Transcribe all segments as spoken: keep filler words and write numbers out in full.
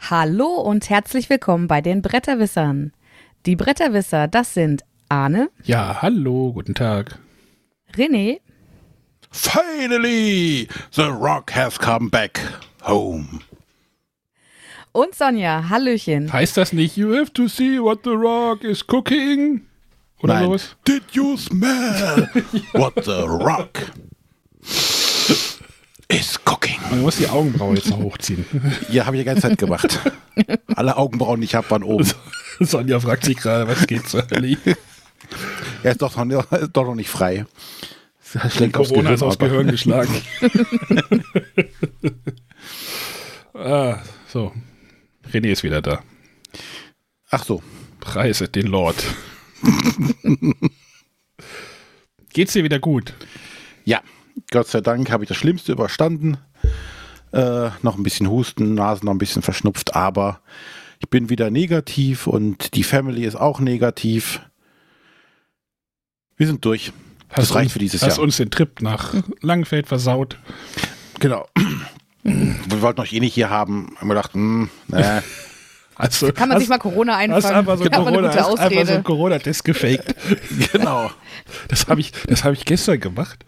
Hallo und herzlich willkommen bei den Bretterwissern. Die Bretterwisser, das sind Arne. Ja, hallo, guten Tag. René. Finally, the Rock has come back home. Und Sonja, hallöchen. Heißt das nicht, you have to see what the Rock is cooking? Oder Nein. sowas? Did you smell what the Rock is cooking? Man muss die Augenbraue jetzt noch hochziehen. Ja, habe ich die ganze Zeit gemacht. Alle Augenbrauen, die ich habe, waren oben. Sonja fragt sich gerade, was geht zur Hölle? Er ist doch noch, ist doch noch nicht frei. Schlägt aufs Corona Gehirn, ist aufs aber- Gehirn geschlagen. ah, so. René ist wieder da. Ach so. Preise den Lord. Geht's dir wieder gut? Ja, Gott sei Dank habe ich das Schlimmste überstanden. Äh, noch ein bisschen Husten, Nase noch ein bisschen verschnupft, aber ich bin wieder negativ und die Family ist auch negativ. Wir sind durch. Das reicht uns, für dieses hast Jahr. uns den Trip nach Langenfeld versaut. Genau. Wir wollten euch eh nicht hier haben. Haben wir gedacht, hm, äh, Also, Kann man hast, sich mal Corona einfangen? hast einfach so Hat man eine Corona, gute hast einfach so Ausrede. einen Corona-Test gefaked. genau. Das habe ich, das habe ich gestern gemacht.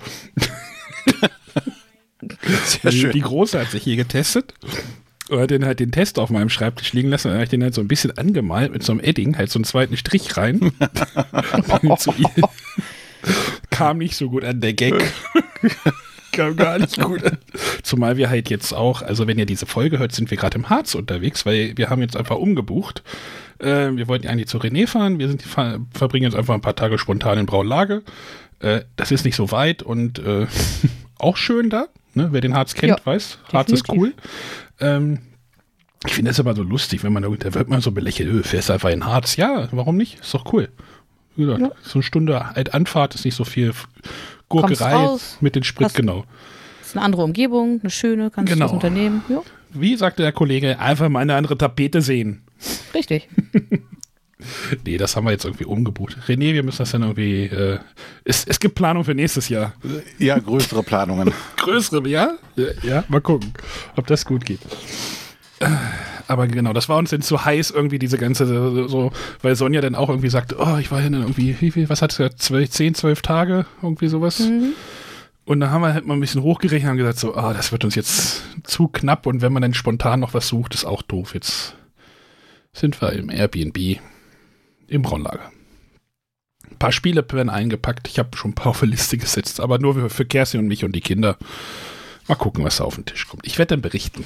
Sehr Die, schön. die Große hat sich hier getestet und hat dann halt den Test auf meinem Schreibtisch liegen lassen. Dann habe ich den halt so ein bisschen angemalt mit so einem Edding, halt so einen zweiten Strich rein. Zu ihr. Kam nicht so gut an, der Gag. Kam gar nicht gut an. Zumal wir halt jetzt auch, also wenn ihr diese Folge hört, sind wir gerade im Harz unterwegs, weil wir haben jetzt einfach umgebucht. Äh, wir wollten eigentlich zu René fahren. Wir sind, ver- verbringen jetzt einfach ein paar Tage spontan in Braunlage. Äh, das ist nicht so weit und äh, auch schön da. Ne? Wer den Harz kennt, Ja, weiß, Harz ist definitiv. cool. Ähm, ich finde das immer so lustig, wenn man da, da wird man so belächelt, öh, fährst einfach in Harz. Ja, warum nicht? Ist doch cool. Wie gesagt, Ja. so eine Stunde halt Anfahrt ist nicht so viel Gurkerei raus, mit den Sprit, hast- genau. Das ist eine andere Umgebung, eine schöne, kannst Genau. du das unternehmen. Ja, Wie sagte der Kollege, einfach mal eine andere Tapete sehen. richtig. Nee, das haben wir jetzt irgendwie umgebucht. René, wir müssen das dann irgendwie, äh, es, es gibt Planung für nächstes Jahr. Ja, größere Planungen. Größere, ja? Ja, ja, mal gucken, ob das gut geht. Aber genau, das war uns denn zu heiß, irgendwie diese ganze, so, weil Sonja dann auch irgendwie sagte, oh, ich war ja dann irgendwie, wie viel, was hat es gesagt, zwölf, zehn, zwölf Tage, irgendwie sowas. Mhm. Und da haben wir halt mal ein bisschen hochgerechnet und haben gesagt, so, ah, das wird uns jetzt zu knapp und wenn man dann spontan noch was sucht, ist auch doof. Jetzt sind wir im Airbnb im Braunlager. Ein paar Spiele werden eingepackt. Ich habe schon ein paar auf die Liste gesetzt, aber nur für, für Kerstin und mich und die Kinder. Mal gucken, was da auf den Tisch kommt. Ich werde dann berichten.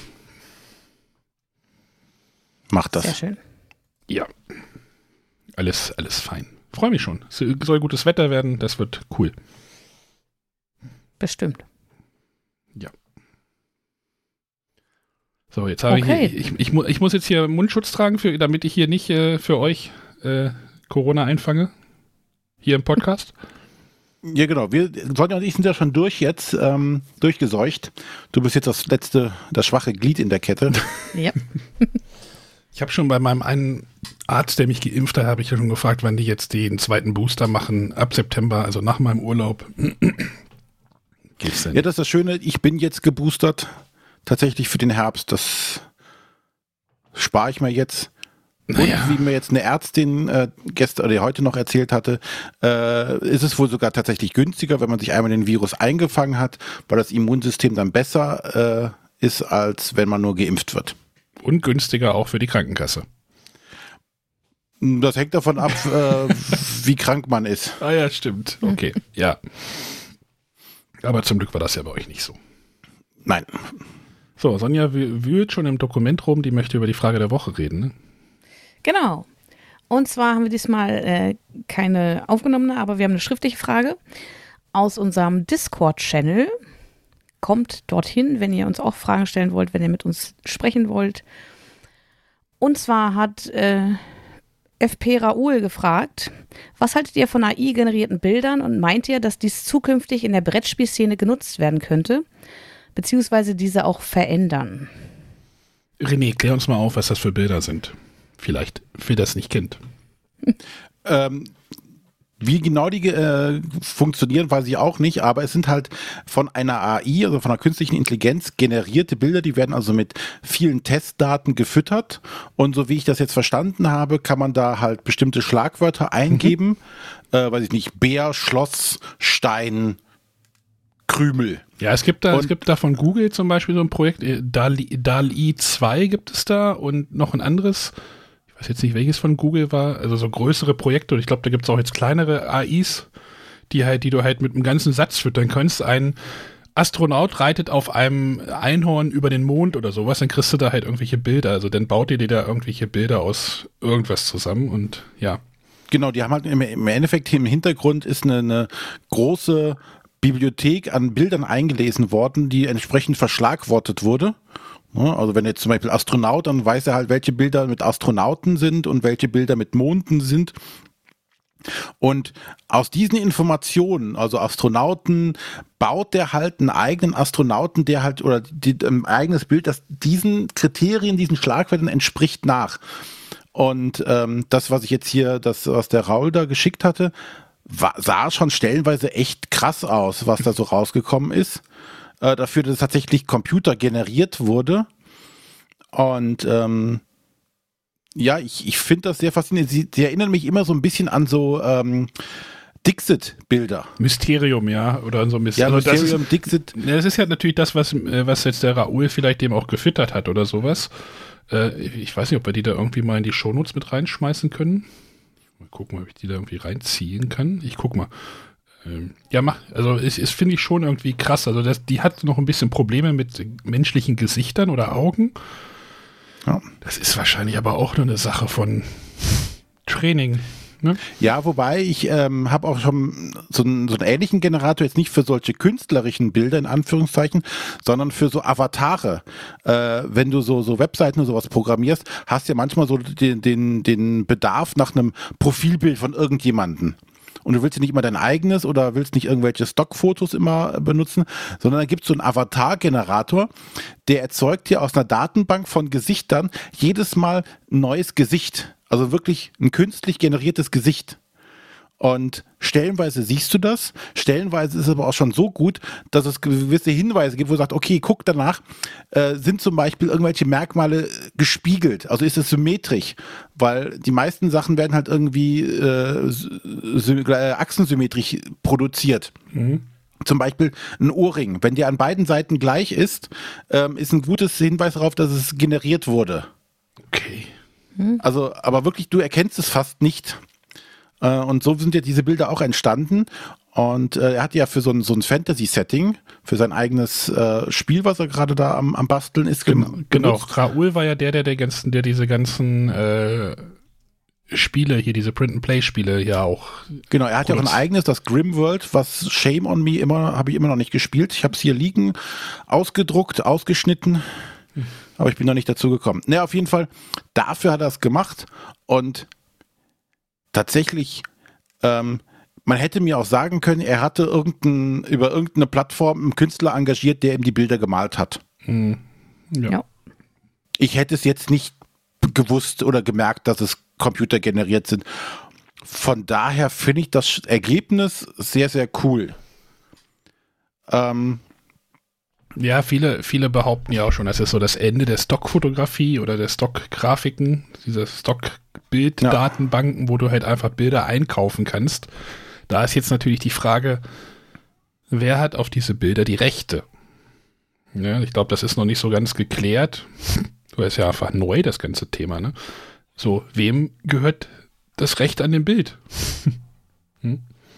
Macht Sehr das. schön. Ja. Alles, alles fein. Freue mich schon. Es soll gutes Wetter werden. Das wird cool. Bestimmt. Ja. So, jetzt habe Okay. ich, ich, ich, mu- ich muss jetzt hier Mundschutz tragen, für, damit ich hier nicht äh, für euch äh, Corona einfange. Hier im Podcast. Ja, genau. Wir, Sonja und ich sind ja schon durch jetzt, ähm, durchgeseucht. Du bist jetzt das letzte, das schwache Glied in der Kette. Ja. Ich habe schon bei meinem einen Arzt, der mich geimpft hat, habe ich ja schon gefragt, wann die jetzt den zweiten Booster machen. Ab September, also nach meinem Urlaub. Geht's denn? Ja, das ist das Schöne. Ich bin jetzt geboostert. Tatsächlich für den Herbst. Das spare ich mir jetzt. Und Naja. wie mir jetzt eine Ärztin äh, gestern oder heute noch erzählt hatte, äh, ist es wohl sogar tatsächlich günstiger, wenn man sich einmal den Virus eingefangen hat, weil das Immunsystem dann besser äh, ist, als wenn man nur geimpft wird. Und günstiger auch für die Krankenkasse. Das hängt davon ab, äh, wie krank man ist. Ah ja, stimmt. Okay, ja. Aber zum Glück war das ja bei euch nicht so. Nein. So, Sonja wü- wühlt schon im Dokument rum, die möchte über die Frage der Woche reden. Ne? Genau. Und zwar haben wir diesmal äh, keine aufgenommene, aber wir haben eine schriftliche Frage aus unserem Discord-Channel. Kommt dorthin, wenn ihr uns auch Fragen stellen wollt, wenn ihr mit uns sprechen wollt. Und zwar hat äh, F P Raoul gefragt, was haltet ihr von A I-generierten Bildern und meint ihr, dass dies zukünftig in der Brettspielszene genutzt werden könnte, beziehungsweise diese auch verändern? René, klär uns mal auf, was das für Bilder sind. Vielleicht, wer das nicht kennt. Ähm, Wie genau die äh, funktionieren, weiß ich auch nicht, aber es sind halt von einer A I, also von einer künstlichen Intelligenz generierte Bilder, die werden also mit vielen Testdaten gefüttert und so wie ich das jetzt verstanden habe, kann man da halt bestimmte Schlagwörter eingeben, mhm. äh, weiß ich nicht, Bär, Schloss, Stein, Krümel. Ja, es gibt da, es gibt da von Google zum Beispiel so ein Projekt, DALL-E DALL-E zwei gibt es da und noch ein anderes, ich weiß jetzt nicht, welches von Google war, also so größere Projekte und ich glaube, da gibt es auch jetzt kleinere A Is, die halt, die du halt mit einem ganzen Satz füttern kannst. Ein Astronaut reitet auf einem Einhorn über den Mond oder sowas, dann kriegst du da halt irgendwelche Bilder, also dann baut ihr dir da irgendwelche Bilder aus irgendwas zusammen und ja. Genau, die haben halt im, im Endeffekt im Hintergrund ist eine, eine große Bibliothek an Bildern eingelesen worden, die entsprechend verschlagwortet wurde. Also wenn jetzt zum Beispiel Astronaut, dann weiß er halt, welche Bilder mit Astronauten sind und welche Bilder mit Monden sind. Und aus diesen Informationen, also Astronauten, baut der halt einen eigenen Astronauten, der halt, oder die, ein eigenes Bild, das diesen Kriterien, diesen Schlagwörtern entspricht nach. Und ähm, das, was ich jetzt hier, das, was der Raul da geschickt hatte, war, sah schon stellenweise echt krass aus, was da so rausgekommen ist. Äh, dafür, dass es tatsächlich Computer generiert wurde. Und ähm, ja, ich, ich finde das sehr faszinierend. Sie, sie erinnern mich immer so ein bisschen an so ähm, Dixit-Bilder. Mysterium, ja, oder so ein bisschen. Ja, also Mysterium, das ist, Dixit. Das ist ja natürlich das, was, was jetzt der Raoul vielleicht dem auch gefüttert hat oder sowas. Äh, ich weiß nicht, ob wir die da irgendwie mal in die Shownotes mit reinschmeißen können. Mal gucken, ob ich die da irgendwie reinziehen kann. Ich guck mal. Ähm, ja, mach, also es, es finde ich schon irgendwie krass. Also das, die hat noch ein bisschen Probleme mit menschlichen Gesichtern oder Augen. Ja. Das ist wahrscheinlich aber auch nur eine Sache von Training. Ne? Ja, wobei ich ähm, habe auch schon so einen, so einen ähnlichen Generator, jetzt nicht für solche künstlerischen Bilder in Anführungszeichen, sondern für so Avatare. Äh, wenn du so, so Webseiten und sowas programmierst, hast du ja manchmal so den, den, den Bedarf nach einem Profilbild von irgendjemanden. Und du willst ja nicht immer dein eigenes oder willst nicht irgendwelche Stockfotos immer benutzen, sondern da gibt es so einen Avatar-Generator, der erzeugt dir aus einer Datenbank von Gesichtern jedes Mal ein neues Gesicht. Also wirklich ein künstlich generiertes Gesicht. Und stellenweise siehst du das, stellenweise ist es aber auch schon so gut, dass es gewisse Hinweise gibt, wo du sagst, okay, guck danach, äh, sind zum Beispiel irgendwelche Merkmale gespiegelt, also ist es symmetrisch, weil die meisten Sachen werden halt irgendwie äh, sy- äh, achsensymmetrisch produziert. Mhm. Zum Beispiel ein Ohrring, wenn der an beiden Seiten gleich ist, ähm, ist ein gutes Hinweis darauf, dass es generiert wurde. Okay. Mhm. Also, aber wirklich, du erkennst es fast nicht. Und so sind ja diese Bilder auch entstanden. Und äh, er hat ja für so ein, so ein Fantasy-Setting, für sein eigenes äh, Spiel, was er gerade da am, am Basteln ist. Genau, genau. Raoul war ja der, der, der, ganzen, der diese ganzen äh, Spiele hier, diese Print-and-Play-Spiele ja auch. Genau, er hat ja auch ein eigenes, das Grimworld, was Shame on Me immer, habe ich immer noch nicht gespielt. Ich habe es hier liegen, ausgedruckt, ausgeschnitten, hm. aber ich bin noch nicht dazu gekommen. Naja, auf jeden Fall, dafür hat er es gemacht und tatsächlich, ähm, man hätte mir auch sagen können, er hatte irgendein, über irgendeine Plattform einen Künstler engagiert, der ihm die Bilder gemalt hat. Mhm. Ja. ja. Ich hätte es jetzt nicht gewusst oder gemerkt, dass es computergeneriert sind. Von daher finde ich das Ergebnis sehr, sehr cool. Ähm, Ja, viele, viele behaupten ja auch schon, das ist so das Ende der Stockfotografie oder der Stockgrafiken, diese Stockbilddatenbanken, ja. wo du halt einfach Bilder einkaufen kannst. Da ist jetzt natürlich die Frage, wer hat auf diese Bilder die Rechte? Ja, ich glaube, das ist noch nicht so ganz geklärt. Das ist ja einfach neu, das ganze Thema, ne? So, wem gehört das Recht an dem Bild? hm?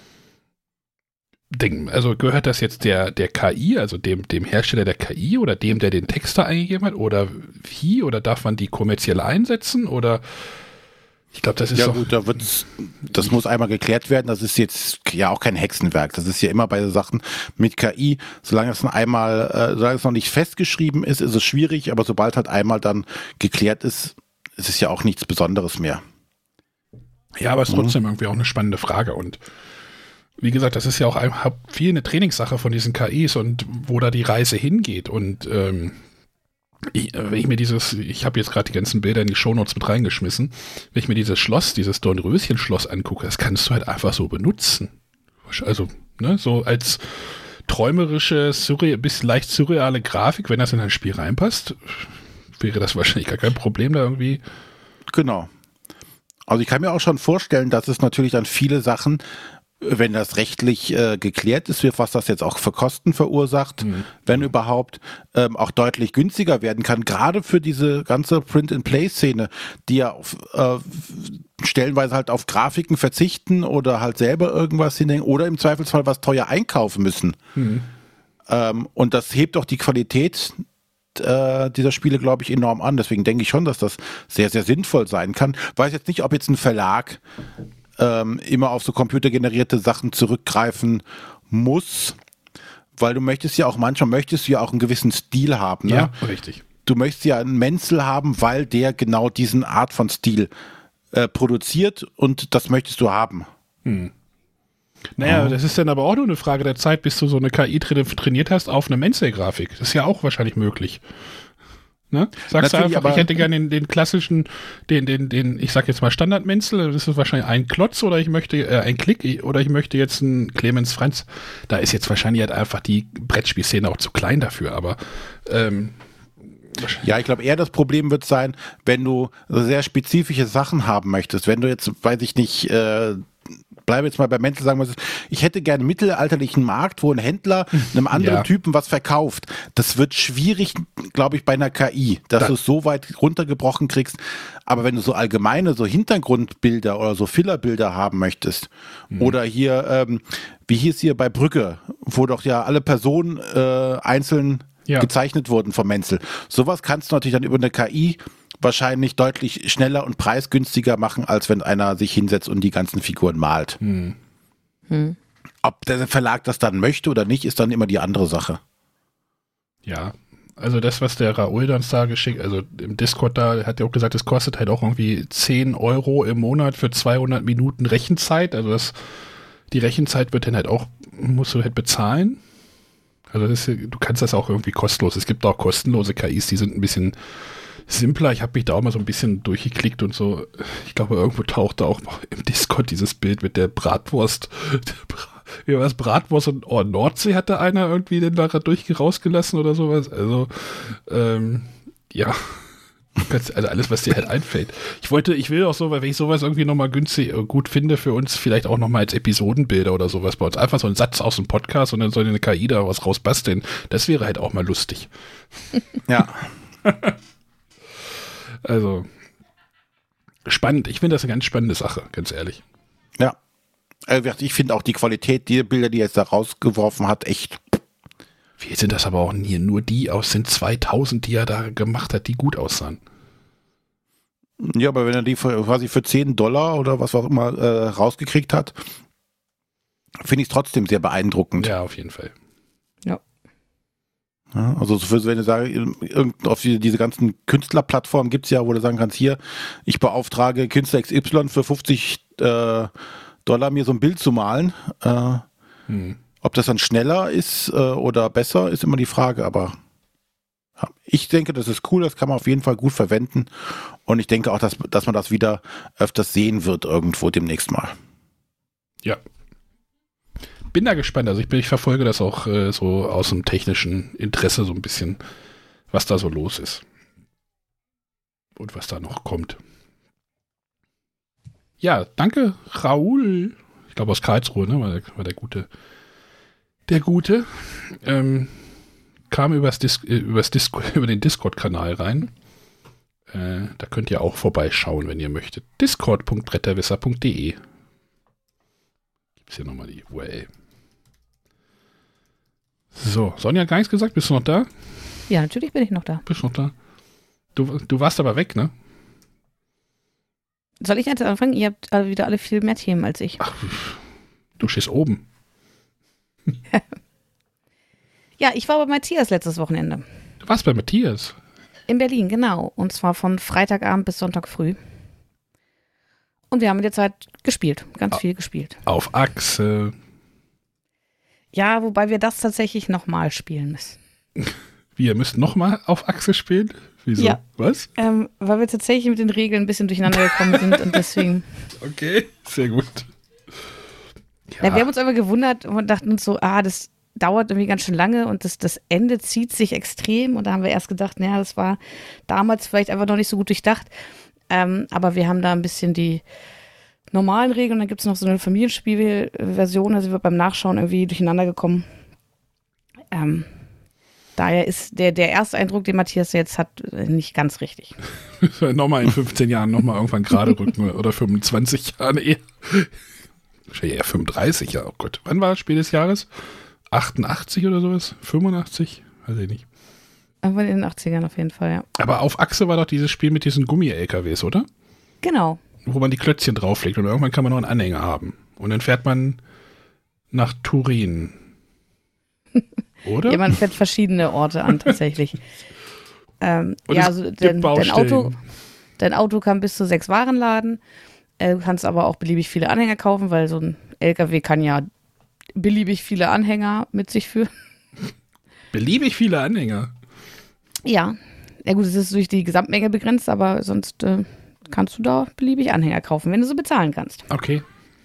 Denken, also gehört das jetzt der, der K I, also dem, dem Hersteller der K I oder dem, der den Text da eingegeben hat? Oder wie? Oder darf man die kommerziell einsetzen? Oder ich glaube, das ist ja doch... gut, da wird's, das muss einmal geklärt werden. Das ist jetzt ja auch kein Hexenwerk. Das ist ja immer bei Sachen mit K I. Solange es einmal, äh, solange es noch nicht festgeschrieben ist, ist es schwierig. Aber sobald halt einmal dann geklärt ist, ist es ja auch nichts Besonderes mehr. Ja, aber es ist trotzdem mhm. irgendwie auch eine spannende Frage. Und wie gesagt, das ist ja auch viel eine Trainingssache von diesen K Is und wo da die Reise hingeht. Und ähm, Ich, wenn ich mir dieses, ich habe jetzt gerade die ganzen Bilder in die Shownotes mit reingeschmissen, wenn ich mir dieses Schloss, dieses Dornröschen-Schloss angucke, das kannst du halt einfach so benutzen. Also, ne, so als träumerische, surre- bis leicht surreale Grafik, wenn das in ein Spiel reinpasst, wäre das wahrscheinlich gar kein Problem da irgendwie. Genau. Also ich kann mir auch schon vorstellen, dass es natürlich dann viele Sachen, wenn das rechtlich äh, geklärt ist, was das jetzt auch für Kosten verursacht, mhm. wenn überhaupt, ähm, auch deutlich günstiger werden kann. Gerade für diese ganze Print-and-Play-Szene, die ja auf, äh, stellenweise halt auf Grafiken verzichten oder halt selber irgendwas hinhängen oder im Zweifelsfall was teuer einkaufen müssen. Mhm. Ähm, und das hebt auch die Qualität äh, dieser Spiele, glaube ich, enorm an. Deswegen denke ich schon, dass das sehr, sehr sinnvoll sein kann. Weiß jetzt nicht, ob jetzt ein Verlag ähm, immer auf so computergenerierte Sachen zurückgreifen muss, weil du möchtest ja auch, manchmal möchtest du ja auch einen gewissen Stil haben. Ne? Ja, richtig. Du möchtest ja einen Menzel haben, weil der genau diesen Art von Stil äh, produziert und das möchtest du haben. Hm. Naja, oh. das ist dann aber auch nur eine Frage der Zeit, bis du so eine K I tra- trainiert hast auf eine Menzel-Grafik. Das ist ja auch wahrscheinlich möglich. Ne? Sagst Natürlich, du einfach, ich hätte gerne den, den klassischen, den, den, den, ich sag jetzt mal Standard-Menzel, das ist wahrscheinlich ein Klotz oder ich möchte, äh, ein Klick oder ich möchte jetzt einen Clemens Franz. Da ist jetzt wahrscheinlich halt einfach die Brettspielszene auch zu klein dafür, aber ähm, ja, ich glaube eher das Problem wird sein, wenn du sehr spezifische Sachen haben möchtest. Wenn du jetzt, weiß ich nicht, äh, bleibe jetzt mal bei Menzel, sagen wir, ich hätte gerne einen mittelalterlichen Markt, wo ein Händler einem anderen ja. Typen was verkauft. Das wird schwierig, glaube ich, bei einer K I, dass da. du es so weit runtergebrochen kriegst. Aber wenn du so allgemeine, so Hintergrundbilder oder so Fillerbilder haben möchtest, mhm. oder hier, ähm, wie hieß hier bei Brücke, wo doch ja alle Personen äh, einzeln ja. gezeichnet wurden vom Menzel. Sowas kannst du natürlich dann über eine K I wahrscheinlich deutlich schneller und preisgünstiger machen, als wenn einer sich hinsetzt und die ganzen Figuren malt. Hm. Hm. Ob der Verlag das dann möchte oder nicht, ist dann immer die andere Sache. Ja, also das, was der Raoul dann da geschickt, also im Discord da, hat er auch gesagt, es kostet halt auch irgendwie zehn Euro im Monat für zweihundert Minuten Rechenzeit. Also das, die Rechenzeit wird dann halt auch, musst du halt bezahlen. Also das ist, du kannst das auch irgendwie kostenlos. Es gibt auch kostenlose K Is, die sind ein bisschen simpler. Ich habe mich da auch mal so ein bisschen durchgeklickt und so. Ich glaube, irgendwo tauchte auch noch im Discord dieses Bild mit der Bratwurst. Wie war das? Bratwurst und oh, Nordsee hatte einer irgendwie den da durch rausgelassen oder sowas. Also, ähm, ja. Also alles, was dir halt einfällt. Ich wollte, ich will auch so, weil wenn ich sowas irgendwie nochmal günstig gut finde für uns, vielleicht auch nochmal als Episodenbilder oder sowas bei uns. Einfach so ein Satz aus dem Podcast und dann soll eine K I da was rausbasteln. Das wäre halt auch mal lustig. Ja. Also, spannend. Ich finde das eine ganz spannende Sache, ganz ehrlich. Ja. Ich finde auch die Qualität, die Bilder, die er jetzt da rausgeworfen hat, echt. Wie sind das aber auch hier nur die aus den zweitausend, die er da gemacht hat, die gut aussahen? Ja, aber wenn er die für, quasi für zehn Dollar oder was auch immer äh, rausgekriegt hat, finde ich es trotzdem sehr beeindruckend. Ja, auf jeden Fall. Ja. Ja, also für, wenn du sagst, auf die, diese ganzen Künstlerplattformen gibt es ja, wo du sagen kannst, hier, ich beauftrage Künstler X Y für fünfzig äh, Dollar mir so ein Bild zu malen. Äh, hm. Ob das dann schneller ist äh, oder besser, ist immer die Frage, aber ja, ich denke, das ist cool, das kann man auf jeden Fall gut verwenden und ich denke auch, dass, dass man das wieder öfters sehen wird irgendwo demnächst mal. Ja. Bin da gespannt, also ich, bin, ich verfolge das auch äh, so aus dem technischen Interesse so ein bisschen, was da so los ist und was da noch kommt. Ja, danke Raoul, ich glaube aus Karlsruhe, ne, war der, war der gute Der Gute ähm, kam übers Dis- übers Dis- über den Discord-Kanal rein. Äh, da könnt ihr auch vorbeischauen, wenn ihr möchtet. discord punkt bretterwisser punkt de Gibt es hier nochmal die U R L. So, Sonja hat gar nichts gesagt. Bist du noch da? Ja, natürlich bin ich noch da. Bist du noch da? Du, du warst aber weg, ne? Soll ich jetzt anfangen? Ihr habt alle wieder alle viel mehr Themen als ich. Ach, du stehst oben. Ja, ich war bei Matthias letztes Wochenende. Du warst bei Matthias? In Berlin, genau. Und zwar von Freitagabend bis Sonntag früh. Und wir haben in der Zeit gespielt, ganz viel gespielt. Auf Achse. Ja, wobei wir das tatsächlich nochmal spielen müssen. Wie, ihr müsst nochmal auf Achse spielen? Wieso? Ja. Was? Ähm, weil wir tatsächlich mit den Regeln ein bisschen durcheinander gekommen sind und deswegen. Okay, sehr gut. Ja. Ja, wir haben uns aber gewundert und dachten uns so, ah, das dauert irgendwie ganz schön lange und das, das Ende zieht sich extrem. Und da haben wir erst gedacht, naja, das war damals vielleicht einfach noch nicht so gut durchdacht. Ähm, aber wir haben da ein bisschen die normalen Regeln und dann gibt es noch so eine Familienspielversion, also wir beim Nachschauen irgendwie durcheinander gekommen. Ähm, daher ist der, der erste Eindruck, den Matthias jetzt hat, nicht ganz richtig. Nochmal in fünfzehn Jahren nochmal irgendwann gerade rücken oder fünfundzwanzig Jahren eher. Wahrscheinlich eher fünfunddreißig, ja, oh Gott. Wann war das Spiel des Jahres? achtundachtzig oder sowas? fünfundachtzig? Weiß ich nicht. Irgendwann in den achtzigern auf jeden Fall, ja. Aber auf Achse war doch dieses Spiel mit diesen Gummi-L K Ws, oder? Genau. Wo man die Klötzchen drauflegt und irgendwann kann man noch einen Anhänger haben. Und dann fährt man nach Turin. Oder? Ja, man fährt verschiedene Orte an, tatsächlich. ähm, ja, also dein, dein, Auto, dein Auto kann bis zu sechs Waren laden. Du kannst aber auch beliebig viele Anhänger kaufen, weil so ein L K W kann ja beliebig viele Anhänger mit sich führen. Beliebig viele Anhänger? Ja. Ja gut, es ist durch die Gesamtmenge begrenzt, aber sonst äh, kannst du da beliebig Anhänger kaufen, wenn du so bezahlen kannst. Okay.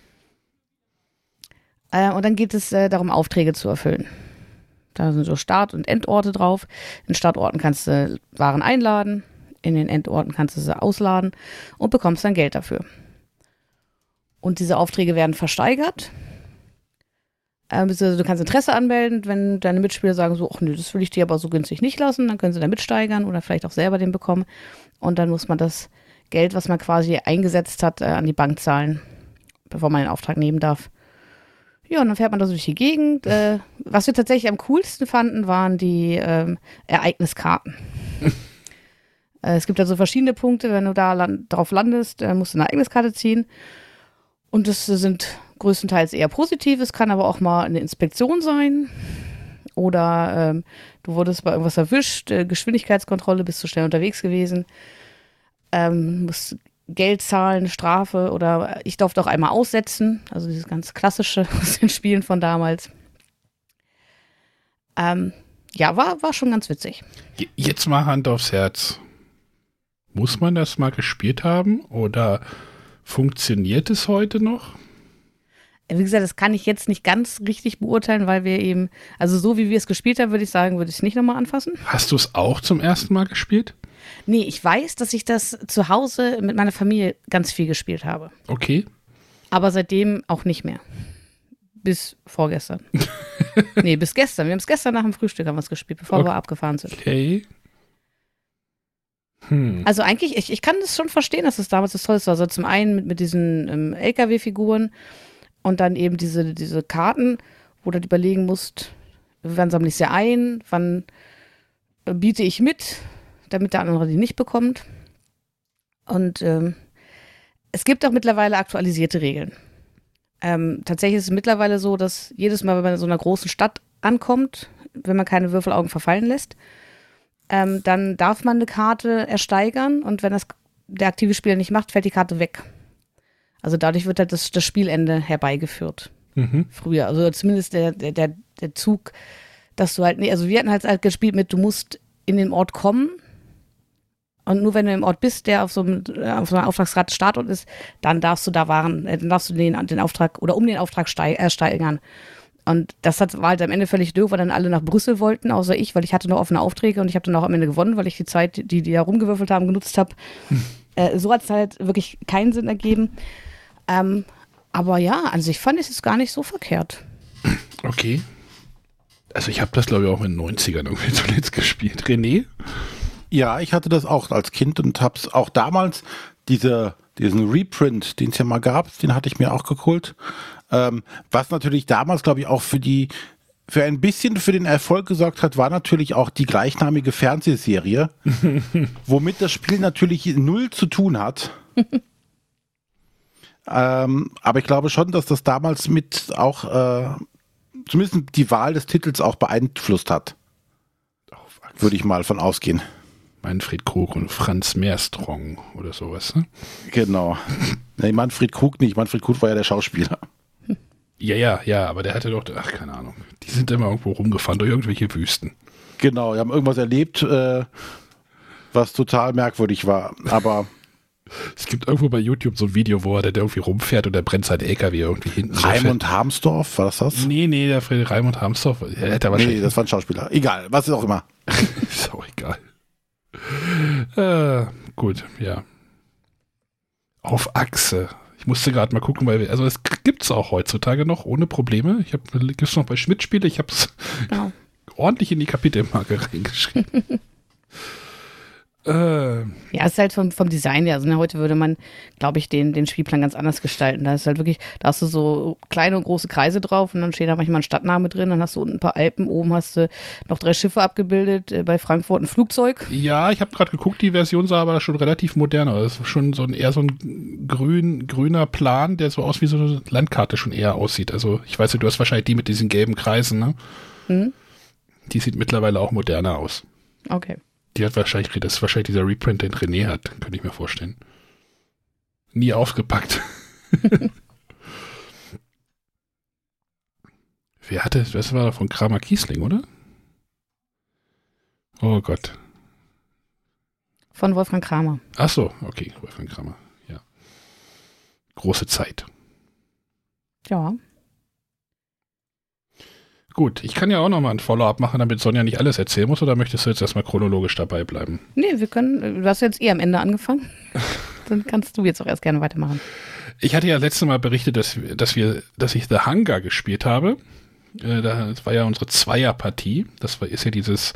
Äh, und dann geht es äh, darum, Aufträge zu erfüllen. Da sind so Start- und Endorte drauf. In Startorten kannst du Waren einladen, in den Endorten kannst du sie ausladen und bekommst dann Geld dafür. Und diese Aufträge werden versteigert. Ähm, du kannst Interesse anmelden, wenn deine Mitspieler sagen so, ach nö, das will ich dir aber so günstig nicht lassen, dann können sie da mitsteigern oder vielleicht auch selber den bekommen. Und dann muss man das Geld, was man quasi eingesetzt hat, äh, an die Bank zahlen, bevor man den Auftrag nehmen darf. Ja, und dann fährt man da so durch die Gegend. Äh, was wir tatsächlich am coolsten fanden, waren die ähm, Ereigniskarten. äh, es gibt da so verschiedene Punkte, wenn du da land- drauf landest, äh, musst du eine Ereigniskarte ziehen. Und das sind größtenteils eher positiv. Es kann aber auch mal eine Inspektion sein. Oder ähm, du wurdest bei irgendwas erwischt, äh, Geschwindigkeitskontrolle, bist zu schnell unterwegs gewesen. Ähm, musst Geld zahlen, Strafe oder ich durfte auch einmal aussetzen. Also dieses ganz klassische aus den Spielen von damals. Ähm, ja, war, war schon ganz witzig. Jetzt mal Hand aufs Herz. Muss man das mal gespielt haben oder funktioniert es heute noch? Wie gesagt, das kann ich jetzt nicht ganz richtig beurteilen, weil wir eben, also so wie wir es gespielt haben, würde ich sagen, würde ich es nicht nochmal anfassen. Hast du es auch zum ersten Mal gespielt? Nee, ich weiß, dass ich das zu Hause mit meiner Familie ganz viel gespielt habe. Okay. Aber seitdem auch nicht mehr. Bis vorgestern. Nee, bis gestern. Wir haben es gestern nach dem Frühstück haben wir es gespielt, bevor okay. wir abgefahren sind. Okay. Hm. Also eigentlich, ich, ich kann das schon verstehen, dass es damals das Tollste war. Also zum einen mit, mit diesen ähm, L K W-Figuren und dann eben diese, diese Karten, wo du überlegen musst, wann sammle ich sie ein, wann äh, biete ich mit, damit der andere die nicht bekommt. Und ähm, es gibt auch mittlerweile aktualisierte Regeln. Ähm, tatsächlich ist es mittlerweile so, dass jedes Mal, wenn man in so einer großen Stadt ankommt, wenn man keine Würfelaugen verfallen lässt, ähm, dann darf man eine Karte ersteigern und wenn das der aktive Spieler nicht macht, fällt die Karte weg. Also dadurch wird halt das, das Spielende herbeigeführt. Mhm. Früher, also zumindest der, der, der, der Zug, dass du halt, nee, also wir hatten halt, halt gespielt mit, du musst in den Ort kommen und nur wenn du im Ort bist, der auf so einem, auf so einer Auftragsrad Startort ist, dann darfst du da Waren, dann darfst du den, den Auftrag oder um den Auftrag steigern. Und das hat, war halt am Ende völlig doof, weil dann alle nach Brüssel wollten, außer ich, weil ich hatte noch offene Aufträge und ich habe dann auch am Ende gewonnen, weil ich die Zeit, die die da rumgewürfelt haben, genutzt habe. Hm. Äh, so hat es halt wirklich keinen Sinn ergeben. Ähm, aber ja, an sich fand ich es gar nicht so verkehrt. Okay. Also ich habe das, glaube ich, auch in den neunzigern irgendwie zuletzt gespielt. René? Ja, ich hatte das auch als Kind und habe es auch damals, diese, diesen Reprint, den es ja mal gab, den hatte ich mir auch geholt. Ähm, was natürlich damals, glaube ich, auch für die, für ein bisschen für den Erfolg gesorgt hat, war natürlich auch die gleichnamige Fernsehserie, womit das Spiel natürlich null zu tun hat. ähm, aber ich glaube schon, dass das damals mit auch, äh, zumindest die Wahl des Titels auch beeinflusst hat. Würde ich mal von ausgehen. Manfred Krug und Franz Meerstrong oder sowas, ne? Genau. Nee, Manfred Krug nicht. Manfred Krug war ja der Schauspieler. Ja, ja, ja, aber der hatte doch, ach, keine Ahnung. Die sind immer irgendwo rumgefahren durch irgendwelche Wüsten. Genau, wir haben irgendwas erlebt, äh, was total merkwürdig war. Aber es gibt irgendwo bei YouTube so ein Video, wo er der irgendwie rumfährt und der brennt sein L K W irgendwie hinten. Raimund Harmsdorf, war das das? Nee, nee, der Friedrich Raimund Harmsdorf. Der hat wahrscheinlich nee, das war ein Schauspieler. Egal, was ist auch immer. Ist auch egal. Äh, gut, ja. Auf Achse. Ich musste gerade mal gucken, weil wir, also es gibt es auch heutzutage noch ohne Probleme. Ich habe, gibt es noch bei Schmidt-Spiele, ich habe es genau. ordentlich in die Kapitelmarke reingeschrieben. äh, ja, es ist halt vom, vom Design her. Also ne, heute würde man, glaube ich, den, den Spielplan ganz anders gestalten. Da ist halt wirklich, da hast du so kleine und große Kreise drauf und dann steht da manchmal ein Stadtname drin, dann hast du unten ein paar Alpen, oben hast du noch drei Schiffe abgebildet, äh, bei Frankfurt ein Flugzeug. Ja, ich habe gerade geguckt, die Version sah aber schon relativ modern aus. Das ist schon so ein, eher so ein grün, grüner Plan, der so aus wie so eine Landkarte schon eher aussieht. Also ich weiß nicht, du hast wahrscheinlich die mit diesen gelben Kreisen, ne? Mhm. Die sieht mittlerweile auch moderner aus. Okay. Die hat wahrscheinlich, das ist wahrscheinlich dieser Reprint, den René hat, könnte ich mir vorstellen. Nie aufgepackt. Wer hatte, das war von Kramer Kiesling, oder? Oh Gott. Von Wolfgang Kramer. Ach so, okay, Wolfgang Kramer, ja. Große Zeit. Ja. Gut, ich kann ja auch nochmal ein Follow-up machen, damit Sonja nicht alles erzählen muss, oder möchtest du jetzt erstmal chronologisch dabei bleiben? Nee, wir können, du hast jetzt eh am Ende angefangen. Dann kannst du jetzt auch erst gerne weitermachen. Ich hatte ja letztes Mal berichtet, dass, dass, wir, dass ich The Hunger gespielt habe. Äh, das war ja unsere Zweierpartie. Das war, ist ja dieses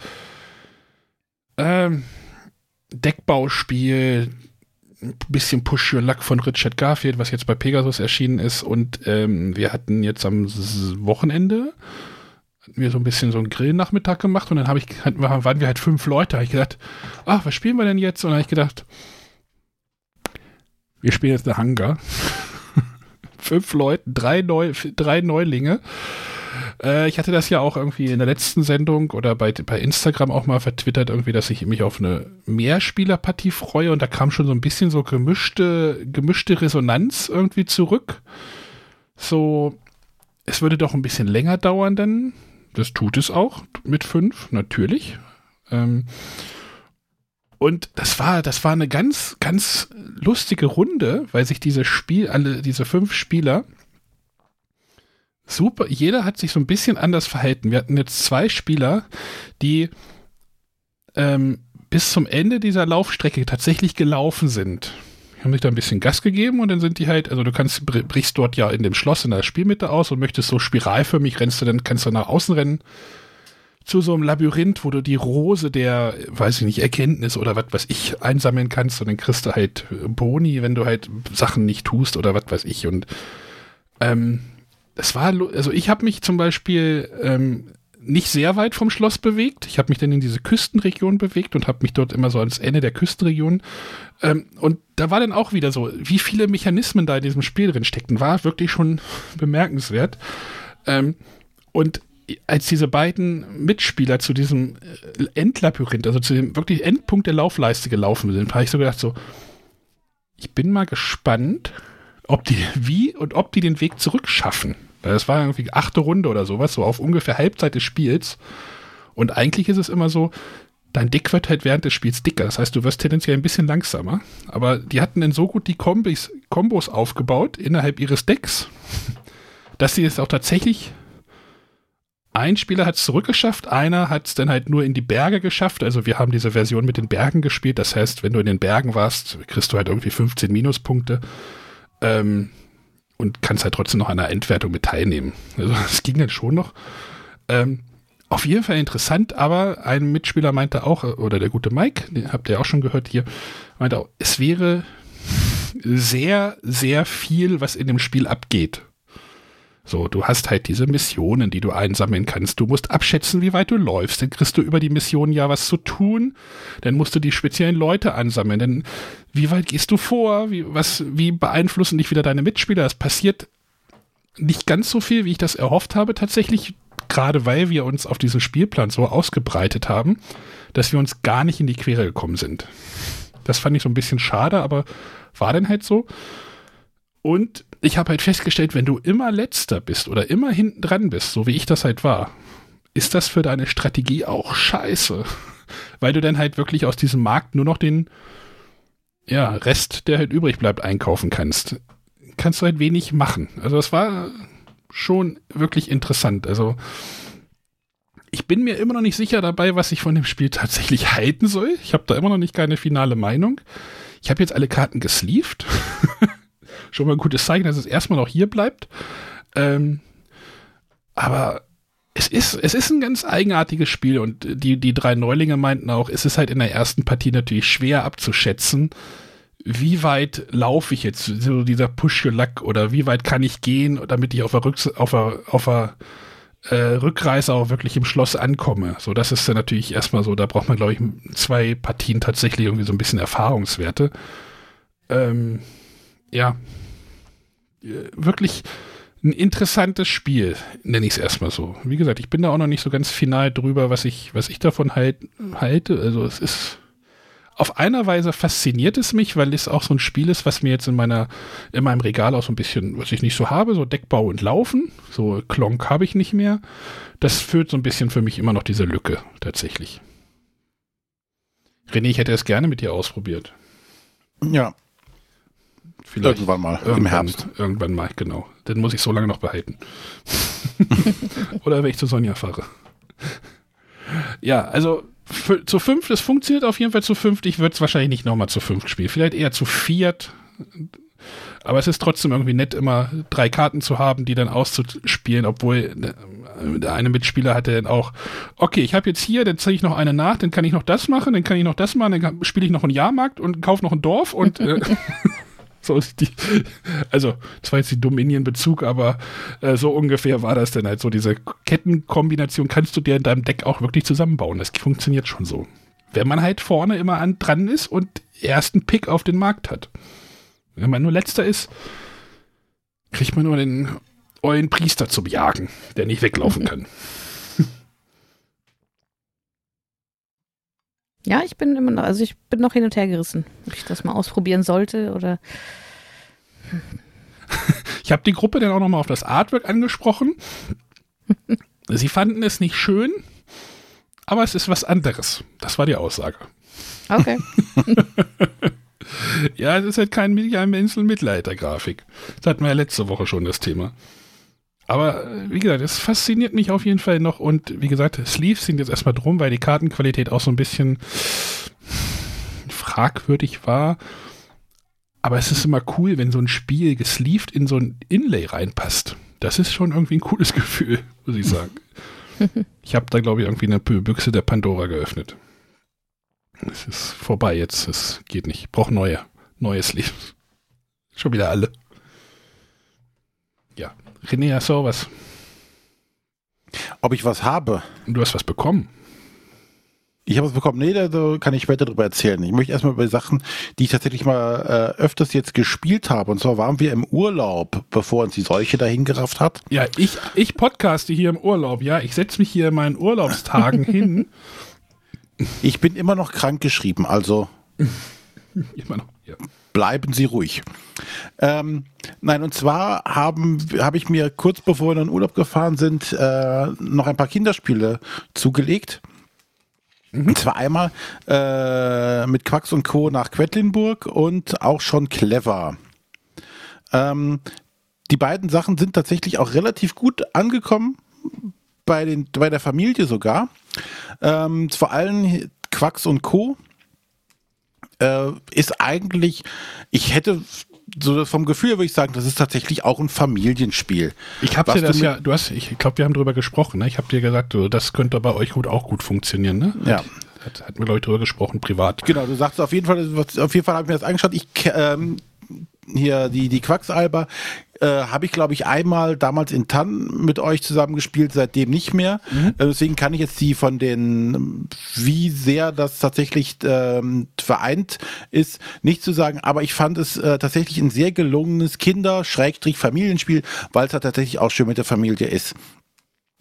ähm, Deckbauspiel, ein bisschen Push Your Luck von Richard Garfield, was jetzt bei Pegasus erschienen ist. Und ähm, wir hatten jetzt am Wochenende mir so ein bisschen so einen Grillnachmittag gemacht und dann habe ich, waren wir halt fünf Leute. Da habe ich gedacht, ach, was spielen wir denn jetzt? Und dann habe ich gedacht, wir spielen jetzt The Hunger. Fünf Leute, drei, Neu, drei Neulinge. Äh, ich hatte das ja auch irgendwie in der letzten Sendung oder bei, bei Instagram auch mal vertwittert, irgendwie, dass ich mich auf eine Mehrspielerpartie freue und da kam schon so ein bisschen so gemischte, gemischte Resonanz irgendwie zurück. So, es würde doch ein bisschen länger dauern, denn das tut es auch mit fünf, natürlich. Ähm, und das war, das war eine ganz, ganz lustige Runde, weil sich diese Spiel, alle, diese fünf Spieler super, jeder hat sich so ein bisschen anders verhalten. Wir hatten jetzt zwei Spieler, die ähm, bis zum Ende dieser Laufstrecke tatsächlich gelaufen sind. Die haben sich da ein bisschen Gas gegeben und dann sind die halt, also du kannst, brichst dort ja in dem Schloss in der Spielmitte aus und möchtest so spiralförmig rennst du, dann kannst du nach außen rennen zu so einem Labyrinth, wo du die Rose der, weiß ich nicht, Erkenntnis oder was weiß ich einsammeln kannst und dann kriegst du halt Boni, wenn du halt Sachen nicht tust oder was weiß ich und ähm, es war, also ich habe mich zum Beispiel ähm, nicht sehr weit vom Schloss bewegt. Ich habe mich dann in diese Küstenregion bewegt und habe mich dort immer so ans Ende der Küstenregion. Ähm, und da war dann auch wieder so, wie viele Mechanismen da in diesem Spiel drin steckten, war wirklich schon bemerkenswert. Ähm, und als diese beiden Mitspieler zu diesem Endlabyrinth, also zu dem wirklich Endpunkt der Laufleiste gelaufen sind, habe ich so gedacht so, ich bin mal gespannt, ob die, wie und ob die den Weg zurück schaffen. Weil das war irgendwie achte Runde oder sowas, so auf ungefähr Halbzeit des Spiels. Und eigentlich ist es immer so, dein Deck wird halt während des Spiels dicker. Das heißt, du wirst tendenziell ein bisschen langsamer. Aber die hatten dann so gut die Kombis, Kombos aufgebaut innerhalb ihres Decks, dass sie es auch tatsächlich, ein Spieler hat es zurückgeschafft, einer hat es dann halt nur in die Berge geschafft. Also wir haben diese Version mit den Bergen gespielt. Das heißt, wenn du in den Bergen warst, kriegst du halt irgendwie fünfzehn Minuspunkte. Ähm, und kannst halt trotzdem noch an einer Endwertung mit teilnehmen. Also das ging dann schon noch. Ähm, auf jeden Fall interessant, aber ein Mitspieler meinte auch, oder der gute Mike, den habt ihr auch schon gehört hier, meinte auch, es wäre sehr, sehr viel, was in dem Spiel abgeht. So, du hast halt diese Missionen, die du einsammeln kannst. Du musst abschätzen, wie weit du läufst. Dann kriegst du über die Missionen ja was zu tun. Dann musst du die speziellen Leute ansammeln. Dann, wie weit gehst du vor? Wie, was, wie beeinflussen dich wieder deine Mitspieler? Es passiert nicht ganz so viel, wie ich das erhofft habe, tatsächlich. Gerade weil wir uns auf diesem Spielplan so ausgebreitet haben, dass wir uns gar nicht in die Quere gekommen sind. Das fand ich so ein bisschen schade, aber war dann halt so. Und ich habe halt festgestellt, wenn du immer Letzter bist oder immer hinten dran bist, so wie ich das halt war, ist das für deine Strategie auch scheiße. Weil du dann halt wirklich aus diesem Markt nur noch den ja, Rest, der halt übrig bleibt, einkaufen kannst. Kannst du halt wenig machen. Also das war schon wirklich interessant. Also ich bin mir immer noch nicht sicher dabei, was ich von dem Spiel tatsächlich halten soll. Ich habe da immer noch nicht keine finale Meinung. Ich habe jetzt alle Karten gesleeved. Schon mal ein gutes Zeichen, dass es erstmal noch hier bleibt. Ähm, aber es ist, es ist ein ganz eigenartiges Spiel und die, die drei Neulinge meinten auch, es ist halt in der ersten Partie natürlich schwer abzuschätzen, wie weit laufe ich jetzt, so dieser Push-Your-Luck oder wie weit kann ich gehen, damit ich auf der, Rücks- auf der, auf der äh, Rückreise auch wirklich im Schloss ankomme. So, das ist dann natürlich erstmal so, da braucht man, glaube ich, zwei Partien tatsächlich irgendwie so ein bisschen Erfahrungswerte. Ähm, ja, wirklich ein interessantes Spiel, nenne ich es erstmal so. Wie gesagt, ich bin da auch noch nicht so ganz final drüber, was ich, was ich davon halt, halte. Also es ist, auf einer Weise fasziniert es mich, weil es auch so ein Spiel ist, was mir jetzt in meiner, in meinem Regal auch so ein bisschen, was ich nicht so habe, so Deckbau und Laufen, so Klonk habe ich nicht mehr. Das führt so ein bisschen für mich immer noch diese Lücke, tatsächlich. René, ich hätte es gerne mit dir ausprobiert. Ja. Vielleicht irgendwann mal, irgendwann, im Herbst. Irgendwann mal, genau. Den muss ich so lange noch behalten. Oder wenn ich zu Sonja fahre. Ja, also für, zu fünft, es funktioniert auf jeden Fall zu fünft. Ich würde es wahrscheinlich nicht nochmal zu fünft spielen. Vielleicht eher zu viert. Aber es ist trotzdem irgendwie nett, immer drei Karten zu haben, die dann auszuspielen, obwohl der eine Mitspieler hatte dann auch, okay, ich habe jetzt hier, dann zeige ich noch eine nach, dann kann ich noch das machen, dann kann ich noch das machen, dann spiele ich noch einen Jahrmarkt und kaufe noch ein Dorf und äh, so ist die, also das war jetzt die Dominion-Bezug, aber äh, so ungefähr war das dann halt so, diese Kettenkombination kannst du dir in deinem Deck auch wirklich zusammenbauen, das funktioniert schon so. Wenn man halt vorne immer an, dran ist und ersten Pick auf den Markt hat. Wenn man nur letzter ist, kriegt man nur den ollen Priester zum Jagen, der nicht weglaufen kann. Ja, ich bin immer noch, also ich bin noch hin und her gerissen, ob ich das mal ausprobieren sollte oder. Ich habe die Gruppe dann auch nochmal auf das Artwork angesprochen. Sie fanden es nicht schön, aber es ist was anderes. Das war die Aussage. Okay. Ja, es ist halt kein Insel-Mittelalter-Grafik. Das hatten wir ja letzte Woche schon, das Thema. Aber wie gesagt, es fasziniert mich auf jeden Fall noch und wie gesagt, Sleeves sind jetzt erstmal drum, weil die Kartenqualität auch so ein bisschen fragwürdig war. Aber es ist immer cool, wenn so ein Spiel gesleeved in so ein Inlay reinpasst. Das ist schon irgendwie ein cooles Gefühl, muss ich sagen. Ich habe da, glaube ich, irgendwie eine Büchse der Pandora geöffnet. Es ist vorbei jetzt, es geht nicht. Ich brauche neue, neue Sleeves. Schon wieder alle. Ja. René, hast du auch was? Ob ich was habe? Du hast was bekommen. Ich habe was bekommen. Nee, da kann ich später darüber erzählen. Ich möchte erstmal über Sachen, die ich tatsächlich mal äh, öfters jetzt gespielt habe. Und zwar waren wir im Urlaub, bevor uns die Seuche dahin gerafft hat. Ja, ich, ich podcaste hier im Urlaub. Ja, ich setze mich hier in meinen Urlaubstagen hin. Ich bin immer noch krank geschrieben, also immer noch, ja. Bleiben Sie ruhig. Ähm, nein, und zwar haben habe ich mir kurz bevor wir in den Urlaub gefahren sind, äh, noch ein paar Kinderspiele zugelegt. Mhm. Und zwar einmal äh, mit Quacks und Co. nach Quedlinburg und auch schon Clever. Ähm, die beiden Sachen sind tatsächlich auch relativ gut angekommen, bei, den, bei der Familie sogar. Ähm, vor allem Quacks und Co. Äh, ist eigentlich, ich hätte so vom Gefühl würde ich sagen, das ist tatsächlich auch ein Familienspiel. Ich habe dir das ja, du hast, ich glaube, wir haben drüber gesprochen, ne? Ich habe dir gesagt, so, das könnte bei euch gut auch gut funktionieren, ne? Ja. Hat, hat, hatten wir, glaube ich, drüber gesprochen, privat. Genau, du sagst auf jeden Fall, auf jeden Fall habe ich mir das angeschaut. Ich ähm, hier die die Quacksalber äh, habe ich, glaube ich, einmal damals in Tann mit euch zusammen gespielt, seitdem nicht mehr. Mhm. Äh, deswegen kann ich jetzt die von den, wie sehr das tatsächlich ähm, vereint ist, nicht zu sagen. Aber ich fand es äh, tatsächlich ein sehr gelungenes Kinder-Familienspiel, weil es halt tatsächlich auch schön mit der Familie ist.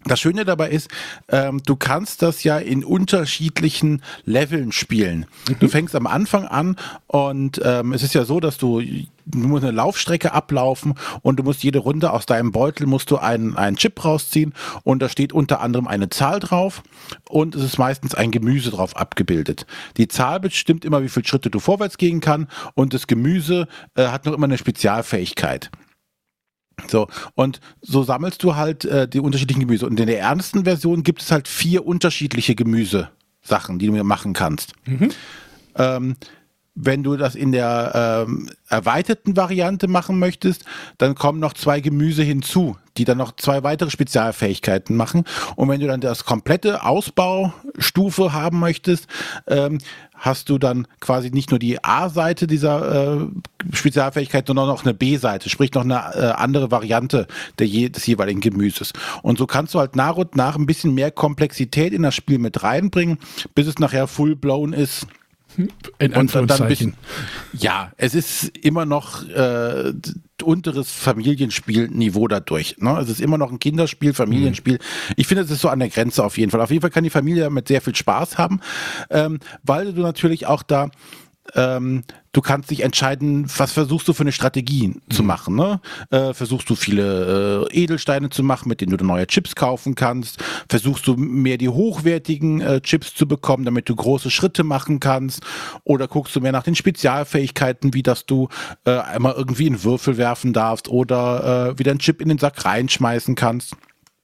Das Schöne dabei ist, ähm, du kannst das ja in unterschiedlichen Leveln spielen. Mhm. Du fängst am Anfang an und ähm, es ist ja so, dass du, du musst eine Laufstrecke ablaufen und du musst jede Runde aus deinem Beutel musst du einen, einen Chip rausziehen und da steht unter anderem eine Zahl drauf und es ist meistens ein Gemüse drauf abgebildet. Die Zahl bestimmt immer, wie viele Schritte du vorwärts gehen kannst und das Gemüse äh, hat noch immer eine Spezialfähigkeit. So, und so sammelst du halt äh, die unterschiedlichen Gemüse. Und in der ernsten Version gibt es halt vier unterschiedliche Gemüsesachen, die du machen kannst. Mhm. Ähm, wenn du das in der ähm, erweiterten Variante machen möchtest, dann kommen noch zwei Gemüse hinzu, die dann noch zwei weitere Spezialfähigkeiten machen. Und wenn du dann das komplette Ausbaustufe haben möchtest, ähm, hast du dann quasi nicht nur die A-Seite dieser äh, Spezialfähigkeit, sondern noch eine B-Seite, sprich noch eine äh, andere Variante der je, des jeweiligen Gemüses. Und so kannst du halt nach und nach ein bisschen mehr Komplexität in das Spiel mit reinbringen, bis es nachher full-blown ist. In Anführungszeichen. Ja, es ist immer noch äh, unteres Familienspielniveau dadurch. Ne? Es ist immer noch ein Kinderspiel, Familienspiel. Mhm. Ich finde, es ist so an der Grenze auf jeden Fall. Auf jeden Fall kann die Familie damit sehr viel Spaß haben, ähm, weil du natürlich auch da Ähm, du kannst dich entscheiden, was versuchst du für eine Strategie mhm. zu machen. Ne? Äh, versuchst du viele äh, Edelsteine zu machen, mit denen du neue Chips kaufen kannst? Versuchst du mehr die hochwertigen äh, Chips zu bekommen, damit du große Schritte machen kannst? Oder guckst du mehr nach den Spezialfähigkeiten, wie dass du äh, einmal irgendwie einen Würfel werfen darfst oder äh, wieder einen Chip in den Sack reinschmeißen kannst?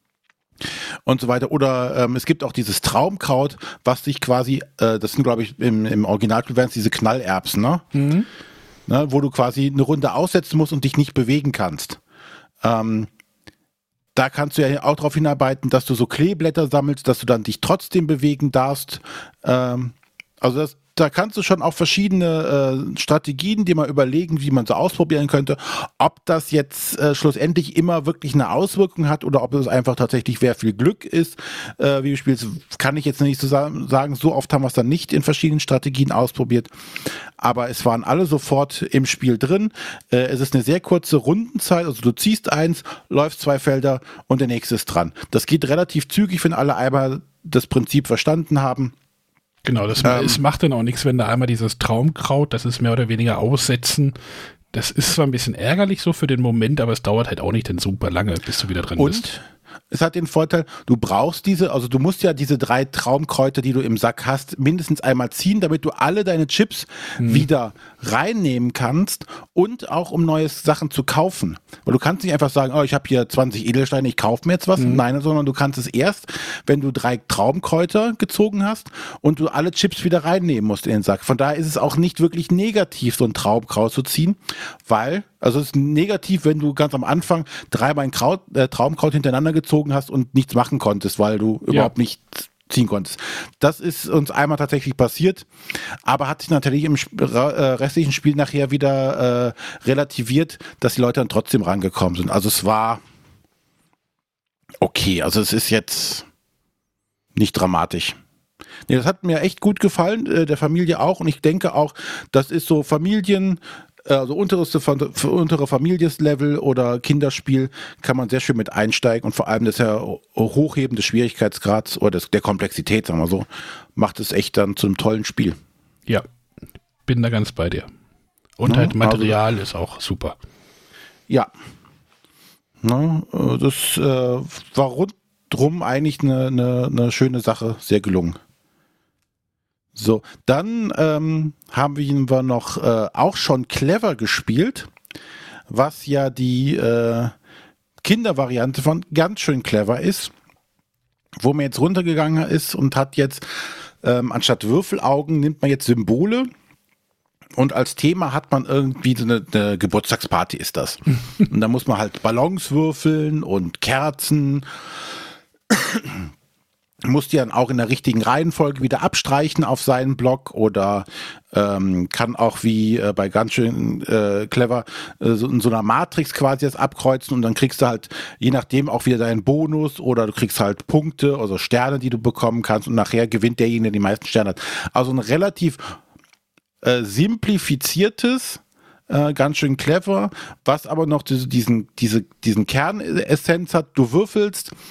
Und so weiter. Oder ähm, es gibt auch dieses Traumkraut, was sich quasi, äh, das sind glaube ich im, im Originalspiel wären es diese Knallerbsen, ne? Mhm. ne? Wo du quasi eine Runde aussetzen musst und dich nicht bewegen kannst. Ähm, da kannst du ja auch darauf hinarbeiten, dass du so Kleeblätter sammelst, dass du dann dich trotzdem bewegen darfst. Ähm, also das Da kannst du schon auch verschiedene äh, Strategien dir mal überlegen, wie man so ausprobieren könnte. Ob das jetzt äh, schlussendlich immer wirklich eine Auswirkung hat oder ob es einfach tatsächlich sehr viel Glück ist, äh, wie du spielst, kann ich jetzt nicht so sagen. So oft haben wir es dann nicht in verschiedenen Strategien ausprobiert. Aber es waren alle sofort im Spiel drin. Äh, es ist eine sehr kurze Rundenzeit. Also du ziehst eins, läufst zwei Felder und der nächste ist dran. Das geht relativ zügig, wenn alle einmal das Prinzip verstanden haben. Genau, das ähm, es macht dann auch nichts, wenn da einmal dieses Traumkraut, das ist mehr oder weniger aussetzen. Das ist zwar ein bisschen ärgerlich so für den Moment, aber es dauert halt auch nicht denn super lange, bis du wieder dran und bist. Es hat den Vorteil, du brauchst diese, also du musst ja diese drei Traumkräuter, die du im Sack hast, mindestens einmal ziehen, damit du alle deine Chips hm. wieder reinnehmen kannst und auch um neue Sachen zu kaufen. Weil du kannst nicht einfach sagen, oh, ich habe hier zwanzig Edelsteine, ich kaufe mir jetzt was. Hm. Nein, sondern du kannst es erst, wenn du drei Traumkräuter gezogen hast und du alle Chips wieder reinnehmen musst in den Sack. Von daher ist es auch nicht wirklich negativ, so ein Traumkraut zu ziehen, weil, also es ist negativ, wenn du ganz am Anfang dreimal ein Kraut, äh, Traumkraut hintereinander gezogen hast und nichts machen konntest, weil du ja. überhaupt nicht ziehen konntest. Das ist uns einmal tatsächlich passiert, aber hat sich natürlich im äh, restlichen Spiel nachher wieder äh, relativiert, dass die Leute dann trotzdem rangekommen sind. Also es war okay, also es ist jetzt nicht dramatisch. Nee, das hat mir echt gut gefallen, äh, der Familie auch, und ich denke auch, das ist so Familien, also unteres, untere Familienlevel oder Kinderspiel kann man sehr schön mit einsteigen, und vor allem das ja Hochheben des Schwierigkeitsgrads oder des, der Komplexität, sagen wir so, macht es echt dann zu einem tollen Spiel. Ja, bin da ganz bei dir. Und ja, halt Material also, ist auch super. Ja. Na, das äh, war rundrum eigentlich eine, eine, eine schöne Sache, sehr gelungen. So, dann ähm, haben wir noch äh, auch schon Clever gespielt, was ja die äh, Kindervariante von ganz schön clever ist, wo man jetzt runtergegangen ist und hat jetzt ähm, anstatt Würfelaugen nimmt man jetzt Symbole, und als Thema hat man irgendwie so eine, eine Geburtstagsparty ist das. Und da muss man halt Ballons würfeln und Kerzen. Muss die dann auch in der richtigen Reihenfolge wieder abstreichen auf seinen Block, oder ähm, kann auch wie äh, bei ganz schön äh, clever äh, so in so einer Matrix quasi das abkreuzen, und dann kriegst du halt je nachdem auch wieder deinen Bonus, oder du kriegst halt Punkte, also Sterne, die du bekommen kannst, und nachher gewinnt derjenige, der die meisten Sterne hat. Also ein relativ äh, simplifiziertes, äh, ganz schön clever, was aber noch diese, diesen, diese, diesen Kernessenz hat. Du würfelst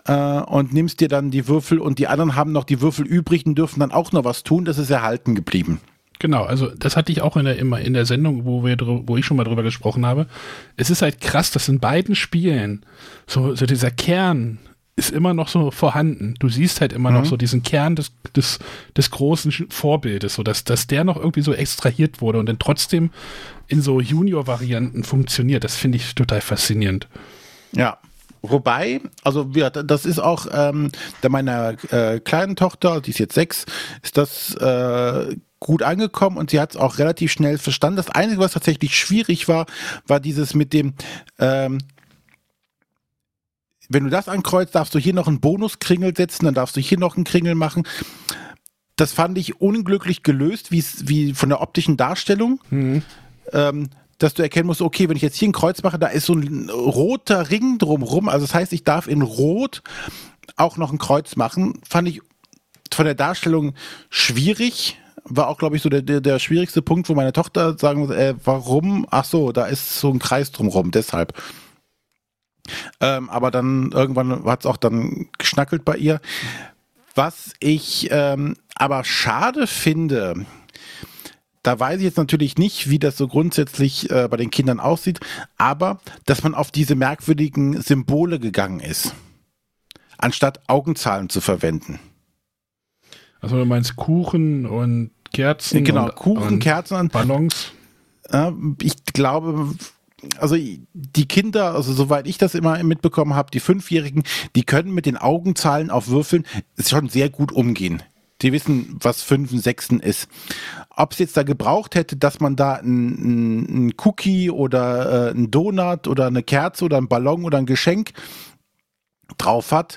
äh, und nimmst dir dann die Würfel und die anderen haben noch die Würfel übrig und dürfen dann auch noch was tun. Das ist erhalten geblieben. Genau, also das hatte ich auch in der, immer in der Sendung, wo wir wo ich schon mal drüber gesprochen habe. Es ist halt krass, dass in beiden Spielen so, so dieser Kern ist immer noch so vorhanden. Du siehst halt immer mhm. noch so diesen Kern des, des, des großen Vorbildes, so dass, dass der noch irgendwie so extrahiert wurde und dann trotzdem in so Junior-Varianten funktioniert. Das finde ich total faszinierend. Ja. Wobei, also ja, das ist auch ähm, bei meiner äh, kleinen Tochter, die ist jetzt sechs, ist das äh, gut angekommen und sie hat es auch relativ schnell verstanden. Das Einzige, was tatsächlich schwierig war, war dieses mit dem ähm, wenn du das ankreuzt, darfst du hier noch einen Bonuskringel setzen, dann darfst du hier noch einen Kringel machen. Das fand ich unglücklich gelöst, wie von der optischen Darstellung. Mhm. Ähm, dass du erkennen musst, okay, wenn ich jetzt hier ein Kreuz mache, da ist so ein roter Ring drumherum. Also das heißt, ich darf in Rot auch noch ein Kreuz machen. Fand ich von der Darstellung schwierig. War auch, glaube ich, so der, der, der schwierigste Punkt, wo meine Tochter sagen muss, äh, warum? Ach so, da ist so ein Kreis drumherum, deshalb. Ähm, aber dann irgendwann hat es auch dann geschnackelt bei ihr. Was ich ähm, aber schade finde, da weiß ich jetzt natürlich nicht, wie das so grundsätzlich äh, bei den Kindern aussieht, aber dass man auf diese merkwürdigen Symbole gegangen ist, anstatt Augenzahlen zu verwenden. Also du meinst Kuchen und Kerzen? Genau, und, Kuchen, und Kerzen und Ballons. Äh, ich glaube, also die Kinder, also soweit ich das immer mitbekommen habe, die Fünfjährigen, die können mit den Augenzahlen auf Würfeln schon sehr gut umgehen. Die wissen, was Fünfen, Sechsen ist. Ob es jetzt da gebraucht hätte, dass man da ein, ein Cookie oder äh, ein Donut oder eine Kerze oder ein Ballon oder ein Geschenk drauf hat,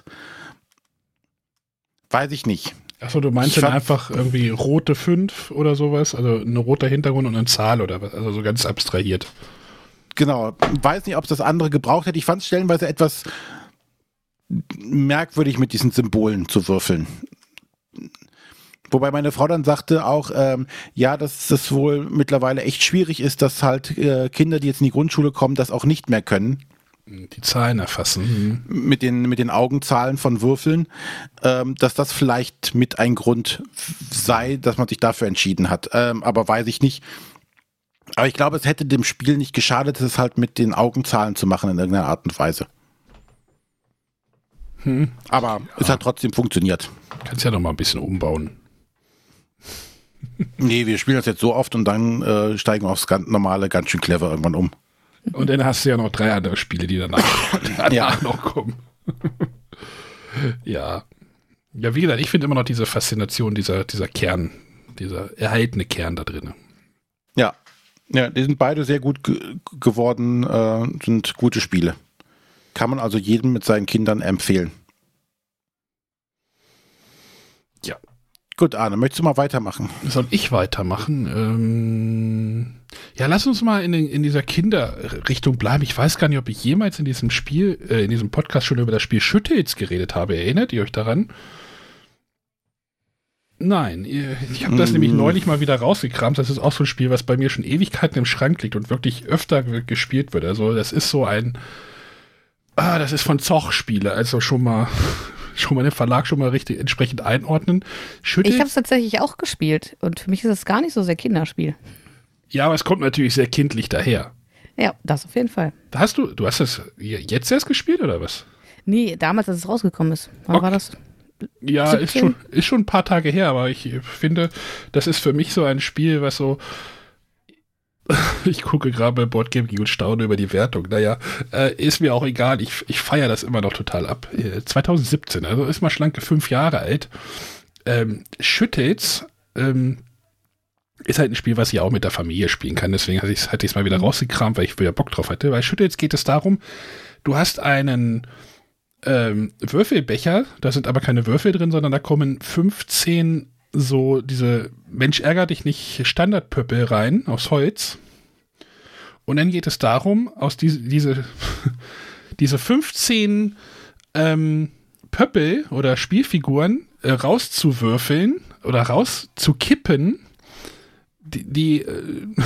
weiß ich nicht. Achso, du meinst ich dann einfach irgendwie rote fünf oder sowas? Also ein roter Hintergrund und eine Zahl oder was? Also so ganz abstrahiert. Genau. Weiß nicht, ob es das andere gebraucht hätte. Ich fand es stellenweise etwas merkwürdig, mit diesen Symbolen zu würfeln. Wobei meine Frau dann sagte auch, ähm, ja, dass das wohl mittlerweile echt schwierig ist, dass halt äh, Kinder, die jetzt in die Grundschule kommen, das auch nicht mehr können. Die Zahlen erfassen. Mhm. Mit den, mit den Augenzahlen von Würfeln, ähm, dass das vielleicht mit ein Grund sei, dass man sich dafür entschieden hat. Ähm, aber weiß ich nicht. Aber ich glaube, es hätte dem Spiel nicht geschadet, es halt mit den Augenzahlen zu machen in irgendeiner Art und Weise. Hm. Aber ja. Es hat trotzdem funktioniert. Kannst ja noch mal ein bisschen umbauen. Nee, wir spielen das jetzt so oft und dann äh, steigen wir aufs ganz normale, ganz schön clever irgendwann um. Und dann hast du ja noch drei andere Spiele, die danach, danach ja. noch kommen. ja. Ja, wie gesagt, ich finde immer noch diese Faszination, dieser, dieser Kern, dieser erhaltene Kern da drin. Ja. Ja, die sind beide sehr gut ge- geworden, äh, sind gute Spiele. Kann man also jedem mit seinen Kindern empfehlen. Ja. Gut, Arne, möchtest du mal weitermachen? Soll ich weitermachen? Ähm, ja, lass uns mal in, den, in dieser Kinderrichtung bleiben. Ich weiß gar nicht, ob ich jemals in diesem Spiel, äh, in diesem Podcast schon über das Spiel Schüttels geredet habe. Erinnert ihr euch daran? Nein, ich habe das mm. nämlich neulich mal wieder rausgekramt. Das ist auch so ein Spiel, was bei mir schon Ewigkeiten im Schrank liegt und wirklich öfter gespielt wird. Also das ist so ein, ah, das ist von Zoch Spiele, also schon mal... schon mal den Verlag schon mal richtig entsprechend einordnen. Schüttels, ich habe es tatsächlich auch gespielt und für mich ist es gar nicht so sehr Kinderspiel. Ja, aber es kommt natürlich sehr kindlich daher. Ja, das auf jeden Fall. Da hast du, du hast das jetzt erst gespielt oder was? Nee, damals, als es rausgekommen ist. Wann okay. war das? Ja, ist schon, ist schon ein paar Tage her, aber ich finde, das ist für mich so ein Spiel, was so ich gucke gerade bei Boardgame Geek und staune über die Wertung. Naja, äh, ist mir auch egal. Ich, ich feiere das immer noch total ab. Äh, zwanzig siebzehn, also ist mal schlanke fünf Jahre alt. Ähm, Schüttels ähm, ist halt ein Spiel, was ich auch mit der Familie spielen kann. Deswegen hatte ich es hatte mal wieder rausgekramt, weil ich wieder Bock drauf hatte. Bei Schüttels geht es darum, du hast einen ähm, Würfelbecher, da sind aber keine Würfel drin, sondern da kommen fünfzehn so diese Mensch ärger dich nicht Standardpöppel rein aus Holz. Und dann geht es darum, aus diese, diese, diese fünfzehn ähm, Pöppel oder Spielfiguren äh, rauszuwürfeln oder rauszukippen, die, die äh,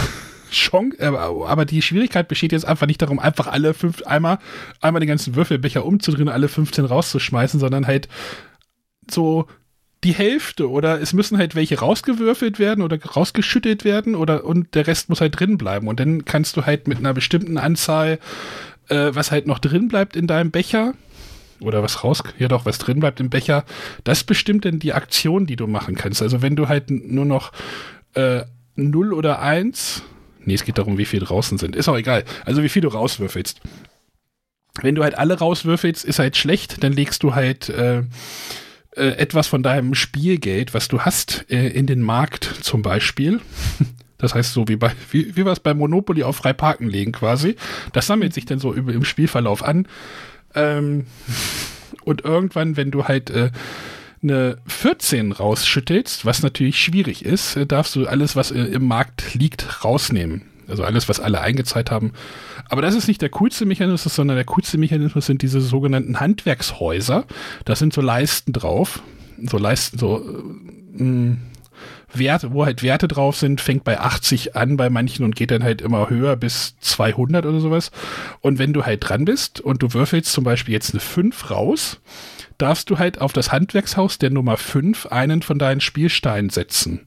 Chance, aber, aber die Schwierigkeit besteht jetzt einfach nicht darum, einfach alle fünf, einmal, einmal den ganzen Würfelbecher umzudrehen und alle fünfzehn rauszuschmeißen, sondern halt so die Hälfte oder es müssen halt welche rausgewürfelt werden oder rausgeschüttet werden oder und der Rest muss halt drin bleiben und dann kannst du halt mit einer bestimmten Anzahl, äh, was halt noch drin bleibt in deinem Becher oder was raus, ja doch, was drin bleibt im Becher, das bestimmt dann die Aktion, die du machen kannst. Also wenn du halt nur noch äh, null oder eins, nee, es geht darum, wie viel draußen sind, ist auch egal, also wie viel du rauswürfelst. Wenn du halt alle rauswürfelst, ist halt schlecht, dann legst du halt äh, äh, etwas von deinem Spielgeld, was du hast, äh, in den Markt zum Beispiel. Das heißt so wie bei, wie, wie wir es bei Monopoly auf frei parken legen quasi. Das sammelt sich dann so über, im Spielverlauf an. Ähm, und irgendwann, wenn du halt äh, eine vierzehn rausschüttelst, was natürlich schwierig ist, äh, darfst du alles, was äh, im Markt liegt, rausnehmen. Also alles, was alle eingezahlt haben. Aber das ist nicht der coolste Mechanismus, sondern der coolste Mechanismus sind diese sogenannten Handwerkshäuser. Da sind so Leisten drauf. So Leisten, so äh, mh, Werte, wo halt Werte drauf sind, fängt bei achtzig an bei manchen und geht dann halt immer höher bis zweihundert oder sowas. Und wenn du halt dran bist und du würfelst zum Beispiel jetzt eine fünf raus, darfst du halt auf das Handwerkshaus der Nummer fünf einen von deinen Spielsteinen setzen.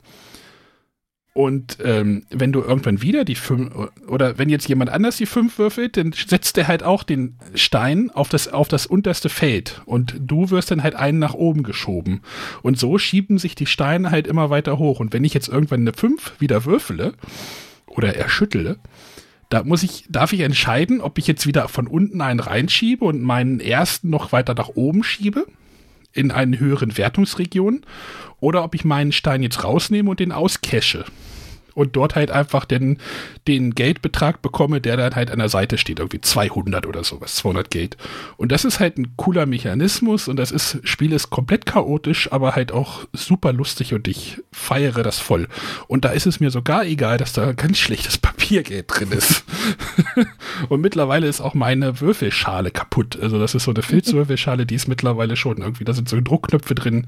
Und ähm, wenn du irgendwann wieder die fünf, oder wenn jetzt jemand anders die fünf würfelt, dann setzt der halt auch den Stein auf das, auf das unterste Feld und du wirst dann halt einen nach oben geschoben. Und so schieben sich die Steine halt immer weiter hoch. Und wenn ich jetzt irgendwann eine fünf wieder würfele oder erschüttle, da muss ich, darf ich entscheiden, ob ich jetzt wieder von unten einen reinschiebe und meinen ersten noch weiter nach oben schiebe in einen höheren Wertungsregion oder ob ich meinen Stein jetzt rausnehme und den auscache und dort halt einfach den, den Geldbetrag bekomme, der dann halt an der Seite steht, irgendwie zweihundert oder sowas, zweihundert Geld. Und das ist halt ein cooler Mechanismus und das ist, Spiel ist komplett chaotisch, aber halt auch super lustig und ich feiere das voll. Und da ist es mir sogar egal, dass da ganz schlechtes Papiergeld drin ist. Und mittlerweile ist auch meine Würfelschale kaputt. Also das ist so eine Filzwürfelschale, die ist mittlerweile schon irgendwie, da sind so Druckknöpfe drin.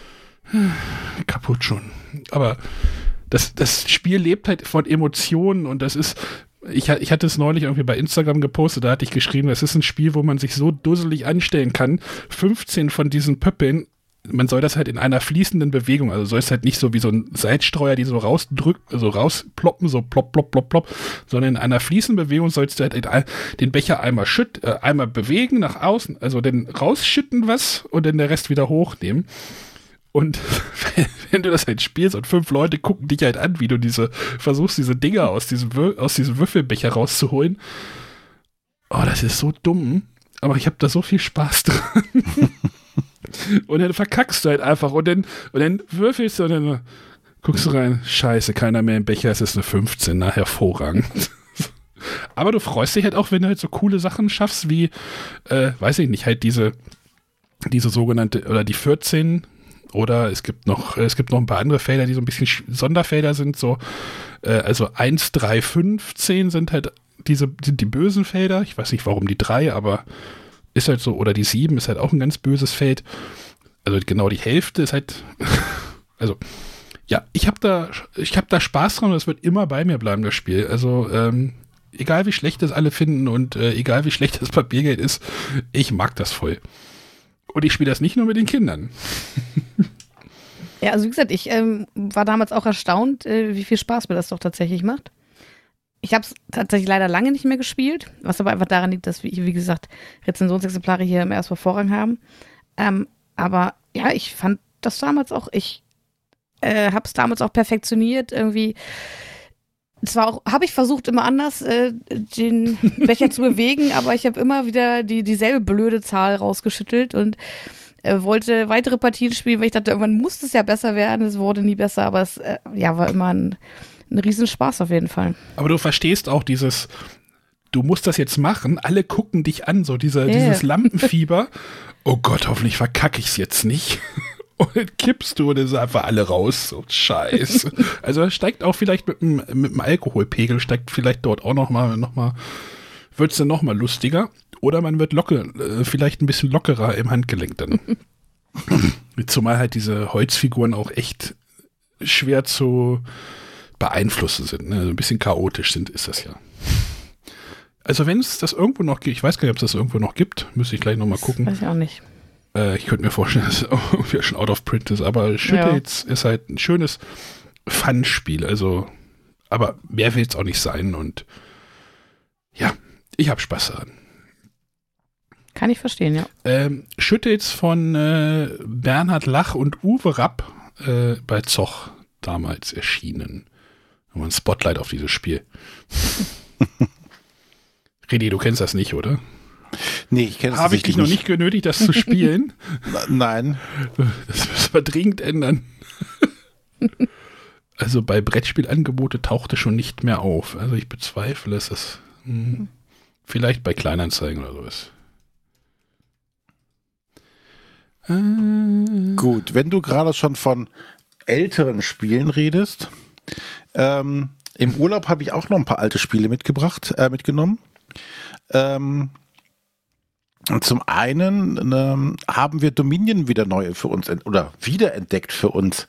Kaputt schon. Aber das, das Spiel lebt halt von Emotionen und das ist, ich, ich hatte es neulich irgendwie bei Instagram gepostet, da hatte ich geschrieben, das ist ein Spiel, wo man sich so dusselig anstellen kann. fünfzehn von diesen Pöppeln, man soll das halt in einer fließenden Bewegung, also soll es halt nicht so wie so ein Salzstreuer, die so rausdrückt, so rausploppen, so plopp, plopp, plopp, plopp, sondern in einer fließenden Bewegung sollst du halt den Becher einmal schütt, äh, einmal bewegen nach außen, also dann rausschütten was und dann der Rest wieder hochnehmen. Und wenn du das halt spielst und fünf Leute gucken dich halt an, wie du diese, versuchst diese Dinger aus diesem, Wür- aus diesem Würfelbecher rauszuholen. Oh, das ist so dumm. Aber ich habe da so viel Spaß dran. Und dann verkackst du halt einfach und dann, und dann würfelst du und dann guckst du rein, scheiße, keiner mehr im Becher, es ist eine fünfzehn, na hervorragend. Aber du freust dich halt auch, wenn du halt so coole Sachen schaffst, wie, äh, weiß ich nicht, halt diese, diese sogenannte, oder die vierzehn. Oder es gibt noch, es gibt noch ein paar andere Felder, die so ein bisschen Sonderfelder sind, so, äh, also eins, drei, fünf, zehn sind halt diese, sind die bösen Felder. Ich weiß nicht, warum die drei, aber ist halt so, oder die sieben ist halt auch ein ganz böses Feld. Also genau die Hälfte ist halt, also, ja, ich habe da, ich habe da Spaß dran und es wird immer bei mir bleiben, das Spiel. Also, ähm, egal wie schlecht das alle finden und äh, egal wie schlecht das Papiergeld ist, ich mag das voll. Und ich spiele das nicht nur mit den Kindern. Ja, also wie gesagt, ich ähm, war damals auch erstaunt, äh, wie viel Spaß mir das doch tatsächlich macht. Ich habe es tatsächlich leider lange nicht mehr gespielt, was aber einfach daran liegt, dass wir, wie gesagt, Rezensionsexemplare hier im ersten Vorrang haben. Ähm, aber ja, ich fand das damals auch, ich äh, habe es damals auch perfektioniert, irgendwie. Zwar auch, habe ich versucht, immer anders äh, den Becher zu bewegen, aber ich habe immer wieder die dieselbe blöde Zahl rausgeschüttelt und äh, wollte weitere Partien spielen, weil ich dachte, irgendwann muss es ja besser werden. Es wurde nie besser, aber es äh, ja, war immer ein, ein Riesenspaß auf jeden Fall. Aber du verstehst auch dieses, du musst das jetzt machen, alle gucken dich an, so diese, Yeah. dieses Lampenfieber. Oh Gott, hoffentlich verkacke ich es jetzt nicht. Und dann kippst du und dann sind einfach alle raus. So Scheiße. Also steigt auch vielleicht mit dem, mit dem Alkoholpegel, steigt vielleicht dort auch nochmal, noch mal, wird es dann nochmal lustiger. Oder man wird locker, äh, vielleicht ein bisschen lockerer im Handgelenk dann. Zumal halt diese Holzfiguren auch echt schwer zu beeinflussen sind, ne? Also ein bisschen chaotisch sind, ist das ja. Also wenn es das irgendwo noch gibt, ich weiß gar nicht, ob es das irgendwo noch gibt, müsste ich gleich nochmal gucken. Weiß ich auch nicht. Äh, ich könnte mir vorstellen, dass es irgendwie schon out of print ist, aber Shitades ja. ist halt ein schönes Fun-Spiel, also, aber mehr will es auch nicht sein und ja, ich habe Spaß daran. Kann ich verstehen, ja. Ähm, Shitades von äh, Bernhard Lach und Uwe Rapp äh, bei Zoch damals erschienen. Nochmal ein Spotlight auf dieses Spiel. René, du kennst das nicht, oder? Nee, ich kenne es nicht. Habe ich dich noch nicht genötigt, das zu spielen? Nein. Das müssen wir dringend ändern. Also bei Brettspielangebote tauchte schon nicht mehr auf. Also ich bezweifle, dass das hm, vielleicht bei Kleinanzeigen oder sowas. Äh. Gut, wenn du gerade schon von älteren Spielen redest, ähm, im Urlaub habe ich auch noch ein paar alte Spiele mitgebracht, äh, mitgenommen. Ähm, zum einen ähm, haben wir Dominion wieder neu für uns ent- oder wiederentdeckt für uns.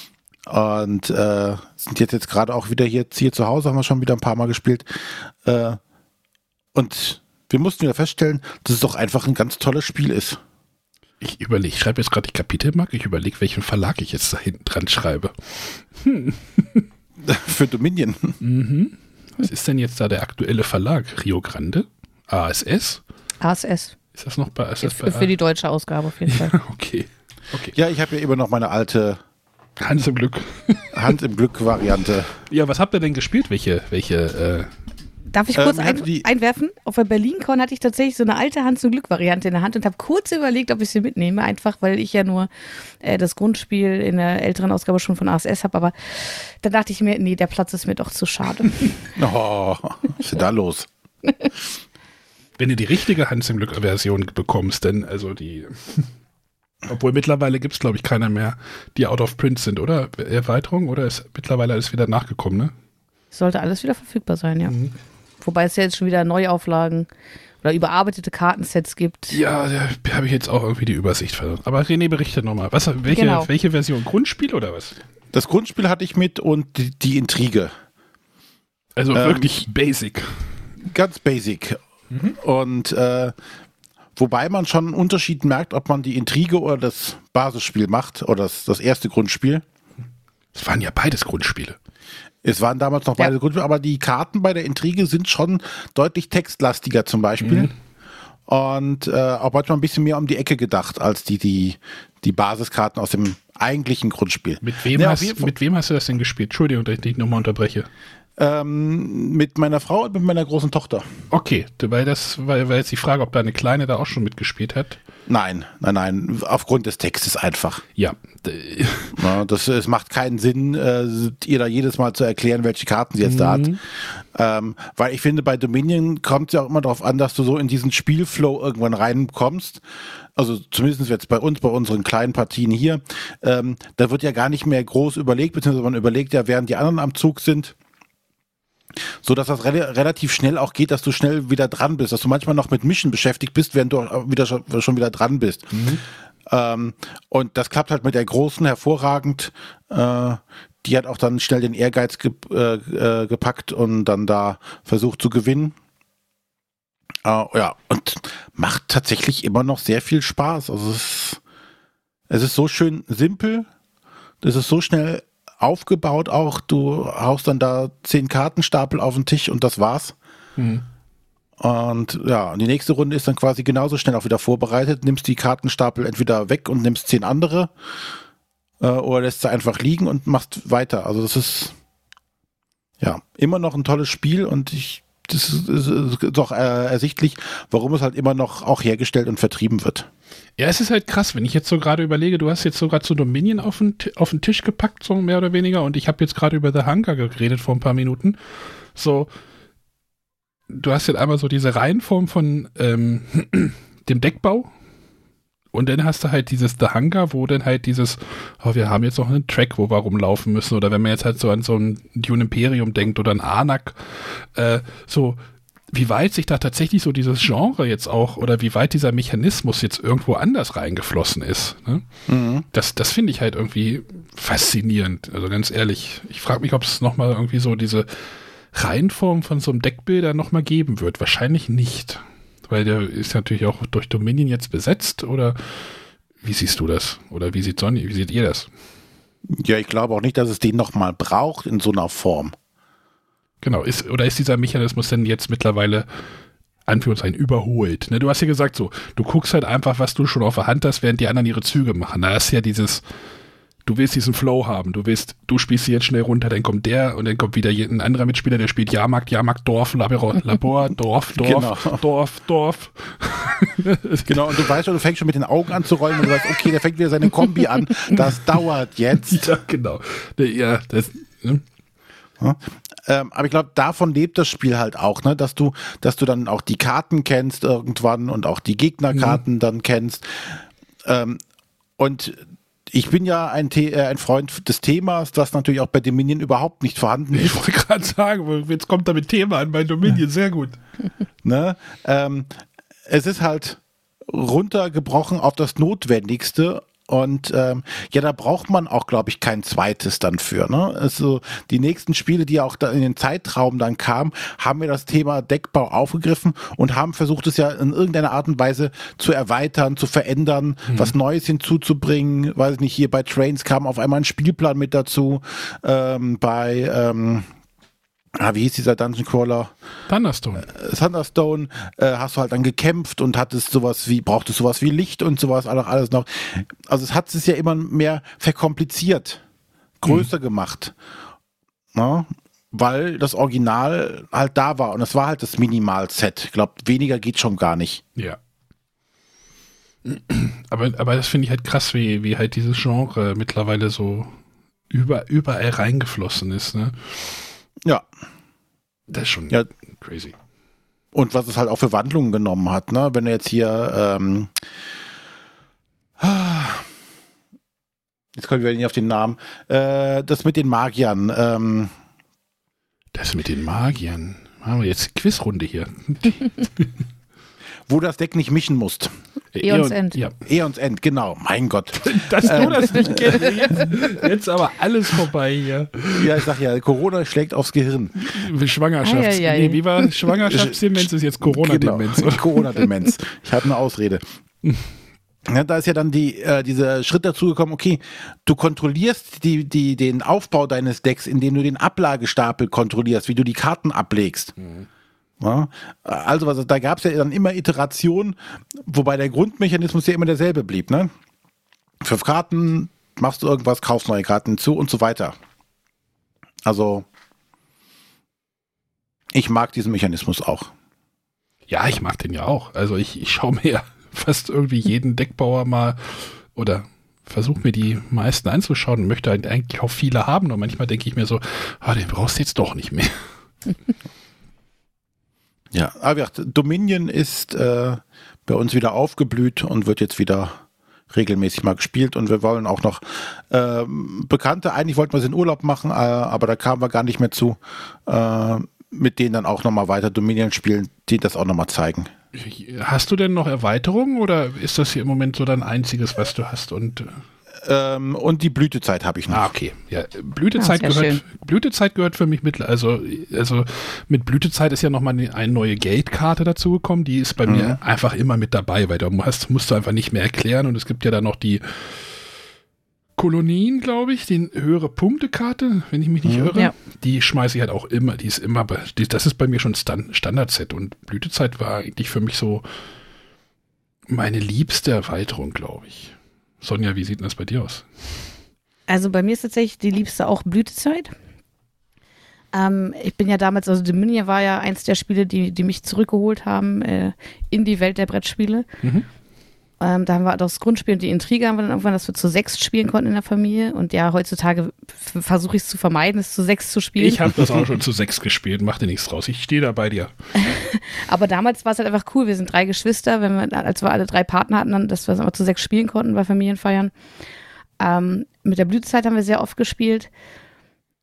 Und äh, sind jetzt, jetzt gerade auch wieder hier, hier zu Hause, haben wir schon wieder ein paar Mal gespielt. Äh, und wir mussten wieder feststellen, dass es doch einfach ein ganz tolles Spiel ist. Ich überlege, ich schreibe jetzt gerade die Kapitelmarke, ich überlege, welchen Verlag ich jetzt da hinten dran schreibe. Hm. Für Dominion. Mhm. Was ist denn jetzt da der aktuelle Verlag? Rio Grande? A S S? A S S. Ist das noch bei A S S? Für, für die deutsche Ausgabe auf jeden Fall. Ja, okay. okay. Ja, ich habe ja immer noch meine alte Hans im Glück. Hand im Glück-Variante. Ja, was habt ihr denn gespielt? Welche, welche, äh Darf ich kurz Ähm, ein, die- einwerfen? Auf der BerlinCon hatte ich tatsächlich so eine alte Hans zum Glück-Variante in der Hand und habe kurz überlegt, ob ich sie mitnehme, einfach weil ich ja nur äh, das Grundspiel in der älteren Ausgabe schon von A S S habe. Aber dann dachte ich mir, nee, der Platz ist mir doch zu schade. Oh, was ist denn da los? wenn du die richtige Hans im Glück-Version bekommst, denn also die obwohl mittlerweile gibt es, glaube ich, keiner mehr, die out of print sind, oder? Erweiterung, oder ist mittlerweile alles wieder nachgekommen, ne? Sollte alles wieder verfügbar sein, ja. Mhm. Wobei es ja jetzt schon wieder Neuauflagen oder überarbeitete Kartensets gibt. Ja, da habe ich jetzt auch irgendwie die Übersicht verloren. Aber René berichtet nochmal. Was, welche, Genau. welche Version? Grundspiel oder was? Das Grundspiel hatte ich mit und die, die Intrige. Also Ähm, wirklich basic. Ganz basic. Mhm. Und äh, wobei man schon einen Unterschied merkt, ob man die Intrige oder das Basisspiel macht oder das, das erste Grundspiel. Es waren ja beides Grundspiele. Es waren damals noch Ja. beide Grundspiele, aber die Karten bei der Intrige sind schon deutlich textlastiger zum Beispiel. Mhm. Und äh, auch manchmal ein bisschen mehr um die Ecke gedacht als die, die, die Basiskarten aus dem eigentlichen Grundspiel. Mit wem, Ja, auf hast, jeden Fall. mit wem hast du das denn gespielt? Entschuldigung, dass ich dich nochmal unterbreche. Ähm, mit meiner Frau und mit meiner großen Tochter. Okay, weil das war, war jetzt die Frage, ob deine Kleine da auch schon mitgespielt hat. Nein, nein, nein, aufgrund des Textes einfach. Ja. D- Ja, das, es macht keinen Sinn, äh, ihr da jedes Mal zu erklären, welche Karten sie jetzt da hat. Ähm, weil ich finde, bei Dominion kommt es ja auch immer darauf an, dass du so in diesen Spielflow irgendwann reinkommst. Also zumindest jetzt bei uns, bei unseren kleinen Partien hier. Ähm, da wird ja gar nicht mehr groß überlegt, beziehungsweise man überlegt ja, während die anderen am Zug sind. So dass das re- relativ schnell auch geht, dass du schnell wieder dran bist, dass du manchmal noch mit Mischen beschäftigt bist, während du auch wieder schon, schon wieder dran bist. Ähm, und das klappt halt mit der Großen hervorragend. Äh, die hat auch dann schnell den Ehrgeiz ge äh, äh, gepackt und dann da versucht zu gewinnen. Äh, ja, und macht tatsächlich immer noch sehr viel Spaß. Also es ist, es ist so schön simpel, es ist so schnell aufgebaut auch. Du haust dann da zehn Kartenstapel auf den Tisch und das war's. Mhm. Und ja, die nächste Runde ist dann quasi genauso schnell auch wieder vorbereitet. Nimmst die Kartenstapel entweder weg und nimmst zehn andere äh, oder lässt sie einfach liegen und machst weiter. Also das ist ja immer noch ein tolles Spiel und ich das ist, ist, ist auch äh, ersichtlich, warum es halt immer noch auch hergestellt und vertrieben wird. Ja, es ist halt krass, wenn ich jetzt so gerade überlege, du hast jetzt so gerade so Dominion auf den, Ti- auf den Tisch gepackt, so mehr oder weniger, und ich habe jetzt gerade über The Hunger geredet vor ein paar Minuten. So, du hast jetzt einmal so diese Reihenform von ähm, dem Deckbau und dann hast du halt dieses The Hunger, wo dann halt dieses, oh, wir haben jetzt noch einen Track, wo wir rumlaufen müssen, oder wenn man jetzt halt so an so ein Dune Imperium denkt oder ein Anak, äh, so, wie weit sich da tatsächlich so dieses Genre jetzt auch oder wie weit dieser Mechanismus jetzt irgendwo anders reingeflossen ist. Ne? Mhm. Das, das finde ich halt irgendwie faszinierend. Also ganz ehrlich, ich frage mich, ob es nochmal irgendwie so diese Reihenform von so einem Deckbilder nochmal geben wird. Wahrscheinlich nicht. Weil der ist natürlich auch durch Dominion jetzt besetzt oder wie siehst du das? Oder wie sieht Sonny, wie seht ihr das? Ja, ich glaube auch nicht, dass es den nochmal braucht in so einer Form. Genau, ist, oder ist dieser Mechanismus denn jetzt mittlerweile Anführungszeichen überholt? Ne, du hast ja gesagt so, du guckst halt einfach, was du schon auf der Hand hast, während die anderen ihre Züge machen. Da ist ja dieses, du willst diesen Flow haben, du willst, du spielst sie jetzt schnell runter, dann kommt der und dann kommt wieder ein anderer Mitspieler, der spielt Jahrmarkt, Jahrmarkt, Dorf, Labor, Labor Dorf, Dorf, genau. Dorf, Dorf. Genau, und du weißt schon, du fängst schon mit den Augen an zu rollen und du weißt, okay, der fängt wieder seine Kombi an, das dauert jetzt. Ja, genau. Ja, das, ne? Ja. Ähm, aber ich glaube, davon lebt das Spiel halt auch, ne? Dass du, dass du dann auch die Karten kennst irgendwann und auch die Gegnerkarten mhm. dann kennst. Ähm, und ich bin ja ein, The- äh, ein Freund des Themas, das natürlich auch bei Dominion überhaupt nicht vorhanden ist. Ich wollte gerade sagen, jetzt kommt da mit Thema an bei Dominion, sehr gut. Ne? Ähm, es ist halt runtergebrochen auf das Notwendigste. Und ähm, ja, da braucht man auch, glaube ich, kein zweites dann für. Ne? Also die nächsten Spiele, die auch da in den Zeitraum dann kamen, haben wir das Thema Deckbau aufgegriffen und haben versucht, es ja in irgendeiner Art und Weise zu erweitern, zu verändern, mhm. was Neues hinzuzubringen. Weiß ich nicht, hier bei Trains kam auf einmal ein Spielplan mit dazu. Ähm, bei ähm, Ah, wie hieß dieser Dungeon Crawler? Thunderstone. Äh, Thunderstone äh, hast du halt dann gekämpft und hattest sowas wie, brauchtest sowas wie Licht und sowas, auch alles noch. Also es hat es ja immer mehr verkompliziert, größer mhm. gemacht. Na? Weil das Original halt da war und es war halt das Minimal-Set. Ich glaube, weniger geht schon gar nicht. Ja. Aber, aber das finde ich halt krass, wie, wie halt dieses Genre mittlerweile so über, überall reingeflossen ist, ne? Ja. Das ist schon ja. crazy. Und was es halt auch für Wandlungen genommen hat, ne? Wenn du jetzt hier ähm, jetzt kommen wir nicht auf den Namen, äh, das mit den Magiern. Ähm, das mit den Magiern. Machen wir jetzt Quizrunde hier. Wo du das Deck nicht mischen musst. Eons End. Ja. Eons End, genau. Mein Gott. Dass du ähm. das nicht kennst. Jetzt, jetzt aber alles vorbei hier. Ja, ich sag ja, Corona schlägt aufs Gehirn. Schwangerschafts... Ah, ja, ja, nee, wie war Schwangerschaftsdemenz ist jetzt Corona-Demenz. Genau. Corona-Demenz. Ich habe eine Ausrede. Ja, da ist ja dann die, äh, dieser Schritt dazu gekommen, okay, du kontrollierst die, die, den Aufbau deines Decks, indem du den Ablagestapel kontrollierst, wie du die Karten ablegst. Mhm. Ja, also was, da gab es ja dann immer Iterationen, wobei der Grundmechanismus ja immer derselbe blieb. Ne? Fünf Karten, machst du irgendwas, kaufst neue Karten hinzu und so weiter. Also ich mag diesen Mechanismus auch. Ja, ich mag den ja auch. Also ich, ich schaue mir fast irgendwie jeden Deckbauer mal oder versuche mir die meisten anzuschauen und möchte eigentlich auch viele haben. Und manchmal denke ich mir so, ah, den brauchst du jetzt doch nicht mehr. Ja, aber Dominion ist äh, bei uns wieder aufgeblüht und wird jetzt wieder regelmäßig mal gespielt und wir wollen auch noch äh, Bekannte, eigentlich wollten wir es in Urlaub machen, äh, aber da kamen wir gar nicht mehr zu, äh, mit denen dann auch nochmal weiter Dominion spielen, die das auch nochmal zeigen. Hast du denn noch Erweiterungen oder ist das hier im Moment so dein einziges, was du hast? Und Ähm, und die Blütezeit habe ich noch. Ah, okay. Ja, Blütezeit, ja, gehört, Blütezeit gehört für mich mit, also, also mit Blütezeit ist ja nochmal eine, eine neue Geldkarte dazugekommen, die ist bei mhm. mir einfach immer mit dabei, weil du hast, musst du einfach nicht mehr erklären und es gibt ja dann noch die Kolonien, glaube ich, die höhere Punktekarte, wenn ich mich nicht mhm. irre, ja. Die schmeiße ich halt auch immer, die ist immer, die, das ist bei mir schon Stand, Standardset und Blütezeit war eigentlich für mich so meine liebste Erweiterung, glaube ich. Sonja, wie sieht denn das bei dir aus? Also bei mir ist tatsächlich die liebste auch Blütezeit. Ähm, ich bin ja damals, also Dominion war ja eins der Spiele, die, die mich zurückgeholt haben äh, in die Welt der Brettspiele. Mhm. Ähm, da haben wir das Grundspiel und die Intrige haben wir dann irgendwann, dass wir zu sechs spielen konnten in der Familie. Und ja, heutzutage f- versuche ich es zu vermeiden, es zu sechs zu spielen. Ich habe das auch schon zu sechs gespielt, mach dir nichts draus. Ich stehe da bei dir. Aber damals war es halt einfach cool. Wir sind drei Geschwister, wenn wir, als wir alle drei Partner hatten, dann, dass wir es immer zu sechs spielen konnten bei Familienfeiern. Ähm, mit der Blütezeit haben wir sehr oft gespielt.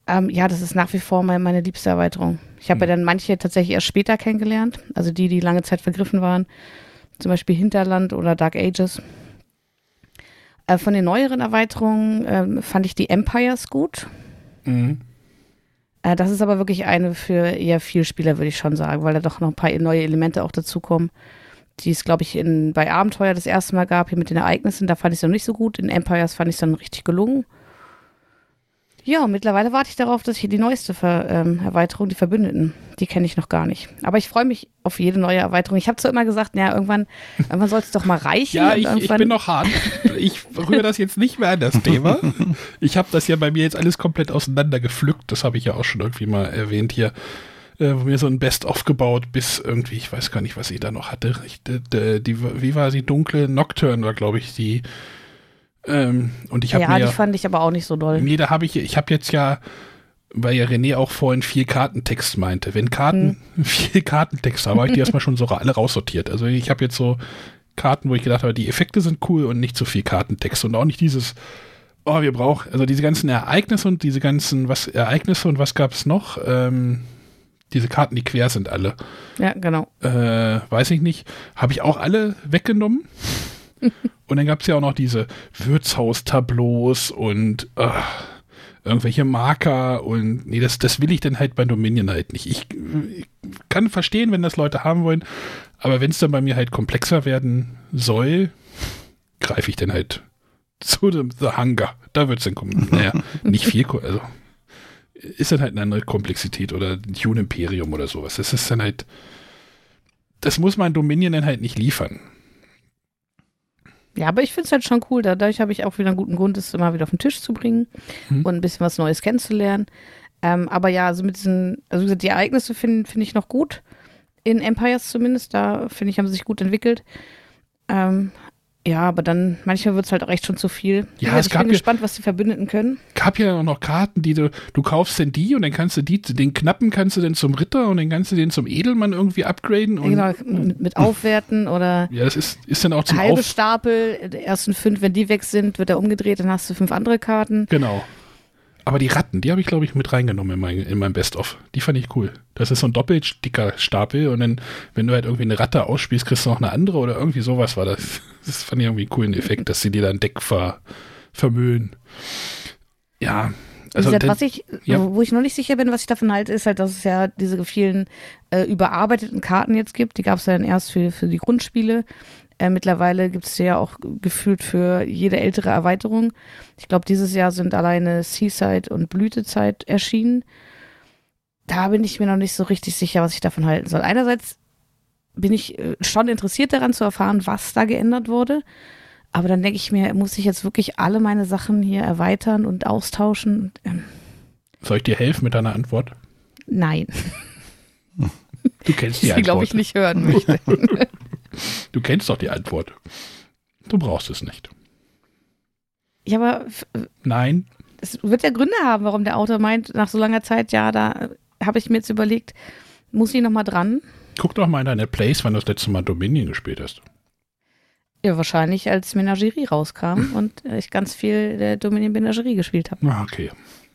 Ähm, ja, das ist nach wie vor mein, meine liebste Erweiterung. Ich habe hm. ja dann manche tatsächlich erst später kennengelernt, also die, die lange Zeit vergriffen waren, zum Beispiel Hinterland oder Dark Ages. Äh, von den neueren Erweiterungen äh, fand ich die Empires gut. Mhm. Äh, das ist aber wirklich eine für eher Vielspieler, würde ich schon sagen, weil da doch noch ein paar neue Elemente auch dazukommen, die es, glaube ich, in, bei Abenteuer das erste Mal gab, hier mit den Ereignissen. Da fand ich es noch nicht so gut. In Empires fand ich es dann richtig gelungen. Ja, und mittlerweile warte ich darauf, dass ich die neueste Ver, ähm, Erweiterung, die Verbündeten, die kenne ich noch gar nicht. Aber ich freue mich auf jede neue Erweiterung. Ich habe zwar immer gesagt, naja, irgendwann, irgendwann soll es doch mal reichen. Ja, ich, ich bin noch hart. Ich rühre das jetzt nicht mehr an das Thema. Ich habe das ja bei mir jetzt alles komplett auseinander gepflückt. Das habe ich ja auch schon irgendwie mal erwähnt hier. Äh, wo mir so ein Best-of gebaut bis irgendwie, ich weiß gar nicht, was ich da noch hatte. Ich, die, die, wie war sie? Dunkle Nocturne war, glaube ich, die. Ähm, und ich habe ja, mir die ja, fand ich aber auch nicht so doll. Nee, da habe ich, ich habe jetzt ja, weil ja René auch vorhin viel Kartentext meinte. Wenn Karten, hm. viel Kartentext haben, habe ich die erstmal schon so alle raussortiert. Also ich habe jetzt so Karten, wo ich gedacht habe, die Effekte sind cool und nicht so viel Kartentext und auch nicht dieses, oh, wir brauchen, also diese ganzen Ereignisse und diese ganzen, was, Ereignisse und was gab es noch? Ähm, diese Karten, die quer sind alle. Ja, genau. Äh, weiß ich nicht. Habe ich auch alle weggenommen. Und dann gab es ja auch noch diese Wirtshaustableaus und äh, irgendwelche Marker und nee, das, das will ich dann halt bei Dominion halt nicht. Ich, ich kann verstehen, wenn das Leute haben wollen, aber wenn es dann bei mir halt komplexer werden soll, greife ich dann halt zu dem The Hunger. Da wird es dann kommen. Naja, nicht viel, also ist dann halt eine andere Komplexität oder Dune Imperium oder sowas. Das ist dann halt, das muss mein Dominion dann halt nicht liefern. Ja, aber ich finde es halt schon cool. Dadurch habe ich auch wieder einen guten Grund, es immer wieder auf den Tisch zu bringen hm. und ein bisschen was Neues kennenzulernen. Ähm, aber ja, also mit diesen, also wie gesagt, die Ereignisse finde find ich noch gut. In Empires zumindest, da finde ich, haben sie sich gut entwickelt. Ähm, ja, aber dann, manchmal wird es halt auch echt schon zu viel. Ja, es ich gab bin ja, gespannt, was die Verbündeten können. Gab ja auch noch Karten, die du, du kaufst denn die und dann kannst du die, den Knappen kannst du dann zum Ritter und dann kannst du den zum Edelmann irgendwie upgraden. Und, genau, mit, mit Aufwerten oder ja, das ist, ist dann auch zum halbe Auf Stapel, die ersten fünf, wenn die weg sind, wird er umgedreht, dann hast du fünf andere Karten. Genau. Aber die Ratten, die habe ich, glaube ich, mit reingenommen in mein, in mein Best-of. Die fand ich cool. Das ist so ein doppelt dicker Stapel und dann, wenn du halt irgendwie eine Ratte ausspielst, kriegst du noch eine andere oder irgendwie sowas war das. Das fand ich irgendwie einen coolen Effekt, dass sie dir dann Deck ver, vermüllen. Ja. Also gesagt, dann, was ich, ja. wo ich noch nicht sicher bin, was ich davon halte, ist halt, dass es ja diese vielen äh, überarbeiteten Karten jetzt gibt. Die gab es ja dann erst für, für die Grundspiele. Äh, mittlerweile gibt es ja auch gefühlt für jede ältere Erweiterung. Ich glaube, dieses Jahr sind alleine Seaside und Blütezeit erschienen. Da bin ich mir noch nicht so richtig sicher, was ich davon halten soll. Einerseits bin ich äh, schon interessiert daran zu erfahren, was da geändert wurde. Aber dann denke ich mir, muss ich jetzt wirklich alle meine Sachen hier erweitern und austauschen? Ähm, Soll ich dir helfen mit deiner Antwort? Nein. Du kennst die, die Antwort. Die, glaube ich, nicht hören möchte. Du kennst doch die Antwort. Du brauchst es nicht. Ja, aber nein. Es wird ja Gründe haben, warum der Autor meint, nach so langer Zeit, ja, da habe ich mir jetzt überlegt, muss ich noch mal dran? Guck doch mal in deine Plays, wann du das letzte Mal Dominion gespielt hast. Ja, wahrscheinlich, als Menagerie rauskam und ich ganz viel der Dominion Menagerie gespielt habe. Ah, okay.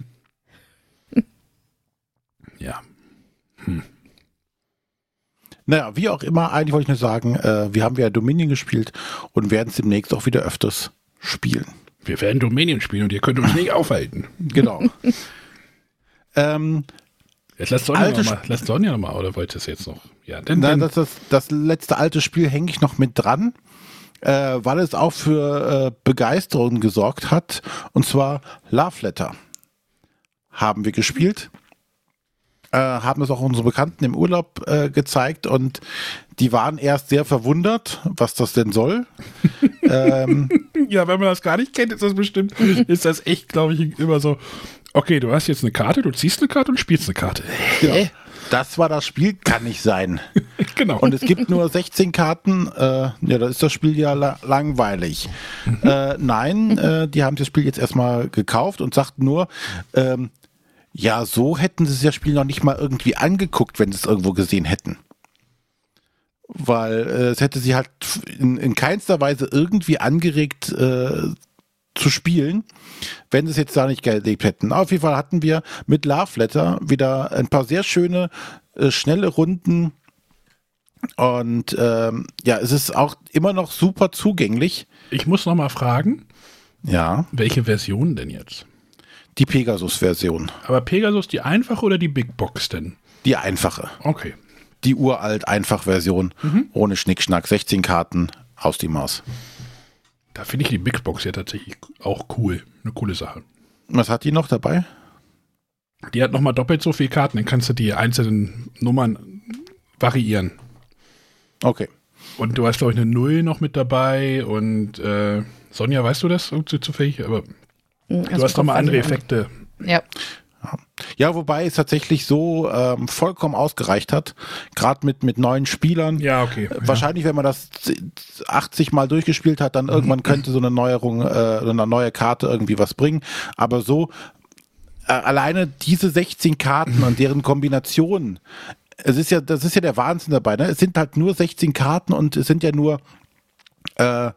Ja. Hm. Naja, wie auch immer, eigentlich wollte ich nur sagen, äh, wir haben ja Dominion gespielt und werden es demnächst auch wieder öfters spielen. Wir werden Dominion spielen und ihr könnt uns nicht aufhalten. Genau. ähm, jetzt lasst Sonja nochmal, lasst Sonja nochmal, oder wollt ihr es jetzt noch? Ja, denn, Nein, denn, das, das, das letzte alte Spiel hänge ich noch mit dran, äh, weil es auch für äh, Begeisterung gesorgt hat, und zwar Love Letter haben wir gespielt. Äh, haben das auch unsere Bekannten im Urlaub äh, gezeigt und die waren erst sehr verwundert, was das denn soll. ähm, ja, wenn man das gar nicht kennt, ist das bestimmt, ist das echt, glaube ich, immer so, okay, du hast jetzt eine Karte, du ziehst eine Karte und spielst eine Karte. Ja, das war das Spiel, kann nicht sein. Genau. Und es gibt nur sechzehn Karten, äh, ja, da ist das Spiel ja la- langweilig. Mhm. Äh, nein, äh, die haben das Spiel jetzt erstmal gekauft und sagten nur, ähm, ja, so hätten sie das Spiel noch nicht mal irgendwie angeguckt, wenn sie es irgendwo gesehen hätten. Weil äh, es hätte sie halt in, in keinster Weise irgendwie angeregt, äh, zu spielen, wenn sie es jetzt da nicht gelegt hätten. Auf jeden Fall hatten wir mit Love Letter wieder ein paar sehr schöne, äh, schnelle Runden. Und ähm, ja, es ist auch immer noch super zugänglich. Ich muss noch mal fragen, ja, welche Version denn jetzt? Die Pegasus-Version. Aber Pegasus die einfache oder die Big Box denn? Die einfache. Okay. Die uralt Einfach-Version. Mhm. Ohne Schnickschnack. sechzehn Karten, aus die Maus. Da finde ich die Big Box ja tatsächlich auch cool. Eine coole Sache. Was hat die noch dabei? Die hat nochmal doppelt so viele Karten. Dann kannst du die einzelnen Nummern variieren. Okay. Und du hast, glaube ich, eine Null noch mit dabei. Und äh, Sonja, weißt du das zufällig? Aber also du hast doch mal andere Effekte. Ja. Ja, wobei es tatsächlich so ähm, vollkommen ausgereicht hat, gerade mit, mit neuen Spielern. Ja, okay. Äh, wahrscheinlich, wenn man das achtzig Mal durchgespielt hat, dann irgendwann könnte so eine Neuerung, äh, eine neue Karte irgendwie was bringen. Aber so, äh, alleine diese sechzehn Karten und deren Kombinationen, es ist ja, das ist ja der Wahnsinn dabei, ne? Es sind halt nur sechzehn Karten und es sind ja nur äh,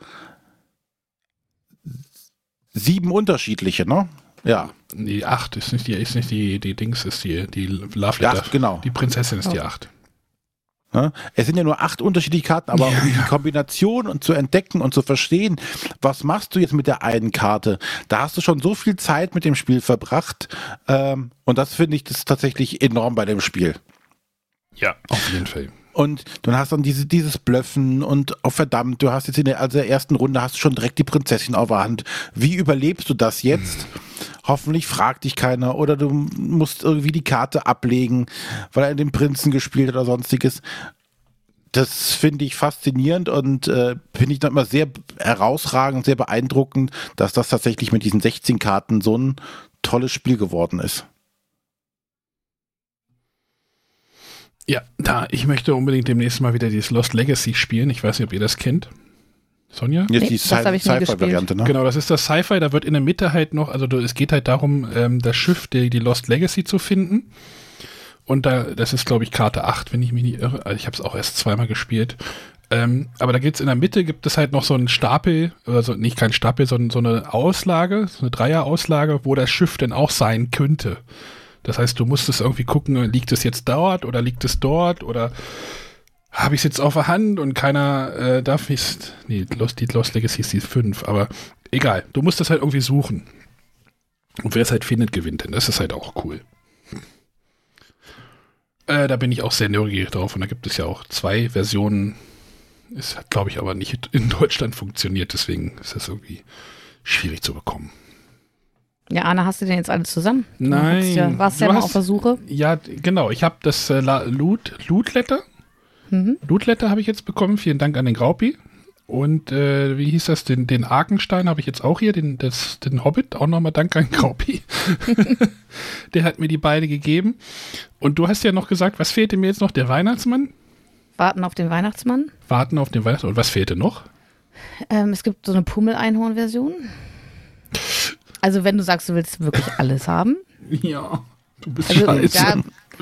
sieben unterschiedliche, ne? Ja. Die acht ist nicht die, ist nicht die, die Dings, ist die, die Love Letter. acht, genau. Die Prinzessin ist oh. die acht. Ja, es sind ja nur acht unterschiedliche Karten, aber ja, um die ja. Kombination und zu entdecken und zu verstehen, was machst du jetzt mit der einen Karte? Da hast du schon so viel Zeit mit dem Spiel verbracht, ähm, und das finde ich das ist tatsächlich enorm bei dem Spiel. Ja, auf jeden Fall. Und du hast dann diese, dieses Blöffen und oh verdammt, du hast jetzt in der, also der ersten Runde hast du schon direkt die Prinzessin auf der Hand. Wie überlebst du das jetzt? Hoffentlich fragt dich keiner oder du musst irgendwie die Karte ablegen, weil er den Prinzen gespielt hat oder sonstiges. Das finde ich faszinierend und äh, finde ich dann immer sehr herausragend, sehr beeindruckend, dass das tatsächlich mit diesen sechzehn Karten so ein tolles Spiel geworden ist. Ja, da, ich möchte unbedingt demnächst mal wieder dieses Lost Legacy spielen. Ich weiß nicht, ob ihr das kennt. Sonja? Jetzt Nee, die das hab ich nie Sci-Fi-Variante, ne? Genau, das ist das Sci-Fi. Da wird in der Mitte halt noch, also es geht halt darum, ähm, das Schiff, die, die Lost Legacy zu finden. Und da, das ist, glaube ich, Karte acht, wenn ich mich nicht irre. Also ich habe es auch erst zweimal gespielt. Ähm, aber da gibt's in der Mitte, gibt es halt noch so einen Stapel, also nicht kein Stapel, sondern so eine Auslage, so eine Dreier-Auslage, wo das Schiff denn auch sein könnte. Das heißt, du musstest irgendwie gucken, liegt es jetzt dort oder liegt es dort oder habe ich es jetzt auf der Hand und keiner äh, darf ich nee, Lost, die Lost Legacy ist die fünf, aber egal, du musst das halt irgendwie suchen. Und wer es halt findet, gewinnt, denn das ist halt auch cool. Äh, da bin ich auch sehr neugierig drauf und da gibt es ja auch zwei Versionen. Es hat, glaube ich, aber nicht in Deutschland funktioniert, deswegen ist das irgendwie schwierig zu bekommen. Ja, Anna, hast du denn jetzt alles zusammen? Nein. Du ja, warst ja Du mal hast- auf der Suche. Ja, genau. Ich habe das äh, La- Loot, Loot Letter. Mhm. Loot Letter habe ich jetzt bekommen. Vielen Dank an den Graupi. Und äh, wie hieß das? Den, den Arkenstein habe ich jetzt auch hier. Den, das, den Hobbit. Auch nochmal Dank an Graupi. Der hat mir die beide gegeben. Und du hast ja noch gesagt, was fehlte mir jetzt noch? Der Weihnachtsmann? Warten auf den Weihnachtsmann. Warten auf den Weihnachtsmann. Und was fehlte noch? Ähm, es gibt so eine Pummel-Einhorn-Version. Also wenn du sagst, du willst wirklich alles haben. Ja, du bist Also, scheiße. da,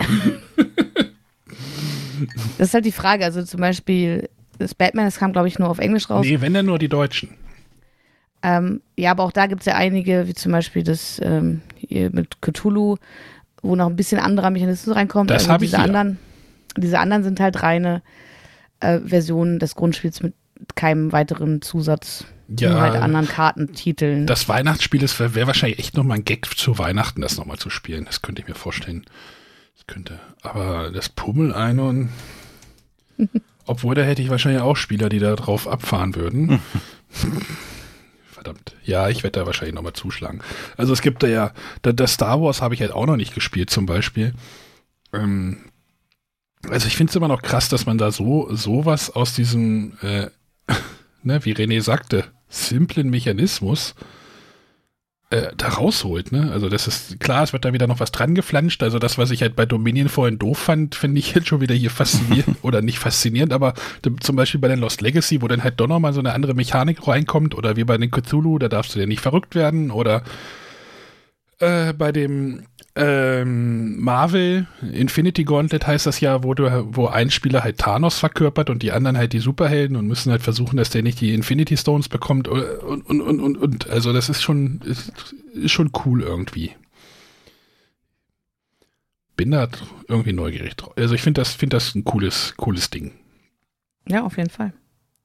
das ist halt die Frage. Also zum Beispiel das Batman, das kam, glaube ich, nur auf Englisch raus. Nee, wenn dann nur die Deutschen. Ähm, ja, aber auch da gibt es ja einige, wie zum Beispiel das ähm, hier mit Cthulhu, wo noch ein bisschen anderer Mechanismus reinkommt. Das also habe ich diese hier. anderen, diese anderen sind halt reine äh, Versionen des Grundspiels mit keinem weiteren Zusatz. Ja, nur halt anderen Kartentiteln. Das Weihnachtsspiel wäre wär wahrscheinlich echt nochmal ein Gag zu Weihnachten, das nochmal zu spielen. Das könnte ich mir vorstellen. Das könnte. Aber das Pummel-Einhorn. Obwohl, da hätte ich wahrscheinlich auch Spieler, die da drauf abfahren würden. Verdammt. Ja, ich werde da wahrscheinlich nochmal zuschlagen. Also es gibt da ja, da, das Star Wars habe ich halt auch noch nicht gespielt zum Beispiel. Ähm, also ich finde es immer noch krass, dass man da so sowas aus diesem, äh, ne, wie René sagte, simplen Mechanismus äh, da rausholt, ne? Also das ist, klar, es wird da wieder noch was dran geflanscht, also das, was ich halt bei Dominion vorhin doof fand, finde ich jetzt schon wieder hier faszinierend, oder nicht faszinierend, aber d- zum Beispiel bei den Lost Legacy, wo dann halt doch nochmal so eine andere Mechanik reinkommt, oder wie bei den Cthulhu, da darfst du ja nicht verrückt werden, oder äh, bei dem ähm, Marvel Infinity Gauntlet heißt das ja, wo du, wo ein Spieler halt Thanos verkörpert und die anderen halt die Superhelden und müssen halt versuchen, dass der nicht die Infinity Stones bekommt und, und, und, und, und. Also das ist schon, ist, ist schon cool irgendwie. Bin da irgendwie neugierig drauf. Also ich finde das, finde das ein cooles, cooles Ding. Ja, auf jeden Fall.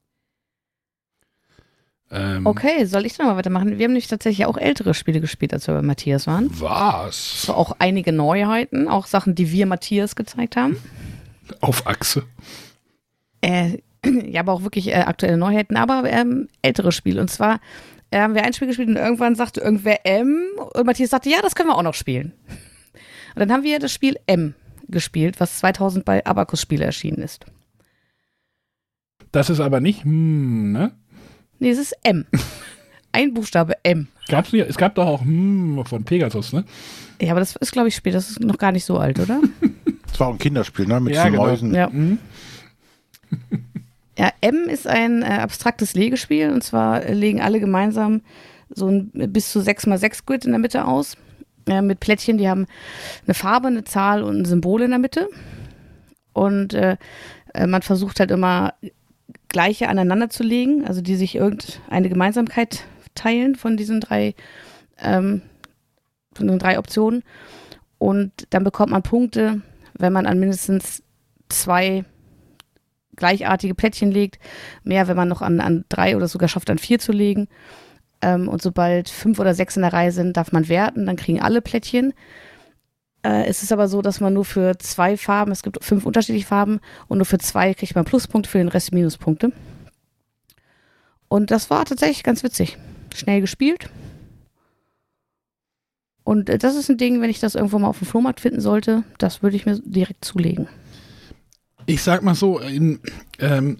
Ähm, Okay, soll ich dann mal weitermachen? Wir haben nämlich tatsächlich auch ältere Spiele gespielt, als wir bei Matthias waren. Was? So auch einige Neuheiten, auch Sachen, die wir Matthias gezeigt haben. Auf Achse. Äh, ja, aber auch wirklich äh, aktuelle Neuheiten, aber ähm, ältere Spiele. Und zwar äh, haben wir ein Spiel gespielt und irgendwann sagte irgendwer M und Matthias sagte, ja, das können wir auch noch spielen. Und dann haben wir das Spiel M gespielt, was zweitausend bei Abacus Spiele erschienen ist. Das ist aber nicht, hm, ne? Nee, es ist M. Ein Buchstabe M. Gab's nicht, es gab doch auch hm von Pegasus, ne? Ja, aber das ist, glaube ich, spät. Das ist noch gar nicht so alt, oder? Das war auch ein Kinderspiel, ne? Mit Ja, so genau. Mäusen. Ja. Mhm. Ja, M ist ein äh, abstraktes Legespiel. Und zwar äh, legen alle gemeinsam so ein bis zu sechs mal sechs Grid in der Mitte aus. Äh, mit Plättchen, die haben eine Farbe, eine Zahl und ein Symbol in der Mitte. Und äh, äh, man versucht halt immer gleiche aneinander zu legen, also die sich irgendeine Gemeinsamkeit teilen von diesen drei, ähm, von den drei Optionen. Und dann bekommt man Punkte, wenn man an mindestens zwei gleichartige Plättchen legt. Mehr, wenn man noch an, an drei oder sogar schafft, an vier zu legen. Ähm, und sobald fünf oder sechs in der Reihe sind, darf man werten. Dann kriegen alle Plättchen. Äh, es ist aber so, dass man nur für zwei Farben, es gibt fünf unterschiedliche Farben, und nur für zwei kriegt man Pluspunkte, für den Rest Minuspunkte. Und das war tatsächlich ganz witzig. Schnell gespielt. Und äh, das ist ein Ding, wenn ich das irgendwo mal auf dem Flohmarkt finden sollte, das würde ich mir direkt zulegen. Ich sag mal so, in ähm,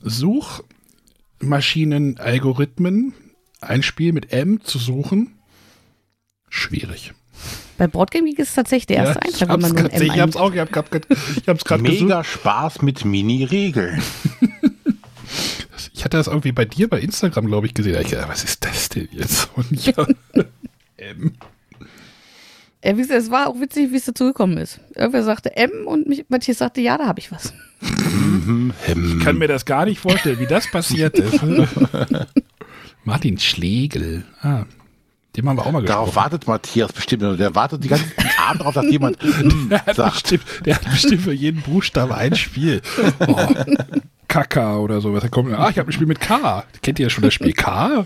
Suchmaschinen-Algorithmen ein Spiel mit M zu suchen, schwierig. Bei Boardgame Geek ist es tatsächlich der erste Ja, Eintrag, wenn man nur ein M ich hab's eingibt. auch, ich, hab, hab, ich hab's gerade Mega gesucht. Spaß mit Mini-Regeln. Ich hatte das irgendwie bei dir bei Instagram, glaube ich, gesehen. Ich dachte, was ist das denn jetzt? Und ja, M. Äh, wie gesagt, es war auch witzig, wie es dazu gekommen ist. Irgendwer sagte M und mich, Matthias sagte, ja, da habe ich was. Ich kann mir das gar nicht vorstellen, wie das passiert ist. Martin Schlegel. Ah, dem haben wir auch mal gesprochen. Darauf wartet Matthias bestimmt. Der wartet die ganzen Abend darauf, dass jemand hm, Der hat, sagt. bestimmt, der hat bestimmt für jeden Buchstaben ein Spiel. Oh, Kaka oder sowas. Da kommt, ah, ich habe ein Spiel mit K. Kennt ihr ja schon das Spiel K?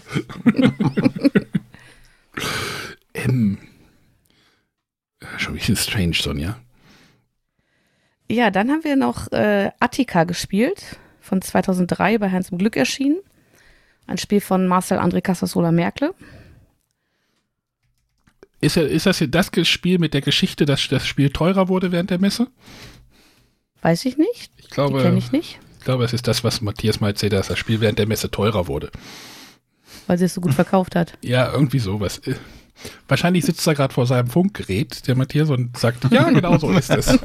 M. Schon ein bisschen strange, Sonja. Ja, dann haben wir noch äh, Attika gespielt, von zweitausenddrei bei Hans im Glück erschienen. Ein Spiel von Marcel André Casasola Merkle. Ist, ja, ist das das Spiel mit der Geschichte, dass das Spiel teurer wurde während der Messe? Weiß ich nicht. Ich glaube, Die kenne ich nicht. Ich glaube, es ist das, was Matthias mal erzählt hat, dass das Spiel während der Messe teurer wurde. Weil sie es so gut verkauft hat. Ja, irgendwie sowas. Wahrscheinlich sitzt er gerade vor seinem Funkgerät, der Matthias, und sagt, ja, genau so ist es.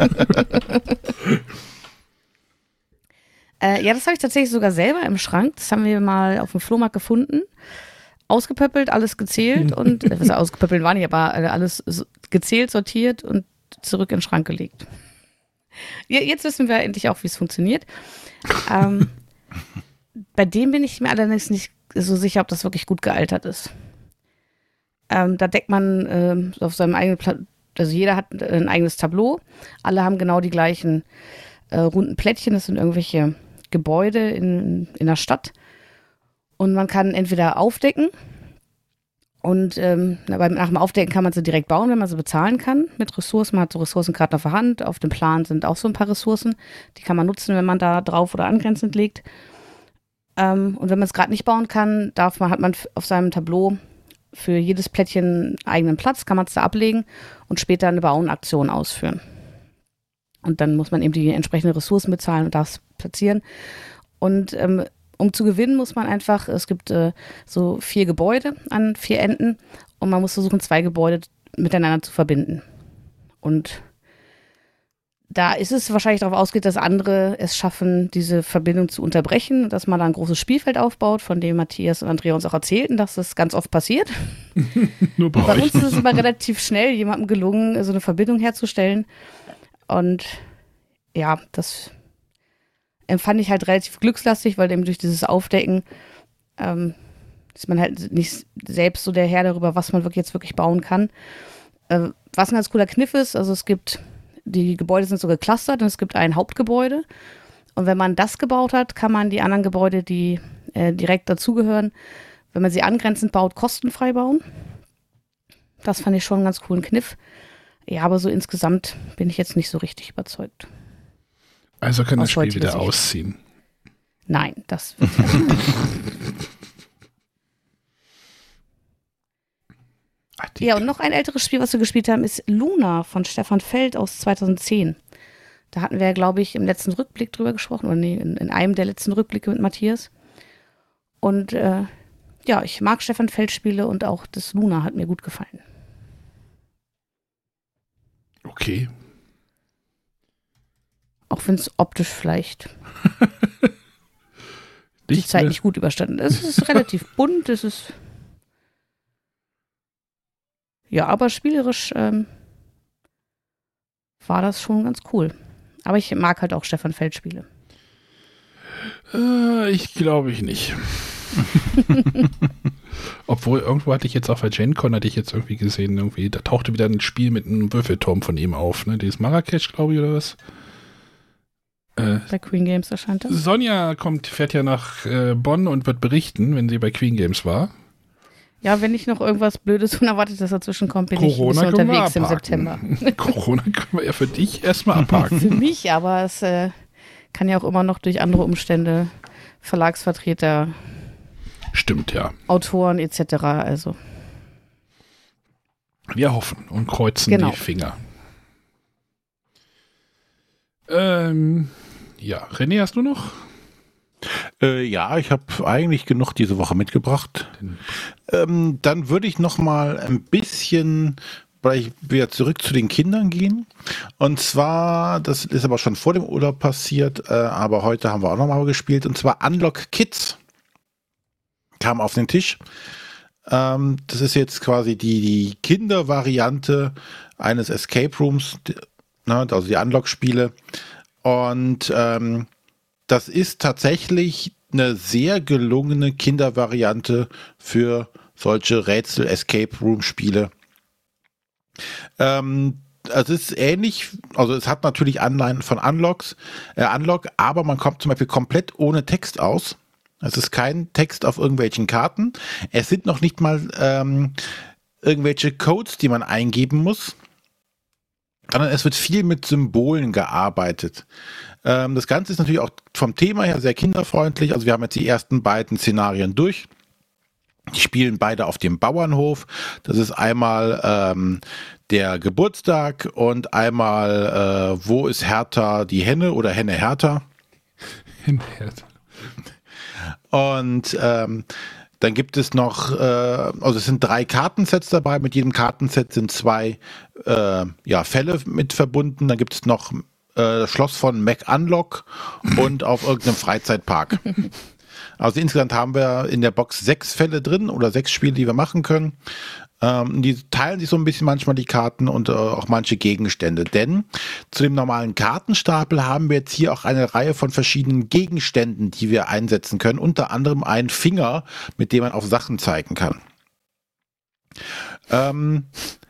Äh, ja, das habe ich tatsächlich sogar selber im Schrank. Das haben wir mal auf dem Flohmarkt gefunden. Ausgepöppelt, alles gezählt und, äh, was ausgepöppelt war nicht, aber äh, alles so gezählt, sortiert und zurück in den Schrank gelegt. Ja, jetzt wissen wir endlich auch, wie es funktioniert. Ähm, bei dem bin ich mir allerdings nicht so sicher, ob das wirklich gut gealtert ist. Ähm, da deckt man ähm, auf seinem eigenen Pla- also jeder hat ein eigenes Tableau. Alle haben genau die gleichen äh, runden Plättchen. Das sind irgendwelche Gebäude in, in der Stadt. Und man kann entweder aufdecken und ähm, nach dem Aufdecken kann man sie direkt bauen, wenn man sie bezahlen kann mit Ressourcen. Man hat so Ressourcenkarten auf der Hand. Auf dem Plan sind auch so ein paar Ressourcen. Die kann man nutzen, wenn man da drauf oder angrenzend legt. Ähm, und wenn man es gerade nicht bauen kann, darf man, hat man auf seinem Tableau für jedes Plättchen einen eigenen Platz, kann man es da ablegen und später eine Bauenaktion ausführen. Und dann muss man eben die entsprechenden Ressourcen bezahlen und das platzieren. Und ähm, um zu gewinnen, muss man einfach, es gibt äh, so vier Gebäude an vier Enden und man muss versuchen, zwei Gebäude miteinander zu verbinden. Und Da ist es wahrscheinlich darauf ausgeht, dass andere es schaffen, diese Verbindung zu unterbrechen, dass man da ein großes Spielfeld aufbaut, von dem Matthias und Andrea uns auch erzählten, dass das ganz oft passiert. Nur bei, bei euch. uns ist es immer relativ schnell jemandem gelungen, so eine Verbindung herzustellen. Und ja, das empfand ich halt relativ glückslastig, weil eben durch dieses Aufdecken ähm, ist man halt nicht selbst so der Herr darüber, was man wirklich jetzt wirklich bauen kann. Äh, was ein ganz cooler Kniff ist, also es gibt die Gebäude sind so geclustert und es gibt ein Hauptgebäude. Und wenn man das gebaut hat, kann man die anderen Gebäude, die äh, direkt dazugehören, wenn man sie angrenzend baut, kostenfrei bauen. Das fand ich schon einen ganz coolen Kniff. Ja, aber so insgesamt bin ich jetzt nicht so richtig überzeugt. Also kann das Aus Spiel heutiger wieder Sicht. ausziehen. Nein, das wird ja nicht. Ach, die- Ja, und noch ein älteres Spiel, was wir gespielt haben, ist Luna von Stefan Feld aus zweitausendzehn. Da hatten wir, glaube ich, im letzten Rückblick drüber gesprochen, oder nee, in, in einem der letzten Rückblicke mit Matthias. Und äh, ja, ich mag Stefan Feld Spiele und auch das Luna hat mir gut gefallen. Okay. Auch wenn es optisch vielleicht die Nicht Zeit mehr- nicht gut überstanden ist. Es ist relativ bunt, es ist ja, aber spielerisch ähm, war das schon ganz cool. Aber ich mag halt auch Stefan Feld Spiele. Äh, ich glaube ich nicht. Obwohl, irgendwo hatte ich jetzt auf der GenCon, hatte ich jetzt irgendwie gesehen, irgendwie, da tauchte wieder ein Spiel mit einem Würfelturm von ihm auf, ne? Dieses Marrakesch, glaube ich, oder was? Äh, Bei Queen Games erscheint das. Sonja kommt, fährt ja nach äh, Bonn und wird berichten, wenn sie bei Queen Games war. Ja, wenn nicht noch irgendwas Blödes unerwartet, das dazwischen kommt, bin Corona ich ein bisschen können wir unterwegs im abhaken. September. Corona können wir ja für dich erstmal abhaken. Für mich, aber es äh, kann ja auch immer noch durch andere Umstände, Verlagsvertreter, Stimmt, ja. Autoren et cetera. Also Wir hoffen und kreuzen Genau. die Finger. Ähm, ja, René, hast du noch? Äh, ja, ich habe eigentlich genug diese Woche mitgebracht. Ähm, dann würde ich noch mal ein bisschen vielleicht wieder zurück zu den Kindern gehen. Und zwar, das ist aber schon vor dem Urlaub passiert, äh, aber heute haben wir auch noch mal gespielt. Und zwar Unlock Kids kam auf den Tisch. Ähm, das ist jetzt quasi die, die Kindervariante eines Escape Rooms, die, ne, also die Unlock-Spiele. Und ähm, das ist tatsächlich eine sehr gelungene Kindervariante für solche Rätsel-Escape-Room-Spiele. Ähm, es ist ähnlich, also es hat natürlich Anleihen von Unlocks, äh, Unlock, aber man kommt zum Beispiel komplett ohne Text aus. Es ist kein Text auf irgendwelchen Karten. Es sind noch nicht mal ähm, irgendwelche Codes, die man eingeben muss, sondern es wird viel mit Symbolen gearbeitet. Ähm, das Ganze ist natürlich auch vom Thema her sehr kinderfreundlich. Also wir haben jetzt die ersten beiden Szenarien durch. Die spielen beide auf dem Bauernhof. Das ist einmal ähm, der Geburtstag und einmal äh, wo ist Hertha die Henne oder Henne Hertha. Und ähm, dann gibt es noch, äh, also es sind drei Kartensets dabei. Mit jedem Kartenset sind zwei äh, ja, Fälle mit verbunden. Dann gibt es noch äh, das Schloss von Mac Unlock und auf irgendeinem Freizeitpark. Also insgesamt haben wir in der Box sechs Fälle drin oder sechs Spiele, die wir machen können. Ähm, die teilen sich so ein bisschen manchmal die Karten und äh, auch manche Gegenstände. Denn zu dem normalen Kartenstapel haben wir jetzt hier auch eine Reihe von verschiedenen Gegenständen, die wir einsetzen können. Unter anderem einen Finger, mit dem man auf Sachen zeigen kann. Ähm,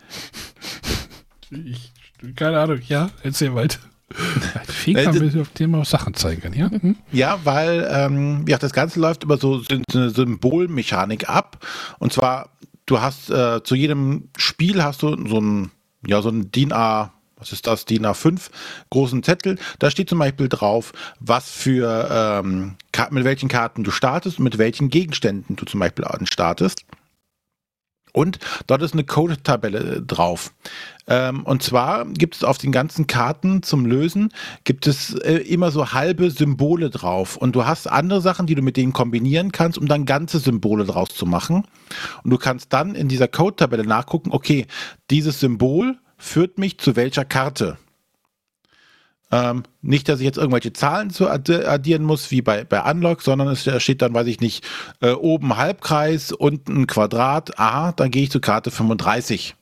Ich, keine Ahnung, ja, erzähl weiter. Ein Finger, auf dem man auch Sachen zeigen kann, ja? Hm? Ja, weil ähm, ja, das Ganze läuft über so so eine Symbolmechanik ab. Und zwar, du hast äh, zu jedem Spiel hast du so ein, ja, so ein D I N A, was ist das, D I N A fünf großen Zettel. Da steht zum Beispiel drauf, was für, ähm, mit welchen Karten du startest und mit welchen Gegenständen du zum Beispiel startest. Und dort ist eine Code-Tabelle drauf. Ähm, und zwar gibt es auf den ganzen Karten zum Lösen, gibt es äh, immer so halbe Symbole drauf. Und du hast andere Sachen, die du mit denen kombinieren kannst, um dann ganze Symbole draus zu machen. Und du kannst dann in dieser Code-Tabelle nachgucken, okay, dieses Symbol führt mich zu welcher Karte. Ähm, nicht, dass ich jetzt irgendwelche Zahlen zu addieren muss, wie bei, bei Unlock, sondern es steht dann, weiß ich nicht, äh, oben Halbkreis, unten ein Quadrat. Aha, dann gehe ich zur Karte fünfunddreißig.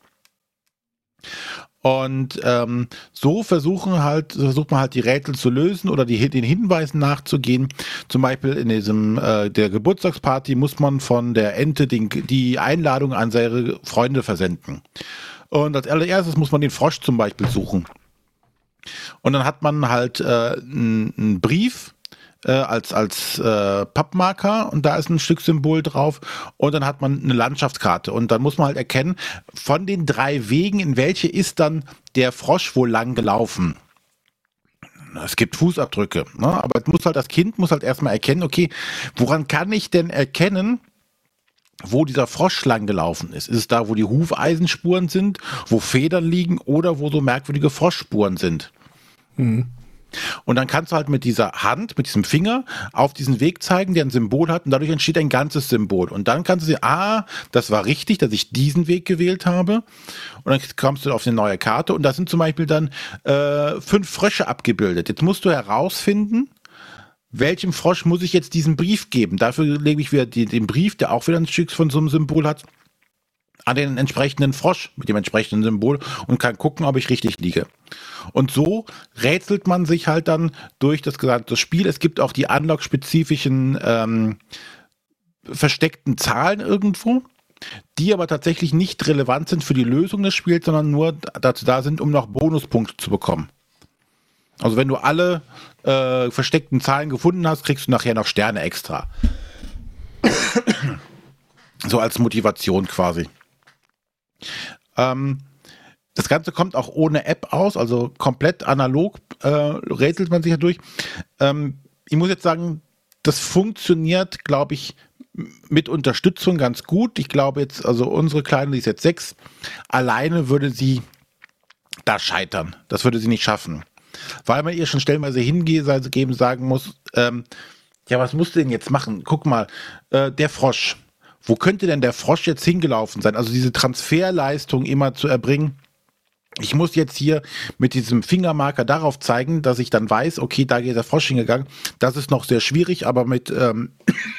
Und ähm, so versuchen halt, versucht man halt die Rätsel zu lösen oder die, den Hinweisen nachzugehen. Zum Beispiel in diesem äh, der Geburtstagsparty muss man von der Ente den, die Einladung an seine Freunde versenden. Und als allererstes muss man den Frosch zum Beispiel suchen. Und dann hat man halt äh, einen Brief äh, als, als äh, Pappmarker und da ist ein Stück Symbol drauf und dann hat man eine Landschaftskarte und dann muss man halt erkennen, von den drei Wegen, in welche ist dann der Frosch wohl lang gelaufen. Es gibt Fußabdrücke, ne? Aber es muss halt, das Kind muss halt erstmal erkennen, okay, woran kann ich denn erkennen, wo dieser Frosch lang gelaufen ist? Ist es da, wo die Hufeisenspuren sind, wo Federn liegen oder wo so merkwürdige Froschspuren sind? Mhm. Und dann kannst du halt mit dieser Hand, mit diesem Finger auf diesen Weg zeigen, der ein Symbol hat und dadurch entsteht ein ganzes Symbol. Und dann kannst du sehen, ah, das war richtig, dass ich diesen Weg gewählt habe. Und dann kommst du auf eine neue Karte und da sind zum Beispiel dann äh, fünf Frösche abgebildet. Jetzt musst du herausfinden, welchem Frosch muss ich jetzt diesen Brief geben? Dafür lege ich wieder die, den Brief, der auch wieder ein Stück von so einem Symbol hat, an den entsprechenden Frosch mit dem entsprechenden Symbol und kann gucken, ob ich richtig liege. Und so rätselt man sich halt dann durch das gesamte Spiel. Es gibt auch die Unlock-spezifischen ähm, versteckten Zahlen irgendwo, die aber tatsächlich nicht relevant sind für die Lösung des Spiels, sondern nur dazu da sind, um noch Bonuspunkte zu bekommen. Also wenn du alle äh, versteckten Zahlen gefunden hast, kriegst du nachher noch Sterne extra. So als Motivation quasi. Ähm, das Ganze kommt auch ohne App aus, also komplett analog äh, rätselt man sich ja durch. Ähm, ich muss jetzt sagen, das funktioniert, glaube ich, mit Unterstützung ganz gut. Ich glaube jetzt, also unsere Kleine, die ist jetzt sechs, alleine würde sie da scheitern. Das würde sie nicht schaffen. Weil man ihr schon stellenweise hingeben sagen muss, ähm, ja, was musst du denn jetzt machen? Guck mal, äh, der Frosch. Wo könnte denn der Frosch jetzt hingelaufen sein? Also diese Transferleistung immer zu erbringen. Ich muss jetzt hier mit diesem Fingermarker darauf zeigen, dass ich dann weiß, okay, da geht der Frosch hingegangen. Das ist noch sehr schwierig, aber mit ähm,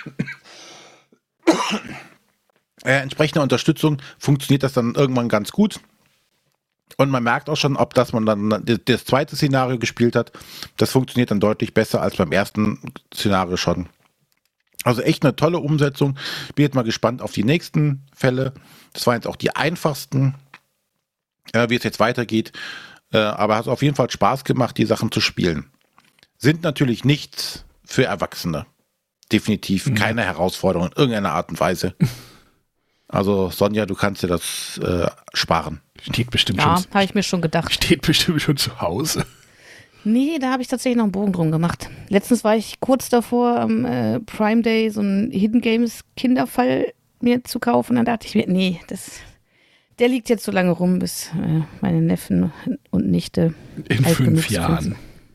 äh, entsprechender Unterstützung funktioniert das dann irgendwann ganz gut. Und man merkt auch schon, ob das man dann das zweite Szenario gespielt hat, das funktioniert dann deutlich besser als beim ersten Szenario schon. Also echt eine tolle Umsetzung. Bin jetzt mal gespannt auf die nächsten Fälle. Das waren jetzt auch die einfachsten, äh, wie es jetzt weitergeht. Äh, aber hat auf jeden Fall Spaß gemacht, die Sachen zu spielen. Sind natürlich nichts für Erwachsene. Definitiv mhm. keine Herausforderung in irgendeiner Art und Weise. Also Sonja, du kannst dir das äh, sparen. Steht bestimmt ja, schon. habe ich mir schon gedacht. Steht bestimmt schon zu Hause. Nee, da habe ich tatsächlich noch einen Bogen drum gemacht. Letztens war ich kurz davor, am äh, Prime Day so einen Hidden Games Kinderfall mir zu kaufen. Dann dachte ich mir, nee, das, der liegt jetzt so lange rum, bis äh, meine Neffen und Nichte in fünf Jahren.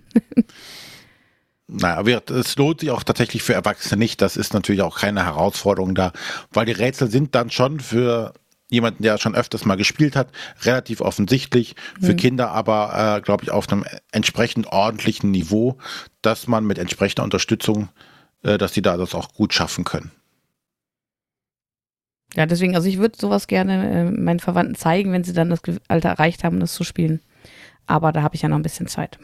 Naja, es lohnt sich auch tatsächlich für Erwachsene nicht. Das ist natürlich auch keine Herausforderung da, weil die Rätsel sind dann schon für jemanden, der schon öfters mal gespielt hat, relativ offensichtlich, für mhm. Kinder aber, äh, glaube ich, auf einem entsprechend ordentlichen Niveau, dass man mit entsprechender Unterstützung, äh, dass die da das auch gut schaffen können. Ja, deswegen, also ich würde sowas gerne äh, meinen Verwandten zeigen, wenn sie dann das Alter erreicht haben, das zu spielen. Aber da habe ich ja noch ein bisschen Zeit.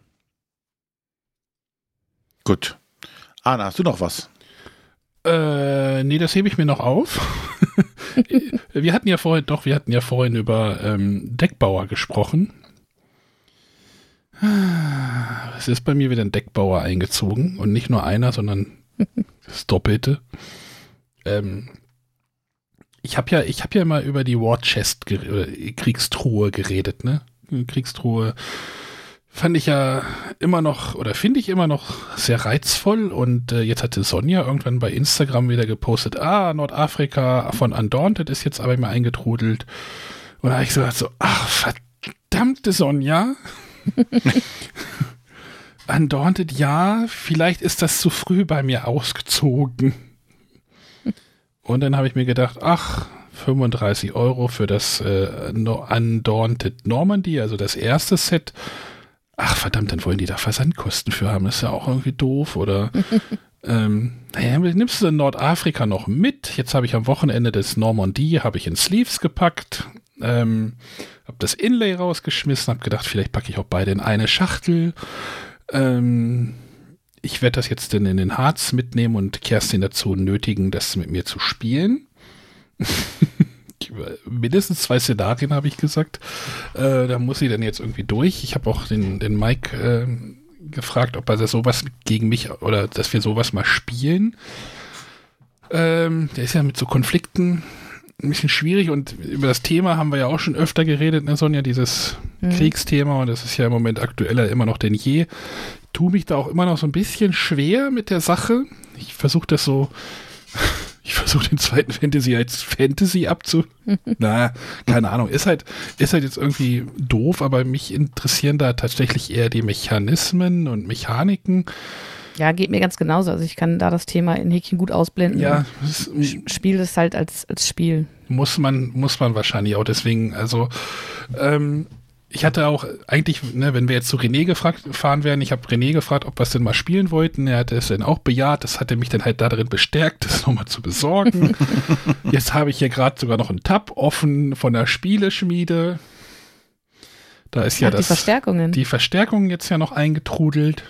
Gut. Anna, hast du noch was? Äh, nee, das hebe ich mir noch auf. Wir hatten ja vorhin, doch, wir hatten ja vorhin über ähm, Deckbauer gesprochen. Es ist bei mir wieder ein Deckbauer eingezogen und nicht nur einer, sondern das Doppelte. Ähm, ich habe ja, ich habe ja mal über die War Chest, ger- Kriegstruhe geredet, ne? Kriegstruhe fand ich ja immer noch, oder finde ich immer noch sehr reizvoll und äh, jetzt hatte Sonja irgendwann bei Instagram wieder gepostet, ah, Nordafrika von Undaunted ist jetzt aber immer eingetrudelt und da habe ich so gedacht, so, ach, verdammte Sonja. Undaunted, ja, vielleicht ist das zu früh bei mir ausgezogen. Und dann habe ich mir gedacht, ach, fünfunddreißig Euro für das äh, Undaunted Normandy, also das erste Set. ach verdammt, dann wollen die da Versandkosten für haben. Das ist ja auch irgendwie doof. Oder ähm, naja, nimmst du in Nordafrika noch mit? Jetzt habe ich am Wochenende das Normandie, habe ich in Sleeves gepackt. Ähm, habe das Inlay rausgeschmissen, habe gedacht, vielleicht packe ich auch beide in eine Schachtel. Ähm, ich werde das jetzt dann in den Harz mitnehmen und Kerstin dazu nötigen, das mit mir zu spielen. Mindestens zwei Szenarien, habe ich gesagt. Äh, da muss sie dann jetzt irgendwie durch. Ich habe auch den, den Mike äh, gefragt, ob er das sowas gegen mich oder dass wir sowas mal spielen. Ähm, der ist ja mit so Konflikten ein bisschen schwierig und über das Thema haben wir ja auch schon öfter geredet, ne, Sonja, dieses mhm. Kriegsthema, und das ist ja im Moment aktueller immer noch denn je. Ich tue mich da auch immer noch so ein bisschen schwer mit der Sache. Ich versuche das so, ich versuche den zweiten Fantasy als Fantasy abzu... Na, keine Ahnung, ist halt, ist halt jetzt irgendwie doof, aber mich interessieren da tatsächlich eher die Mechanismen und Mechaniken. Ja, geht mir ganz genauso. Also ich kann da das Thema in Häkchen gut ausblenden. Ja, das Spiel ist halt als, als Spiel. Muss man, muss man wahrscheinlich auch. Deswegen, also ähm, ich hatte auch eigentlich, ne, wenn wir jetzt zu René gefragt fahren wären, ich habe René gefragt, ob wir es denn mal spielen wollten. Er hatte es dann auch bejaht. Das hatte mich dann halt darin bestärkt, das nochmal zu besorgen. Jetzt habe ich hier gerade sogar noch einen Tab offen von der Spieleschmiede. Da ist ja Ach, das, die Verstärkungen. Die Verstärkungen jetzt ja noch eingetrudelt.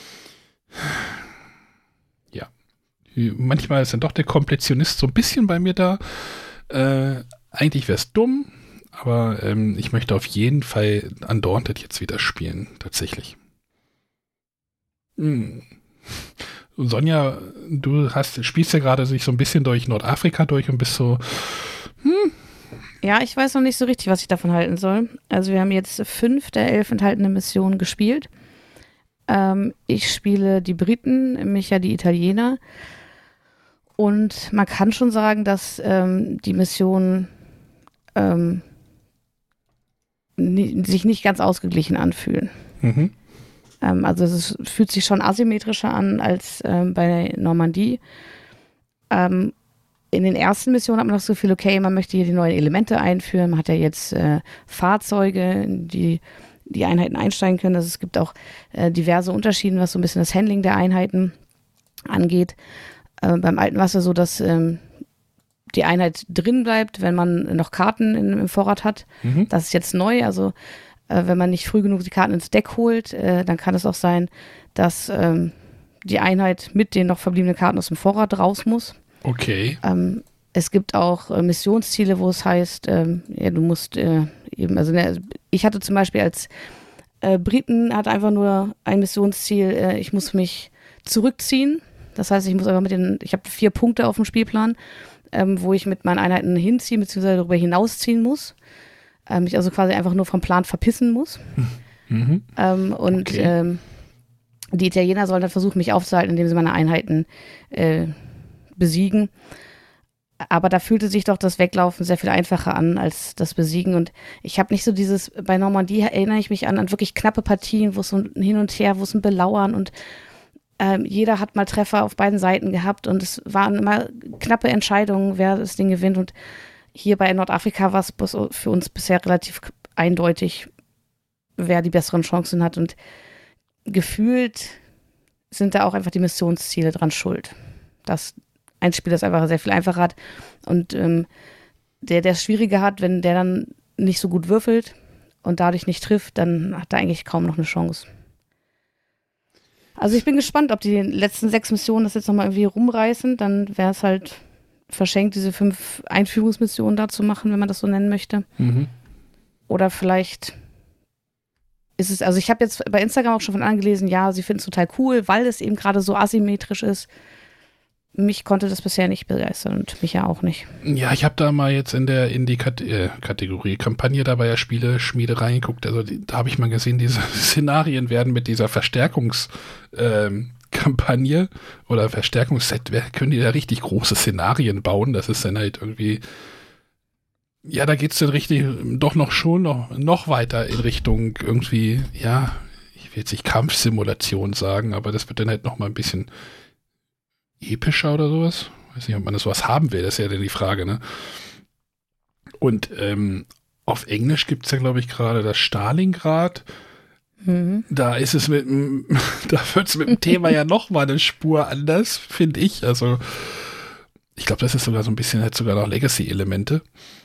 Ja. Manchmal ist dann doch der Kompletionist so ein bisschen bei mir da. Äh, eigentlich wäre es dumm, aber ähm, ich möchte auf jeden Fall Undaunted jetzt wieder spielen, tatsächlich. Hm. Sonja, du hast, spielst ja gerade sich so ein bisschen durch Nordafrika durch und bist so, hm. Ja, ich weiß noch nicht so richtig, was ich davon halten soll. Also wir haben jetzt fünf der elf enthaltenen Missionen gespielt. Ähm, ich spiele die Briten, Micha die Italiener. Und man kann schon sagen, dass ähm, die Missionen ähm, nie, sich nicht ganz ausgeglichen anfühlen. Mhm. Ähm, also es fühlt sich schon asymmetrischer an als ähm, bei Normandie. Ähm, in den ersten Missionen hat man das Gefühl, okay, man möchte hier die neuen Elemente einführen. Man hat ja jetzt äh, Fahrzeuge, die die Einheiten einsteigen können. Also es gibt auch äh, diverse Unterschiede, was so ein bisschen das Handling der Einheiten angeht. Äh, beim Alten war es ja so, dass ähm, die Einheit drin bleibt, wenn man noch Karten in, im Vorrat hat. Mhm. Das ist jetzt neu. Also äh, wenn man nicht früh genug die Karten ins Deck holt, äh, dann kann es auch sein, dass ähm, die Einheit mit den noch verbliebenen Karten aus dem Vorrat raus muss. Okay. Ähm, es gibt auch äh, Missionsziele, wo es heißt, ähm, ja, du musst äh, eben, also ne, ich hatte zum Beispiel als äh, Briten hat einfach nur ein Missionsziel, äh, ich muss mich zurückziehen. Das heißt, ich muss einfach mit den, ich habe vier Punkte auf dem Spielplan, ähm, wo ich mit meinen Einheiten hinziehen bzw. darüber hinausziehen muss. Ähm, mich also quasi einfach nur vom Plan verpissen muss. Mhm. Ähm, und okay. ähm, die Italiener sollen dann versuchen, mich aufzuhalten, indem sie meine Einheiten äh, besiegen. Aber da fühlte sich doch das Weglaufen sehr viel einfacher an als das Besiegen. Und ich habe nicht so dieses, bei Normandie erinnere ich mich an, an wirklich knappe Partien, wo es so ein Hin und Her, wo es ein Belauern und ähm, jeder hat mal Treffer auf beiden Seiten gehabt und es waren immer knappe Entscheidungen, wer das Ding gewinnt. Und hier bei Nordafrika war es für uns bisher relativ eindeutig, wer die besseren Chancen hat. Und gefühlt sind da auch einfach die Missionsziele dran schuld. Dass ein Spiel das einfach sehr viel einfacher hat und ähm, der, der es schwieriger hat, wenn der dann nicht so gut würfelt und dadurch nicht trifft, dann hat er eigentlich kaum noch eine Chance. Also ich bin gespannt, ob die letzten sechs Missionen das jetzt nochmal irgendwie rumreißen, dann wäre es halt verschenkt, diese fünf Einführungsmissionen da zu machen, wenn man das so nennen möchte. Mhm. Oder vielleicht ist es, also ich habe jetzt bei Instagram auch schon von anderen gelesen, ja, sie finden es total cool, weil es eben gerade so asymmetrisch ist. Mich konnte das bisher nicht begeistern und mich ja auch nicht. Ja, ich habe da mal jetzt in der in die Kat- äh, Kategorie Kampagne dabei ja Spiele Schmiede reingeguckt. Also die, da habe ich mal gesehen, diese Szenarien werden mit dieser Verstärkungskampagne ähm, oder Verstärkungsset, können die da richtig große Szenarien bauen. Das ist dann halt irgendwie, ja, da geht es dann richtig doch noch schon noch, noch weiter in Richtung irgendwie, ja, ich will jetzt nicht Kampfsimulation sagen, aber das wird dann halt noch mal ein bisschen epischer oder sowas. Weiß nicht, ob man das sowas haben will, das ist ja dann die Frage, ne? Und ähm, auf Englisch gibt es ja, glaube ich, gerade das Stalingrad. Mhm. Da ist es mit dem, da wird es mit dem Thema ja noch mal eine Spur anders, finde ich. Also ich glaube, das ist sogar so ein bisschen, hat sogar noch Legacy-Elemente.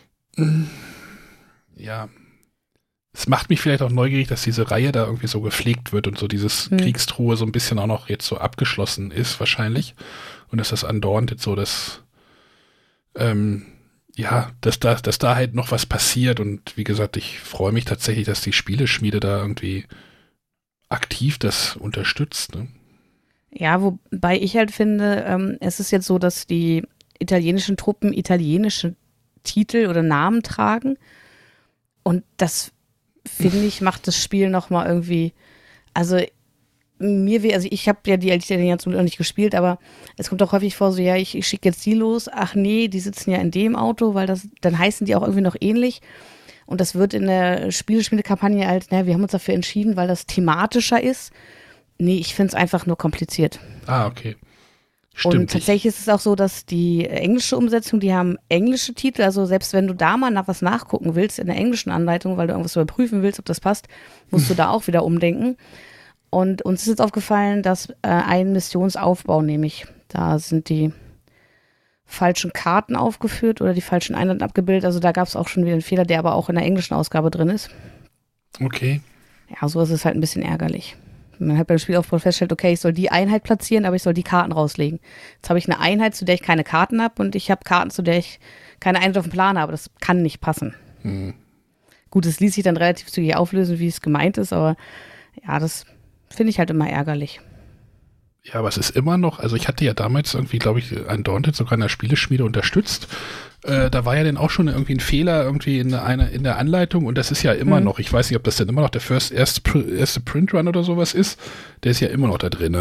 Ja. Es macht mich vielleicht auch neugierig, dass diese Reihe da irgendwie so gepflegt wird und so dieses mhm. Kriegstruhe so ein bisschen auch noch jetzt so abgeschlossen ist wahrscheinlich. Und dass das andauernd jetzt so das ähm, ja, dass da, dass da halt noch was passiert und wie gesagt, ich freue mich tatsächlich, dass die Spieleschmiede da irgendwie aktiv das unterstützt. Ne? Ja, wobei ich halt finde, ähm, es ist jetzt so, dass die italienischen Truppen italienische Titel oder Namen tragen und das, finde ich, macht das Spiel nochmal irgendwie, also mir, also ich habe ja die Italiener zum Glück noch nicht gespielt, aber es kommt auch häufig vor, so ja, ich, ich schicke jetzt die los, ach nee, die sitzen ja in dem Auto, weil das, dann heißen die auch irgendwie noch ähnlich und das wird in der Spieleschmiede-Kampagne halt, naja, wir haben uns dafür entschieden, weil das thematischer ist. Nee, ich finde es einfach nur kompliziert. Ah, okay. Stimmt. Und tatsächlich ist es auch so, dass die englische Umsetzung, die haben englische Titel, also selbst wenn du da mal nach was nachgucken willst in der englischen Anleitung, weil du irgendwas überprüfen willst, ob das passt, musst du da auch wieder umdenken. Und uns ist jetzt aufgefallen, dass äh, ein Missionsaufbau nämlich, da sind die falschen Karten aufgeführt oder die falschen Einheiten abgebildet. Also da gab es auch schon wieder einen Fehler, der aber auch in der englischen Ausgabe drin ist. Okay. Ja, so ist es halt ein bisschen ärgerlich. Man hat beim Spielaufbau festgestellt, okay, ich soll die Einheit platzieren, aber ich soll die Karten rauslegen. Jetzt habe ich eine Einheit, zu der ich keine Karten habe und ich habe Karten, zu der ich keine Einheit auf dem Plan habe. Das kann nicht passen. Hm. Gut, es ließ sich dann relativ zügig auflösen, wie es gemeint ist, aber ja, das finde ich halt immer ärgerlich. Ja, aber es ist immer noch, also ich hatte ja damals irgendwie, glaube ich, ein Daunted sogar in der Spieleschmiede unterstützt. Äh, da war ja dann auch schon irgendwie ein Fehler irgendwie in, eine, in der Anleitung und das ist ja immer mhm. noch, ich weiß nicht, ob das denn immer noch der first, erste, erste Printrun oder sowas ist, der ist ja immer noch da drin.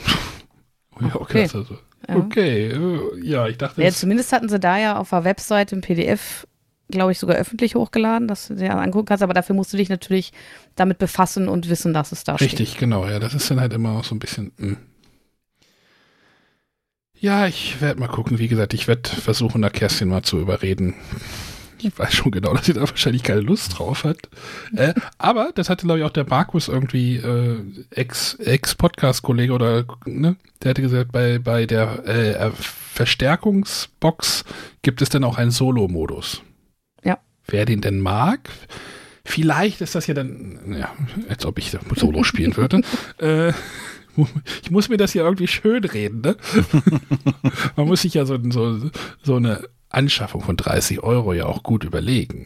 Ja, okay. Also, okay, äh, ja, ich dachte. Ja, zumindest hatten sie da ja auf der Webseite im P D F, glaube ich, sogar öffentlich hochgeladen, dass du dir angucken kannst, aber dafür musst du dich natürlich damit befassen und wissen, dass es da Richtig, steht. Richtig, genau, ja, das ist dann halt immer auch so ein bisschen, mh. Ja, ich werde mal gucken, wie gesagt, ich werde versuchen, da Kerstin mal zu überreden. Ich weiß schon genau, dass sie da wahrscheinlich keine Lust drauf hat. Äh, aber das hatte, glaube ich, auch der Markus irgendwie, äh, Ex, Ex-Podcast-Kollege oder, ne, der hatte gesagt, bei, bei der äh, Verstärkungsbox gibt es dann auch einen Solo-Modus. Ja. Wer den denn mag, vielleicht ist das ja dann, ja, als ob ich Solo spielen würde. äh, Ich muss mir das ja irgendwie schön reden, ne? Man muss sich ja so, so, so eine Anschaffung von dreißig Euro ja auch gut überlegen.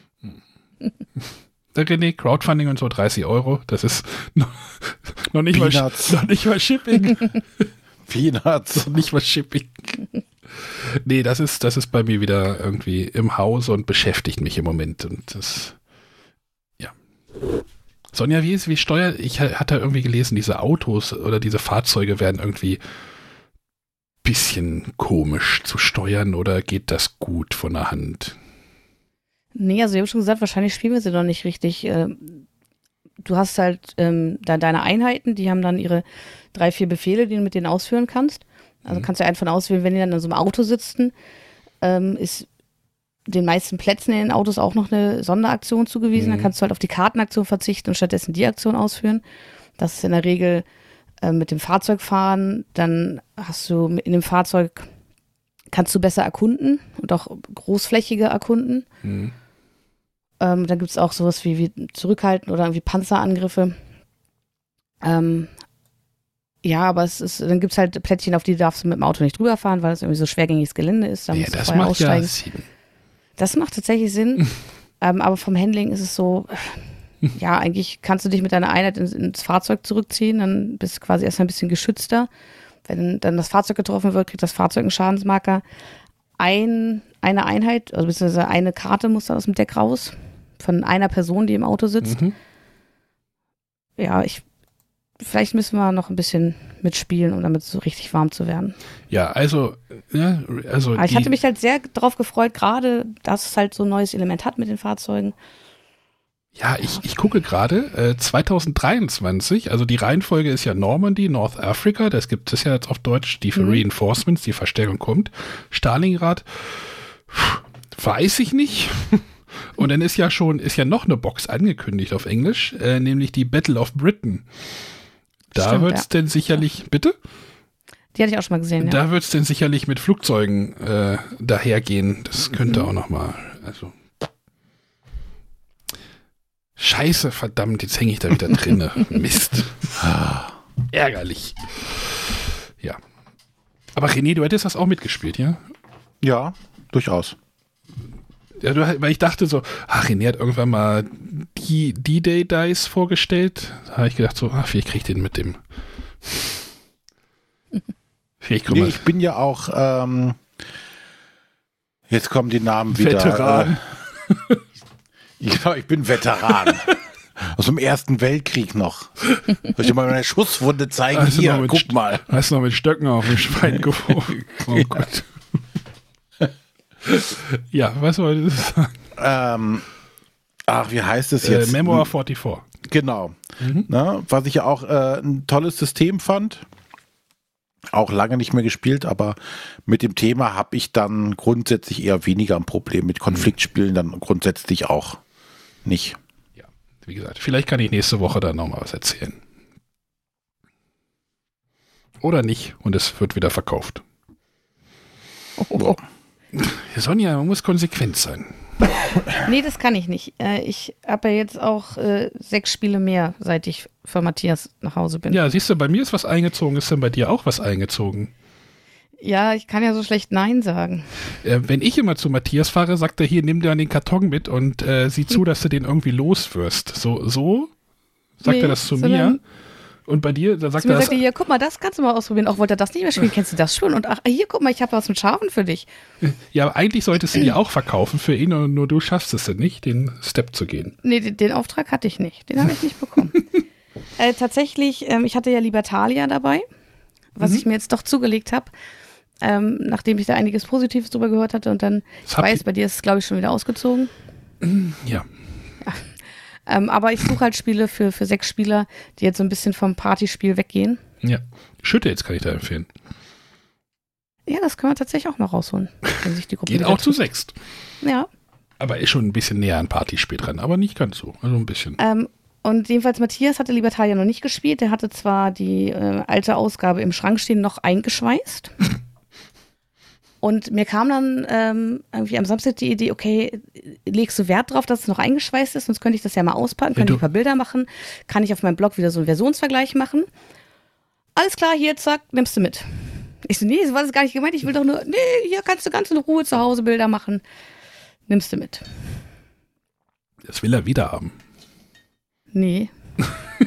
Der René, Crowdfunding und so, dreißig Euro, das ist noch, noch, nicht, mal, noch nicht mal Shipping. Peanuts. Noch nicht mal Shipping. Nee, das ist, das ist bei mir wieder irgendwie im Hause und beschäftigt mich im Moment. Und das, ja. Sonja, wie ist, wie steuert, ich hatte irgendwie gelesen, diese Autos oder diese Fahrzeuge werden irgendwie ein bisschen komisch zu steuern oder geht das gut von der Hand? Nee, also ich habe schon gesagt, wahrscheinlich spielen wir sie noch nicht richtig. Du hast halt ähm, da deine Einheiten, die haben dann ihre drei, vier Befehle, die du mit denen ausführen kannst. Also mhm. kannst du einen von auswählen, wenn die dann in so einem Auto sitzen, ähm, ist den meisten Plätzen in den Autos auch noch eine Sonderaktion zugewiesen. Mhm. Dann kannst du halt auf die Kartenaktion verzichten und stattdessen die Aktion ausführen. Das ist in der Regel äh, mit dem Fahrzeug fahren. Dann hast du in dem Fahrzeug, kannst du besser erkunden und auch großflächige erkunden. Mhm. Ähm, dann gibt es auch sowas wie, wie Zurückhalten oder irgendwie Panzerangriffe. Ähm, ja, aber es ist, dann gibt es halt Plättchen, auf die darfst du mit dem Auto nicht drüber fahren, weil es irgendwie so schwergängiges Gelände ist. Da ja, musst du das vorher macht aussteigen. Ja Sinn. Das macht tatsächlich Sinn, ähm, aber vom Handling ist es so, ja, eigentlich kannst du dich mit deiner Einheit ins, ins Fahrzeug zurückziehen, dann bist du quasi erstmal ein bisschen geschützter. Wenn dann das Fahrzeug getroffen wird, kriegt das Fahrzeug einen Schadensmarker. Ein, eine Einheit, also beziehungsweise eine Karte muss dann aus dem Deck raus, von einer Person, die im Auto sitzt. Mhm. Ja, ich vielleicht müssen wir noch ein bisschen mitspielen, um damit so richtig warm zu werden. Ja, also, ja, also. Aber ich hatte mich halt sehr darauf gefreut, gerade, dass es halt so ein neues Element hat mit den Fahrzeugen. Ja, ich, ich gucke gerade, äh, zwanzig dreiundzwanzig, also die Reihenfolge ist ja Normandy, North Africa, das gibt es ja jetzt auf Deutsch, die für mhm. Reinforcements, die Verstärkung kommt. Stalingrad, weiß ich nicht. Und dann ist ja schon, ist ja noch eine Box angekündigt auf Englisch, äh, nämlich die Battle of Britain. Da wird es ja. denn sicherlich, bitte? Die hatte ich auch schon mal gesehen, ja. Da wird es denn sicherlich mit Flugzeugen äh, dahergehen. Das könnte mhm. auch noch mal, also Scheiße, verdammt, jetzt hänge ich da wieder drinne. Mist. Ärgerlich. Ja. Aber René, du hättest das auch mitgespielt, ja? Ja, durchaus. Ja, du, weil ich dachte so, ach, René hat irgendwann mal die D-Day-Dice vorgestellt. Da habe ich gedacht so, ach, vielleicht krieg ich den mit dem. Vielleicht nee, ich bin ja auch, ähm, jetzt kommen die Namen wieder. Veteran. Äh, ja, ich bin Veteran. Aus dem Ersten Weltkrieg noch. Soll ich dir mal meine Schusswunde zeigen? Hast Hier, guck St- mal. Hast du noch mit Stöcken auf dem Schwein geworfen? Oh ja. Gott. Ja, was wolltest du sagen? Ähm, ach, wie heißt es jetzt? Äh, Memoir vierundvierzig. Genau. Mhm. Na, was ich ja auch äh, ein tolles System fand. Auch lange nicht mehr gespielt, aber mit dem Thema habe ich dann grundsätzlich eher weniger ein Problem. Mit Konfliktspielen dann grundsätzlich auch nicht. Ja, wie gesagt, vielleicht kann ich nächste Woche dann nochmal was erzählen. Oder nicht und es wird wieder verkauft. Oh, oh. Sonja, man muss konsequent sein. Nee, das kann ich nicht. Äh, ich habe ja jetzt auch äh, sechs Spiele mehr, seit ich für Matthias nach Hause bin. Ja, siehst du, bei mir ist was eingezogen. Ist denn bei dir auch was eingezogen? Ja, ich kann ja so schlecht Nein sagen. Äh, wenn ich immer zu Matthias fahre, sagt er, hier, nimm dir den Karton mit und äh, sieh zu, dass du den irgendwie los wirst. So, so sagt nee, er das zu mir. Und bei dir, da sagt er das. das. Hier, guck mal, das kannst du mal ausprobieren. Auch wollte er das nicht mehr spielen. Kennst du das schon? Und ach, hier, guck mal, ich habe was mit Schafen für dich. Ja, aber eigentlich solltest du die auch verkaufen für ihn und nur du schaffst es nicht, den Step zu gehen. Nee, den, den Auftrag hatte ich nicht. Den habe ich nicht bekommen. äh, tatsächlich, ähm, ich hatte ja Libertalia dabei, was mhm. ich mir jetzt doch zugelegt habe, ähm, nachdem ich da einiges Positives drüber gehört hatte. Und dann, ich weiß, bei dir ist es, glaube ich, schon wieder ausgezogen. Ja. Ja. Ähm, aber ich suche halt Spiele für, für sechs Spieler, die jetzt so ein bisschen vom Partyspiel weggehen. Ja, Schütte jetzt kann ich da empfehlen. Ja, das können wir tatsächlich auch mal rausholen. Wenn sich die Gruppe Geht auch zu sechst. Ja. Aber ist schon ein bisschen näher an Partyspiel dran, aber nicht ganz so, also ein bisschen. Ähm, und jedenfalls Matthias hatte Libertalia noch nicht gespielt. Der hatte zwar die äh, alte Ausgabe im Schrank stehen, noch eingeschweißt. Und mir kam dann ähm, irgendwie am Samstag die Idee, okay, legst du Wert drauf, dass es noch eingeschweißt ist, sonst könnte ich das ja mal auspacken, könnte ich ein paar Bilder machen, kann ich auf meinem Blog wieder so einen Versionsvergleich machen. Alles klar, hier, zack, nimmst du mit. Ich so, nee, so war das gar nicht gemeint, ich will doch nur, nee, hier kannst du ganz in Ruhe zu Hause Bilder machen. Nimmst du mit. Das will er wieder haben. Nee. Ich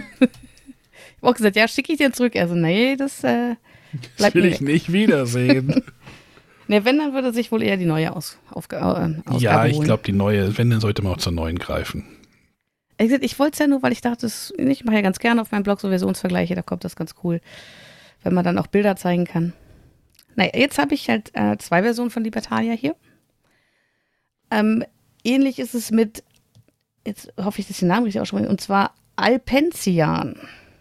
habe auch gesagt, ja, schicke ich dir zurück. Er so, nee, das äh, bleibt Das will mir ich weg. nicht wiedersehen. Ne, wenn, dann würde sich wohl eher die neue Aus Aufga äh, Ausgabe Ja, ich holen. glaube, die neue, wenn, dann sollte man auch zur neuen greifen. Ich, ich wollte es ja nur, weil ich dachte, das, ich mache ja ganz gerne auf meinem Blog so Versionsvergleiche, da kommt das ganz cool, wenn man dann auch Bilder zeigen kann. Naja, jetzt habe ich halt äh, zwei Versionen von Libertalia hier. Ähm, ähnlich ist es mit, jetzt hoffe ich, dass ich den Namen richtig ausspreche, und zwar Alpenzian.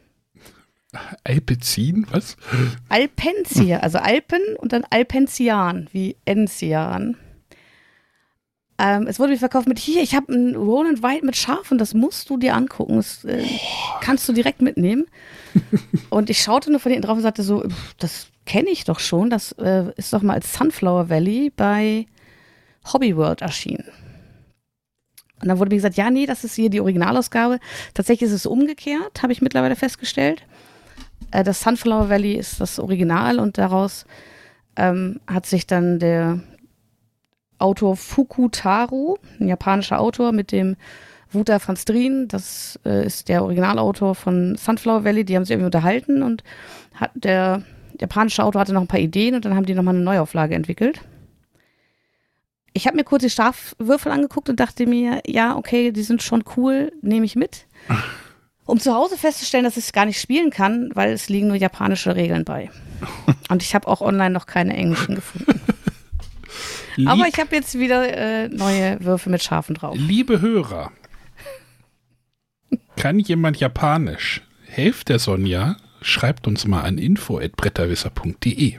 Alpezin, was? Alpenzian, also Alpen und dann Alpenzian, wie Enzian. Ähm, es wurde mir verkauft mit, hier, ich habe ein Roland White mit Schafen, das musst du dir angucken, das äh, kannst du direkt mitnehmen. Und ich schaute nur von hinten drauf und sagte so, das kenne ich doch schon, das äh, ist doch mal als Sunflower Valley bei Hobby World erschienen. Und dann wurde mir gesagt, ja, nee, das ist hier die Originalausgabe. Tatsächlich ist es umgekehrt, habe ich mittlerweile festgestellt. Äh, das Sunflower Valley ist das Original und daraus ähm, hat sich dann der Autor Fuku Taro, ein japanischer Autor mit dem Wouter van Strien, das äh, ist der Originalautor von Sunflower Valley, die haben sich irgendwie unterhalten und hat, der japanische Autor hatte noch ein paar Ideen und dann haben die nochmal eine Neuauflage entwickelt. Ich habe mir kurz die Strafwürfel angeguckt und dachte mir, ja, okay, die sind schon cool, nehme ich mit. Um zu Hause festzustellen, dass ich es gar nicht spielen kann, weil es liegen nur japanische Regeln bei. Und ich habe auch online noch keine englischen gefunden. Lieb, Aber ich habe jetzt wieder äh, neue Würfel mit Schafen drauf. Liebe Hörer, kann jemand Japanisch? Helft der Sonja, schreibt uns mal an info at bretterwisser punkt de.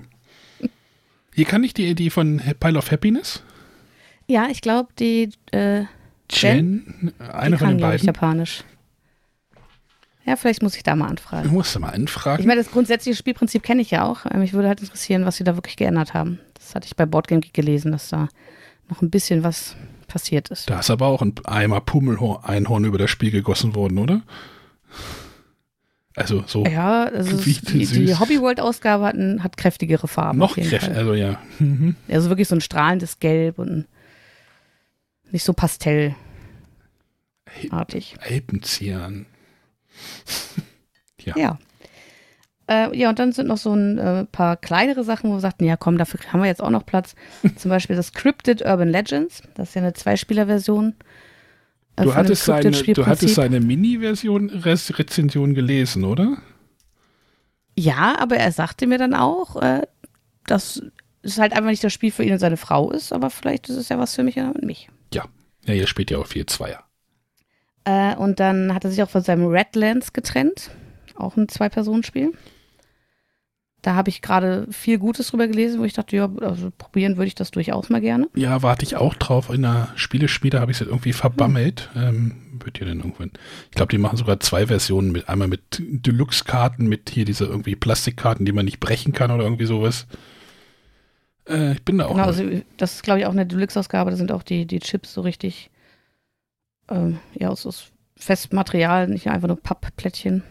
Hier kann ich die, die von Pile of Happiness? Ja, ich glaube, die äh, Jen? Eine von den glaub ich, beiden? Japanisch. Ja, vielleicht muss ich da mal anfragen. Du musst du mal anfragen. Ich meine, das grundsätzliche Spielprinzip kenne ich ja auch. Mich würde halt interessieren, was sie da wirklich geändert haben. Das hatte ich bei Boardgame Geek gelesen, dass da noch ein bisschen was passiert ist. Da ist aber auch ein Eimer Pummel-Einhorn über das Spiel gegossen worden, oder? Also so. Ja, also die, die Hobby-World-Ausgabe hat, ein, hat kräftigere Farben. Noch kräftiger, also ja. Mhm. Also wirklich so ein strahlendes Gelb und nicht so pastellartig. Alpenzieher. Ja. Ja. Äh, ja, und dann sind noch so ein äh, paar kleinere Sachen, wo wir sagten, ja komm, dafür haben wir jetzt auch noch Platz. Zum Beispiel das Cryptid Urban Legends. Das ist ja eine Zweispieler-Version. Äh, du, hattest seine, du hattest seine Mini-Version Res- Rezension gelesen, oder? Ja, aber er sagte mir dann auch, äh, dass es halt einfach nicht das Spiel für ihn und seine Frau ist, aber vielleicht ist es ja was für mich und mich. Ja, ja, ihr spielt ja auch viel Zweier. Äh, und dann hat er sich auch von seinem Redlands getrennt. Auch ein Zwei-Personen-Spiel. Da habe ich gerade viel Gutes drüber gelesen, wo ich dachte, ja, also probieren würde ich das durchaus mal gerne. Ja, warte ich auch drauf. In der Spieleschmiede habe ich es jetzt irgendwie verbammelt. Hm. Ähm, wird ihr denn irgendwann? Ich glaube, die machen sogar zwei Versionen. Mit einmal mit Deluxe-Karten, mit hier diese irgendwie Plastikkarten, die man nicht brechen kann oder irgendwie sowas. Äh, ich bin da auch. Genau, also das ist, glaube ich, auch eine Deluxe-Ausgabe. Da sind auch die, die Chips so richtig ähm, ja, aus, aus festem Material, nicht einfach nur Pappplättchen.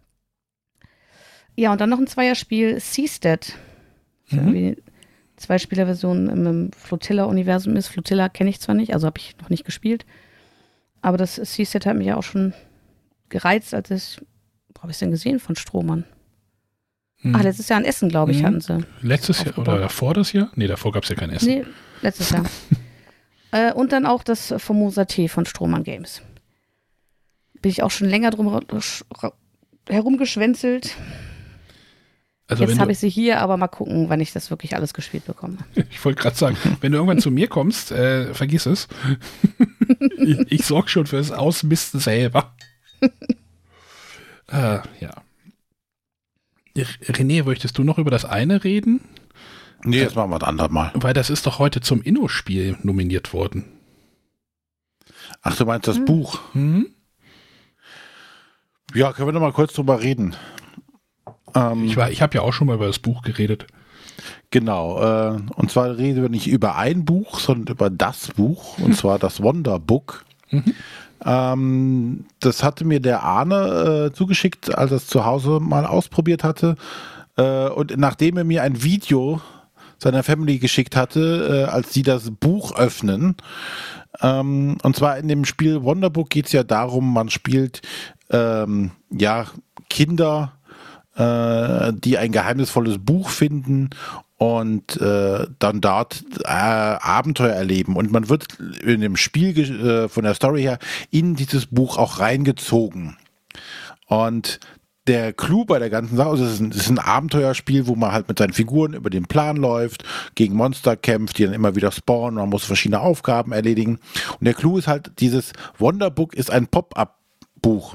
Ja, und dann noch ein Zweierspiel, Seastead. Das mhm. irgendwie zwei Spielerversion im Flotilla-Universum ist. Flotilla kenne ich zwar nicht, also habe ich noch nicht gespielt. Aber das Seastead hat mich ja auch schon gereizt, als ich, wo habe ich es denn gesehen von Strohmann? Mhm. Ach, letztes Jahr in Essen, glaube ich, mhm. hatten sie. Letztes Jahr oder davor das Jahr? Nee, davor gab es ja kein Essen. Nee, letztes Jahr. äh, und dann auch das Formosa T von Strohmann Games. Bin ich auch schon länger drum herumgeschwänzelt. Also jetzt habe ich sie hier, aber mal gucken, wann ich das wirklich alles gespielt bekomme. Ich wollte gerade sagen, wenn du irgendwann zu mir kommst, äh, vergiss es. ich ich sorge schon fürs Ausmisten selber. äh, ja. René, möchtest du noch über das eine reden? Nee, das machen wir ein andermal. Weil das ist doch heute zum Inno-Spiel nominiert worden. Ach, du meinst das hm. Buch? Mhm. Ja, können wir noch mal kurz drüber reden. Ähm, ich war, ich habe ja auch schon mal über das Buch geredet. Genau, äh, und zwar reden wir nicht über ein Buch, sondern über das Buch, und zwar das Wonder Book. Mhm. Ähm, das hatte mir der Arne äh, zugeschickt, als er es zu Hause mal ausprobiert hatte. Äh, und nachdem er mir ein Video seiner Family geschickt hatte, äh, als sie das Buch öffnen. Ähm, und zwar in dem Spiel Wonder Book geht es ja darum, man spielt ähm, ja Kinder, die ein geheimnisvolles Buch finden und äh, dann dort äh, Abenteuer erleben. Und man wird in dem Spiel äh, von der Story her in dieses Buch auch reingezogen. Und der Clou bei der ganzen Sache, also es ist, ein, es ist ein Abenteuerspiel, wo man halt mit seinen Figuren über den Plan läuft, gegen Monster kämpft, die dann immer wieder spawnen, man muss verschiedene Aufgaben erledigen. Und der Clou ist halt, dieses Wonderbook ist ein Pop-up-Buch.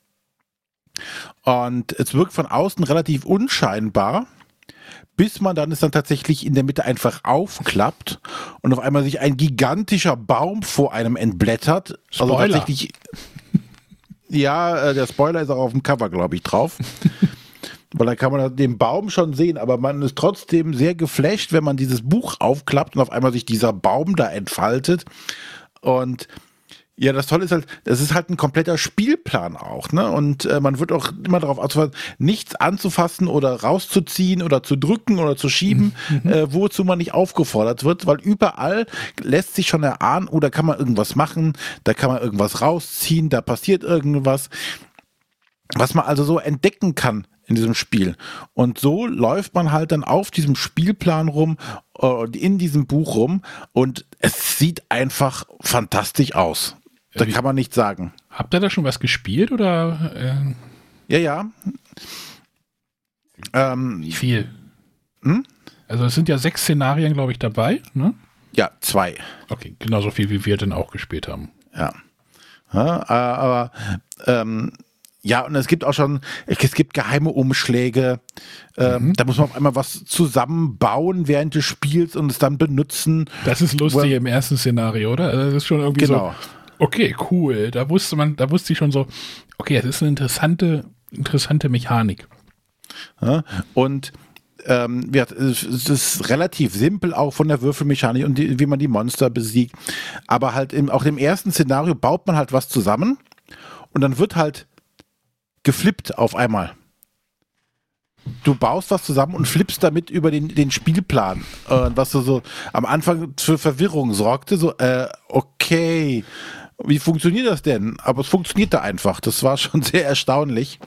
Und es wirkt von außen relativ unscheinbar, bis man dann es dann tatsächlich in der Mitte einfach aufklappt und auf einmal sich ein gigantischer Baum vor einem entblättert. Spoiler. Also tatsächlich, ja, der Spoiler ist auch auf dem Cover, glaube ich, drauf. Weil da kann man den Baum schon sehen, aber man ist trotzdem sehr geflasht, wenn man dieses Buch aufklappt und auf einmal sich dieser Baum da entfaltet. Und ja, das Tolle ist halt, das ist halt ein kompletter Spielplan auch, ne? Und äh, man wird auch immer darauf ausgefahren, nichts anzufassen oder rauszuziehen oder zu drücken oder zu schieben, mhm. äh, wozu man nicht aufgefordert wird, weil überall lässt sich schon erahnen, oh, da kann man irgendwas machen, da kann man irgendwas rausziehen, da passiert irgendwas, was man also so entdecken kann in diesem Spiel. Und so läuft man halt dann auf diesem Spielplan rum, äh, in diesem Buch rum und es sieht einfach fantastisch aus. Da kann man nichts sagen. Habt ihr da schon was gespielt oder? Äh? Ja, ja. Ähm, Wie viel? Hm? Also es sind ja sechs Szenarien, glaube ich, dabei, ne? Ja, zwei. Okay, genauso viel, wie wir denn auch gespielt haben. Ja. ja aber ähm, ja, und es gibt auch schon, es gibt geheime Umschläge. Ähm, mhm. Da muss man auf einmal was zusammenbauen während des Spiels und es dann benutzen. Das ist lustig im ersten Szenario, oder? Also das ist schon irgendwie genau. so. Okay, cool. Da wusste man, da wusste ich schon so, okay, es ist eine interessante, interessante Mechanik. Ja, und ähm, ja, es ist relativ simpel auch von der Würfelmechanik und die, wie man die Monster besiegt. Aber halt im, auch im ersten Szenario baut man halt was zusammen und dann wird halt geflippt auf einmal. Du baust was zusammen und flippst damit über den, den Spielplan. Äh, was so, so am Anfang für Verwirrung sorgte. So, äh, okay, wie funktioniert das denn? Aber es funktionierte einfach. Das war schon sehr erstaunlich.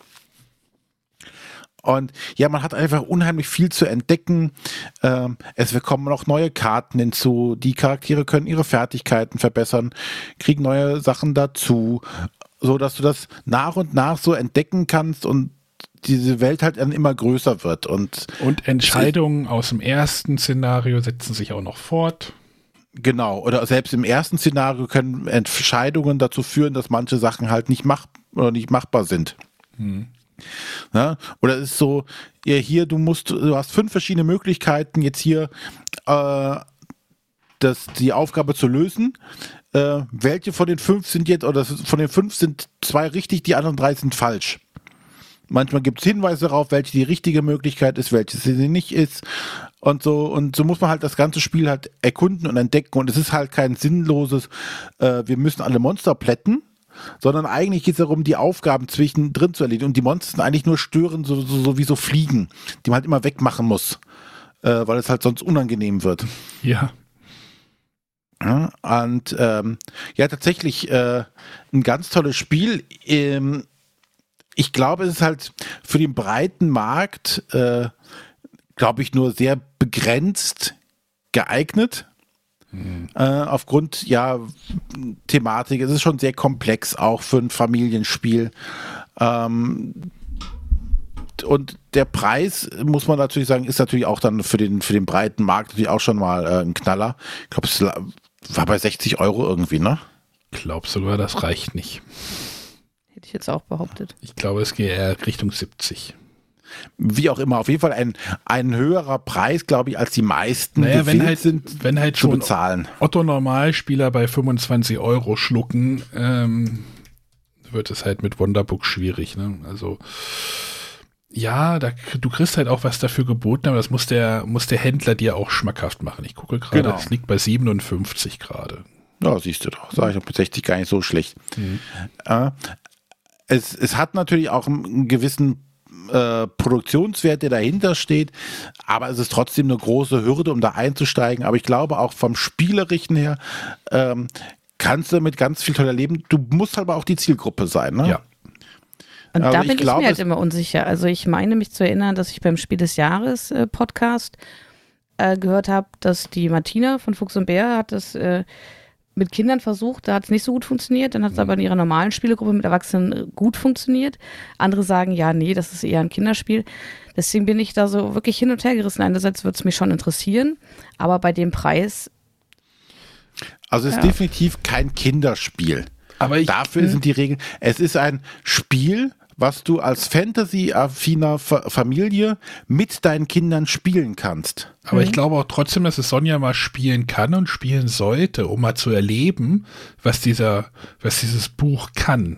Und ja, man hat einfach unheimlich viel zu entdecken. Ähm, es kommen noch neue Karten hinzu. Die Charaktere können ihre Fertigkeiten verbessern, kriegen neue Sachen dazu, so dass du das nach und nach so entdecken kannst und diese Welt halt dann immer größer wird. Und, und Entscheidungen aus dem ersten Szenario setzen sich auch noch fort. Genau, oder selbst im ersten Szenario können Entscheidungen dazu führen, dass manche Sachen halt nicht, mach, oder nicht machbar sind. Hm. Ja, oder es ist so, ja, hier, du musst, du hast fünf verschiedene Möglichkeiten, jetzt hier äh, das, die Aufgabe zu lösen. Äh, welche von den fünf sind jetzt, oder von den fünf sind zwei richtig, die anderen drei sind falsch. Manchmal gibt es Hinweise darauf, welche die richtige Möglichkeit ist, welche sie nicht ist und so. Und so muss man halt das ganze Spiel halt erkunden und entdecken. Und es ist halt kein sinnloses, äh, wir müssen alle Monster plätten, sondern eigentlich geht es darum, die Aufgaben zwischendrin zu erledigen. Und die Monster sind eigentlich nur stören, so, so, so wie so Fliegen, die man halt immer wegmachen muss, äh, weil es halt sonst unangenehm wird. Ja. Ja, und ähm, ja, tatsächlich äh, ein ganz tolles Spiel. Ähm, ich glaube, es ist halt für den breiten Markt, äh, glaube ich, nur sehr begrenzt geeignet. Mhm. Äh, aufgrund, ja, Thematik. Es ist schon sehr komplex, auch für ein Familienspiel. Ähm, und der Preis, muss man natürlich sagen, ist natürlich auch dann für den, für den breiten Markt natürlich auch schon mal äh, ein Knaller. Ich glaube, es war bei sechzig Euro irgendwie, ne? Ich glaube sogar, das reicht nicht. Hätte ich jetzt auch behauptet. Ich glaube, es geht eher Richtung siebzig. Wie auch immer, auf jeden Fall ein, ein höherer Preis, glaube ich, als die meisten naja, wenn halt, sind, wenn halt zu schon bezahlen. Otto-Normalspieler bei fünfundzwanzig Euro schlucken, ähm, wird es halt mit Wonderbook schwierig. Ne? Also ja, da, du kriegst halt auch was dafür geboten, aber das muss der, muss der Händler dir auch schmackhaft machen. Ich gucke gerade, Genau. Es liegt bei siebenundfünfzig gerade. Ja, siehst du doch. Sag ich, mit sechzig gar nicht so schlecht. Mhm. Äh, es, es hat natürlich auch einen gewissen äh, Produktionswert, der dahinter steht, aber es ist trotzdem eine große Hürde, um da einzusteigen. Aber ich glaube auch vom Spielerischen her ähm, kannst du damit ganz viel toll erleben. Du musst aber auch die Zielgruppe sein, ne? Ja. Und also da bin ich, glaub, ich mir halt immer unsicher. Also ich meine mich zu erinnern, dass ich beim Spiel des Jahres äh, Podcast äh, gehört habe, dass die Martina von Fuchs und Bär hat das äh, mit Kindern versucht, da hat es nicht so gut funktioniert. Dann hat es mhm. aber in ihrer normalen Spielegruppe mit Erwachsenen gut funktioniert. Andere sagen, ja, nee, das ist eher ein Kinderspiel. Deswegen bin ich da so wirklich hin und her gerissen. Einerseits würde es mich schon interessieren, aber bei dem Preis. Also es ist ja. definitiv kein Kinderspiel. Aber ich, Dafür sind die Regeln. Es ist ein Spiel, was du als Fantasy-affiner Fa- Familie mit deinen Kindern spielen kannst. Aber mhm. ich glaube auch trotzdem, dass es Sonja mal spielen kann und spielen sollte, um mal zu erleben, was dieser, was dieses Buch kann.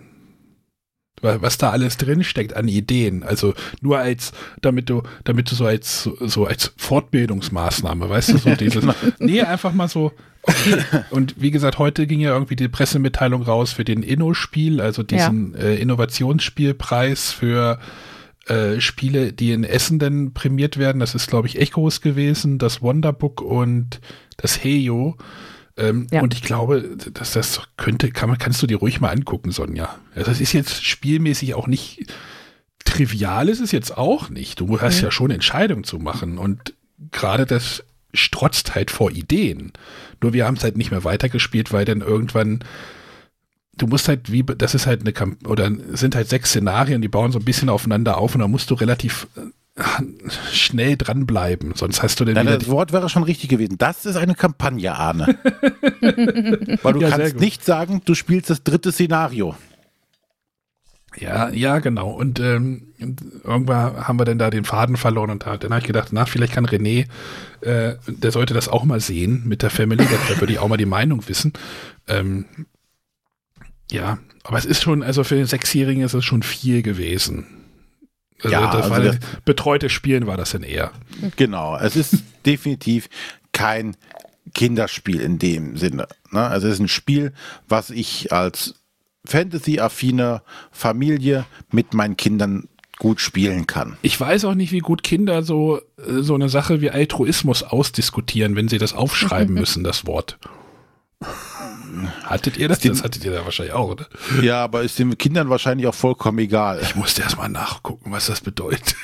Was da alles drinsteckt an Ideen. Also nur als, damit du, damit du so als, so als Fortbildungsmaßnahme, weißt du, so dieses, nee, einfach mal so, okay. Und wie gesagt, heute ging ja irgendwie die Pressemitteilung raus für den Inno-Spiel, also diesen ja. äh, Innovationsspielpreis für äh, Spiele, die in Essen dann prämiert werden. Das ist, glaube ich, Echos gewesen, das Wonderbook und das Heyo. Ähm, ja. Und ich glaube, dass das könnte, kann man, kannst du dir ruhig mal angucken, Sonja. Also das ist jetzt spielmäßig auch nicht trivial, ist es jetzt auch nicht. Du hast mhm. ja schon Entscheidungen zu machen und gerade das strotzt halt vor Ideen. Nur wir haben es halt nicht mehr weitergespielt, weil dann irgendwann du musst halt, wie, das ist halt eine Kamp- oder sind halt sechs Szenarien, die bauen so ein bisschen aufeinander auf und da musst du relativ schnell dranbleiben, sonst hast du denn Nein, wieder das Wort wäre schon richtig gewesen. Das ist eine Kampagne, Arne. Weil du ja, kannst nicht sagen, du spielst das dritte Szenario. Ja, ja, genau. Und ähm, irgendwann haben wir dann da den Faden verloren und da, dann habe ich gedacht, na, vielleicht kann René, äh, der sollte das auch mal sehen mit der Family, da würde ich auch mal die Meinung wissen. Ähm, Ja, aber es ist schon, also für den Sechsjährigen ist es schon viel gewesen. Also Ja, das also war das- betreutes Spielen war das denn eher. Genau, es ist definitiv kein Kinderspiel in dem Sinne. Ne? Also es ist ein Spiel, was ich als Fantasy-affine Familie mit meinen Kindern gut spielen kann. Ich weiß auch nicht, wie gut Kinder so, äh, so eine Sache wie Altruismus ausdiskutieren, wenn sie das aufschreiben müssen, das Wort. Hattet ihr das? Das hattet ihr da wahrscheinlich auch, oder? Ja, aber ist den Kindern wahrscheinlich auch vollkommen egal. Ich musste erst mal nachgucken, was das bedeutet.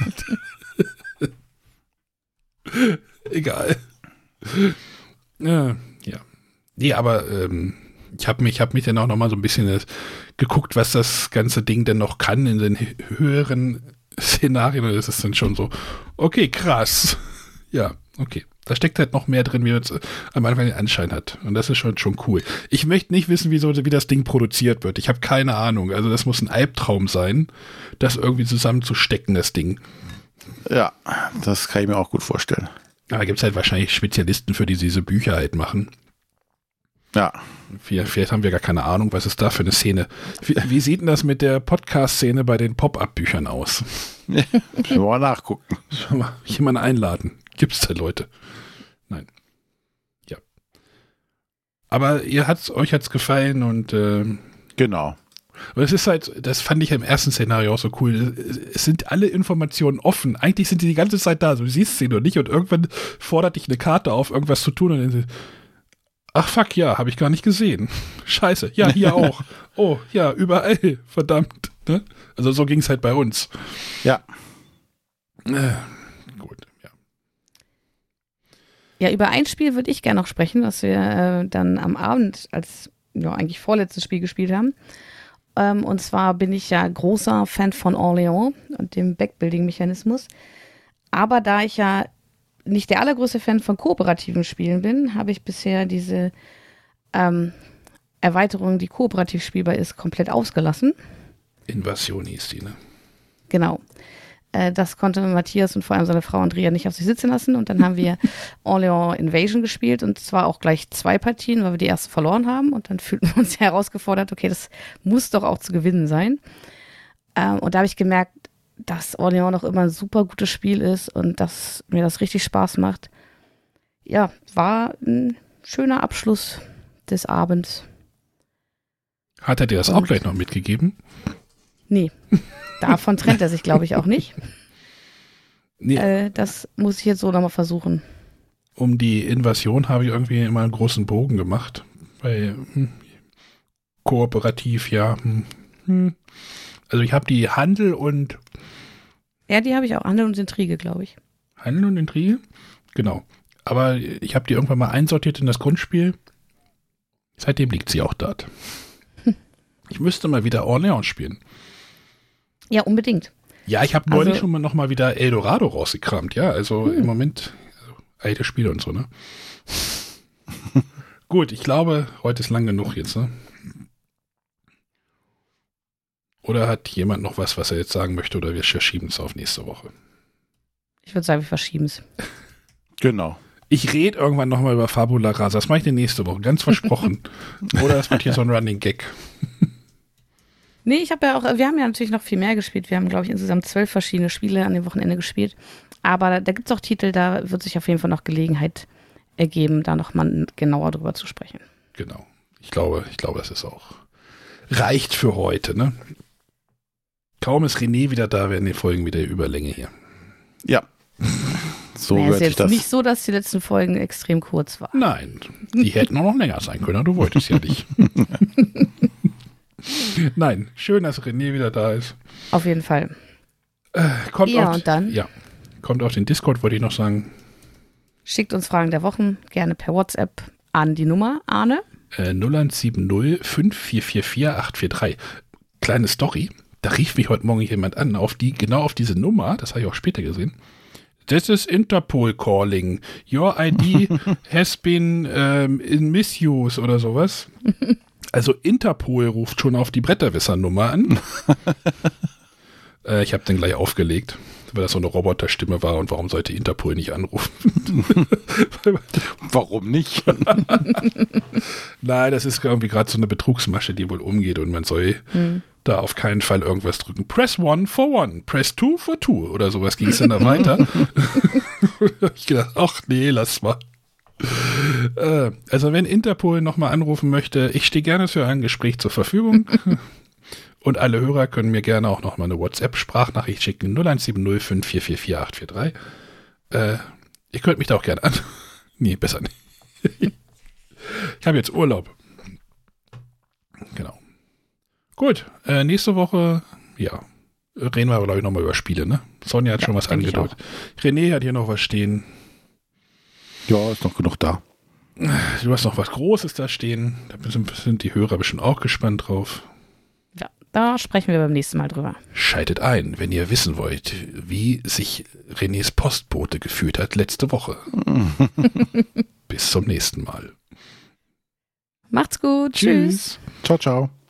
Egal. Ja, ja. Nee, aber ähm, ich habe mich, hab mich dann auch noch mal so ein bisschen äh, geguckt, was das ganze Ding denn noch kann in den hö- höheren Szenarien. Und das ist dann schon so, okay, krass. Ja, okay. Da steckt halt noch mehr drin, wie es am Anfang den Anschein hat. Und das ist schon, schon cool. Ich möchte nicht wissen, wie, so, wie das Ding produziert wird. Ich habe keine Ahnung. Also das muss ein Albtraum sein, das irgendwie zusammenzustecken, das Ding. Ja, das kann ich mir auch gut vorstellen. Da gibt es halt wahrscheinlich Spezialisten für, die diese Bücher halt machen. Ja. Vielleicht, vielleicht haben wir gar keine Ahnung, was ist da für eine Szene. Wie, wie sieht denn das mit der Podcast-Szene bei den Pop-Up-Büchern aus? Müssen wir mal nachgucken. Schon mal jemanden einladen. Gibt es da Leute? Nein. Ja. Aber ihr hat's, euch hat's gefallen und ähm, Genau. und es ist halt, das fand ich im ersten Szenario auch so cool. Es sind alle Informationen offen. Eigentlich sind die die ganze Zeit da. So, du siehst sie nur nicht und irgendwann fordert dich eine Karte auf, irgendwas zu tun und dann ach fuck, ja, habe ich gar nicht gesehen. Scheiße, ja, hier auch. Oh, ja, überall, verdammt. Ne? Also so ging es halt bei uns. Ja. Äh, gut, ja. Ja, über ein Spiel würde ich gerne noch sprechen, was wir äh, dann am Abend als ja, eigentlich vorletztes Spiel gespielt haben. Ähm, und zwar bin ich ja großer Fan von Orléans und dem Backbuilding-Mechanismus. Aber da ich ja nicht der allergrößte Fan von kooperativen Spielen bin, habe ich bisher diese ähm, Erweiterung, die kooperativ spielbar ist, komplett ausgelassen. Invasion hieß die, ne? Genau. Äh, das konnte Matthias und vor allem seine Frau Andrea nicht auf sich sitzen lassen. Und dann haben wir Orléans Invasion gespielt und zwar auch gleich zwei Partien, weil wir die erste verloren haben. Und dann fühlten wir uns herausgefordert, okay, das muss doch auch zu gewinnen sein. Ähm, und da habe ich gemerkt, dass Orléans noch immer ein super gutes Spiel ist und dass mir das richtig Spaß macht. Ja, war ein schöner Abschluss des Abends. Hat er dir das Und- auch gleich noch mitgegeben? Nee, davon trennt er sich, glaube ich, auch nicht. Nee, Äh, das muss ich jetzt so nochmal versuchen. um die Invasion habe ich irgendwie immer einen großen Bogen gemacht. Bei hm, kooperativ, ja. Hm, hm. Also ich habe die Handel und Ja, die habe ich auch. Handel und Intrige, glaube ich. Handel und Intrige? Genau. Aber ich habe die irgendwann mal einsortiert in das Grundspiel. Seitdem liegt sie auch dort. Ich müsste mal wieder Orléans spielen. Ja, unbedingt. Ja, ich habe neulich Also- schon mal noch mal wieder Eldorado rausgekramt. Ja, also im Moment also, alte Spiele und so, ne? Gut, ich glaube, heute ist lang genug jetzt, ne? Oder hat jemand noch was, was er jetzt sagen möchte, oder wir verschieben es auf nächste Woche? Ich würde sagen, wir verschieben es. Genau. Ich rede irgendwann nochmal über Fabula Rasa. Das mache ich dir nächste Woche, ganz versprochen. Oder es wird hier so ein Running Gag. Nee, ich habe ja auch, wir haben ja natürlich noch viel mehr gespielt. Wir haben, glaube ich, insgesamt zwölf verschiedene Spiele an dem Wochenende gespielt. Aber da, da gibt es auch Titel, da wird sich auf jeden Fall noch Gelegenheit ergeben, da nochmal genauer drüber zu sprechen. Genau. Ich glaube, ich glaube, das ist auch reicht für heute, ne? Kaum ist René wieder da, werden die Folgen wieder Überlänge hier. Ja. So naja, hört ist sich jetzt das. nicht so, dass die letzten Folgen extrem kurz waren. Nein, die hätten auch noch länger sein können, aber du wolltest ja nicht. Nein, schön, dass René wieder da ist. Auf jeden Fall. Äh, kommt Ja, auf, und dann? Ja, kommt auf den Discord, wollte ich noch sagen. Schickt uns Fragen der Wochen gerne per WhatsApp an die Nummer, Arne. Äh, null eins sieben null fünf vier vier vier acht vier drei. Kleine Story, da rief mich heute Morgen jemand an, auf die, genau auf diese Nummer, das habe ich auch später gesehen. This is Interpol calling. Your I D has been um, in misuse oder sowas. Also Interpol ruft schon auf die Bretterwisser-Nummer an. äh, ich habe den gleich aufgelegt. weil das so eine Roboterstimme war und warum sollte Interpol nicht anrufen? Warum nicht? Nein, das ist irgendwie gerade so eine Betrugsmasche, die wohl umgeht und man soll hm. da auf keinen Fall irgendwas drücken. Press one for one, press two for two oder sowas ging es dann da weiter. Ich gedacht, ach nee, lass mal. Äh, also wenn Interpol nochmal anrufen möchte, ich stehe gerne für ein Gespräch zur Verfügung. Und alle Hörer können mir gerne auch nochmal eine WhatsApp-Sprachnachricht schicken. null eins sieben null fünf vier vier vier acht vier drei. Äh, ihr könnt mich da auch gerne an. Nee, besser nicht. Ich habe jetzt Urlaub. Genau. Gut, äh, nächste Woche, ja, reden wir aber, glaube ich, nochmal über Spiele, ne? Sonja hat ja, schon was angedeutet. René hat hier noch was stehen. Ja, ist noch genug da. Du hast noch was Großes da stehen. Da sind die Hörer bestimmt auch gespannt drauf. Ja, da sprechen wir beim nächsten Mal drüber. Schaltet ein, wenn ihr wissen wollt, wie sich Renés Postbote gefühlt hat letzte Woche. Bis zum nächsten Mal. Macht's gut. Tschüss. Ciao, ciao.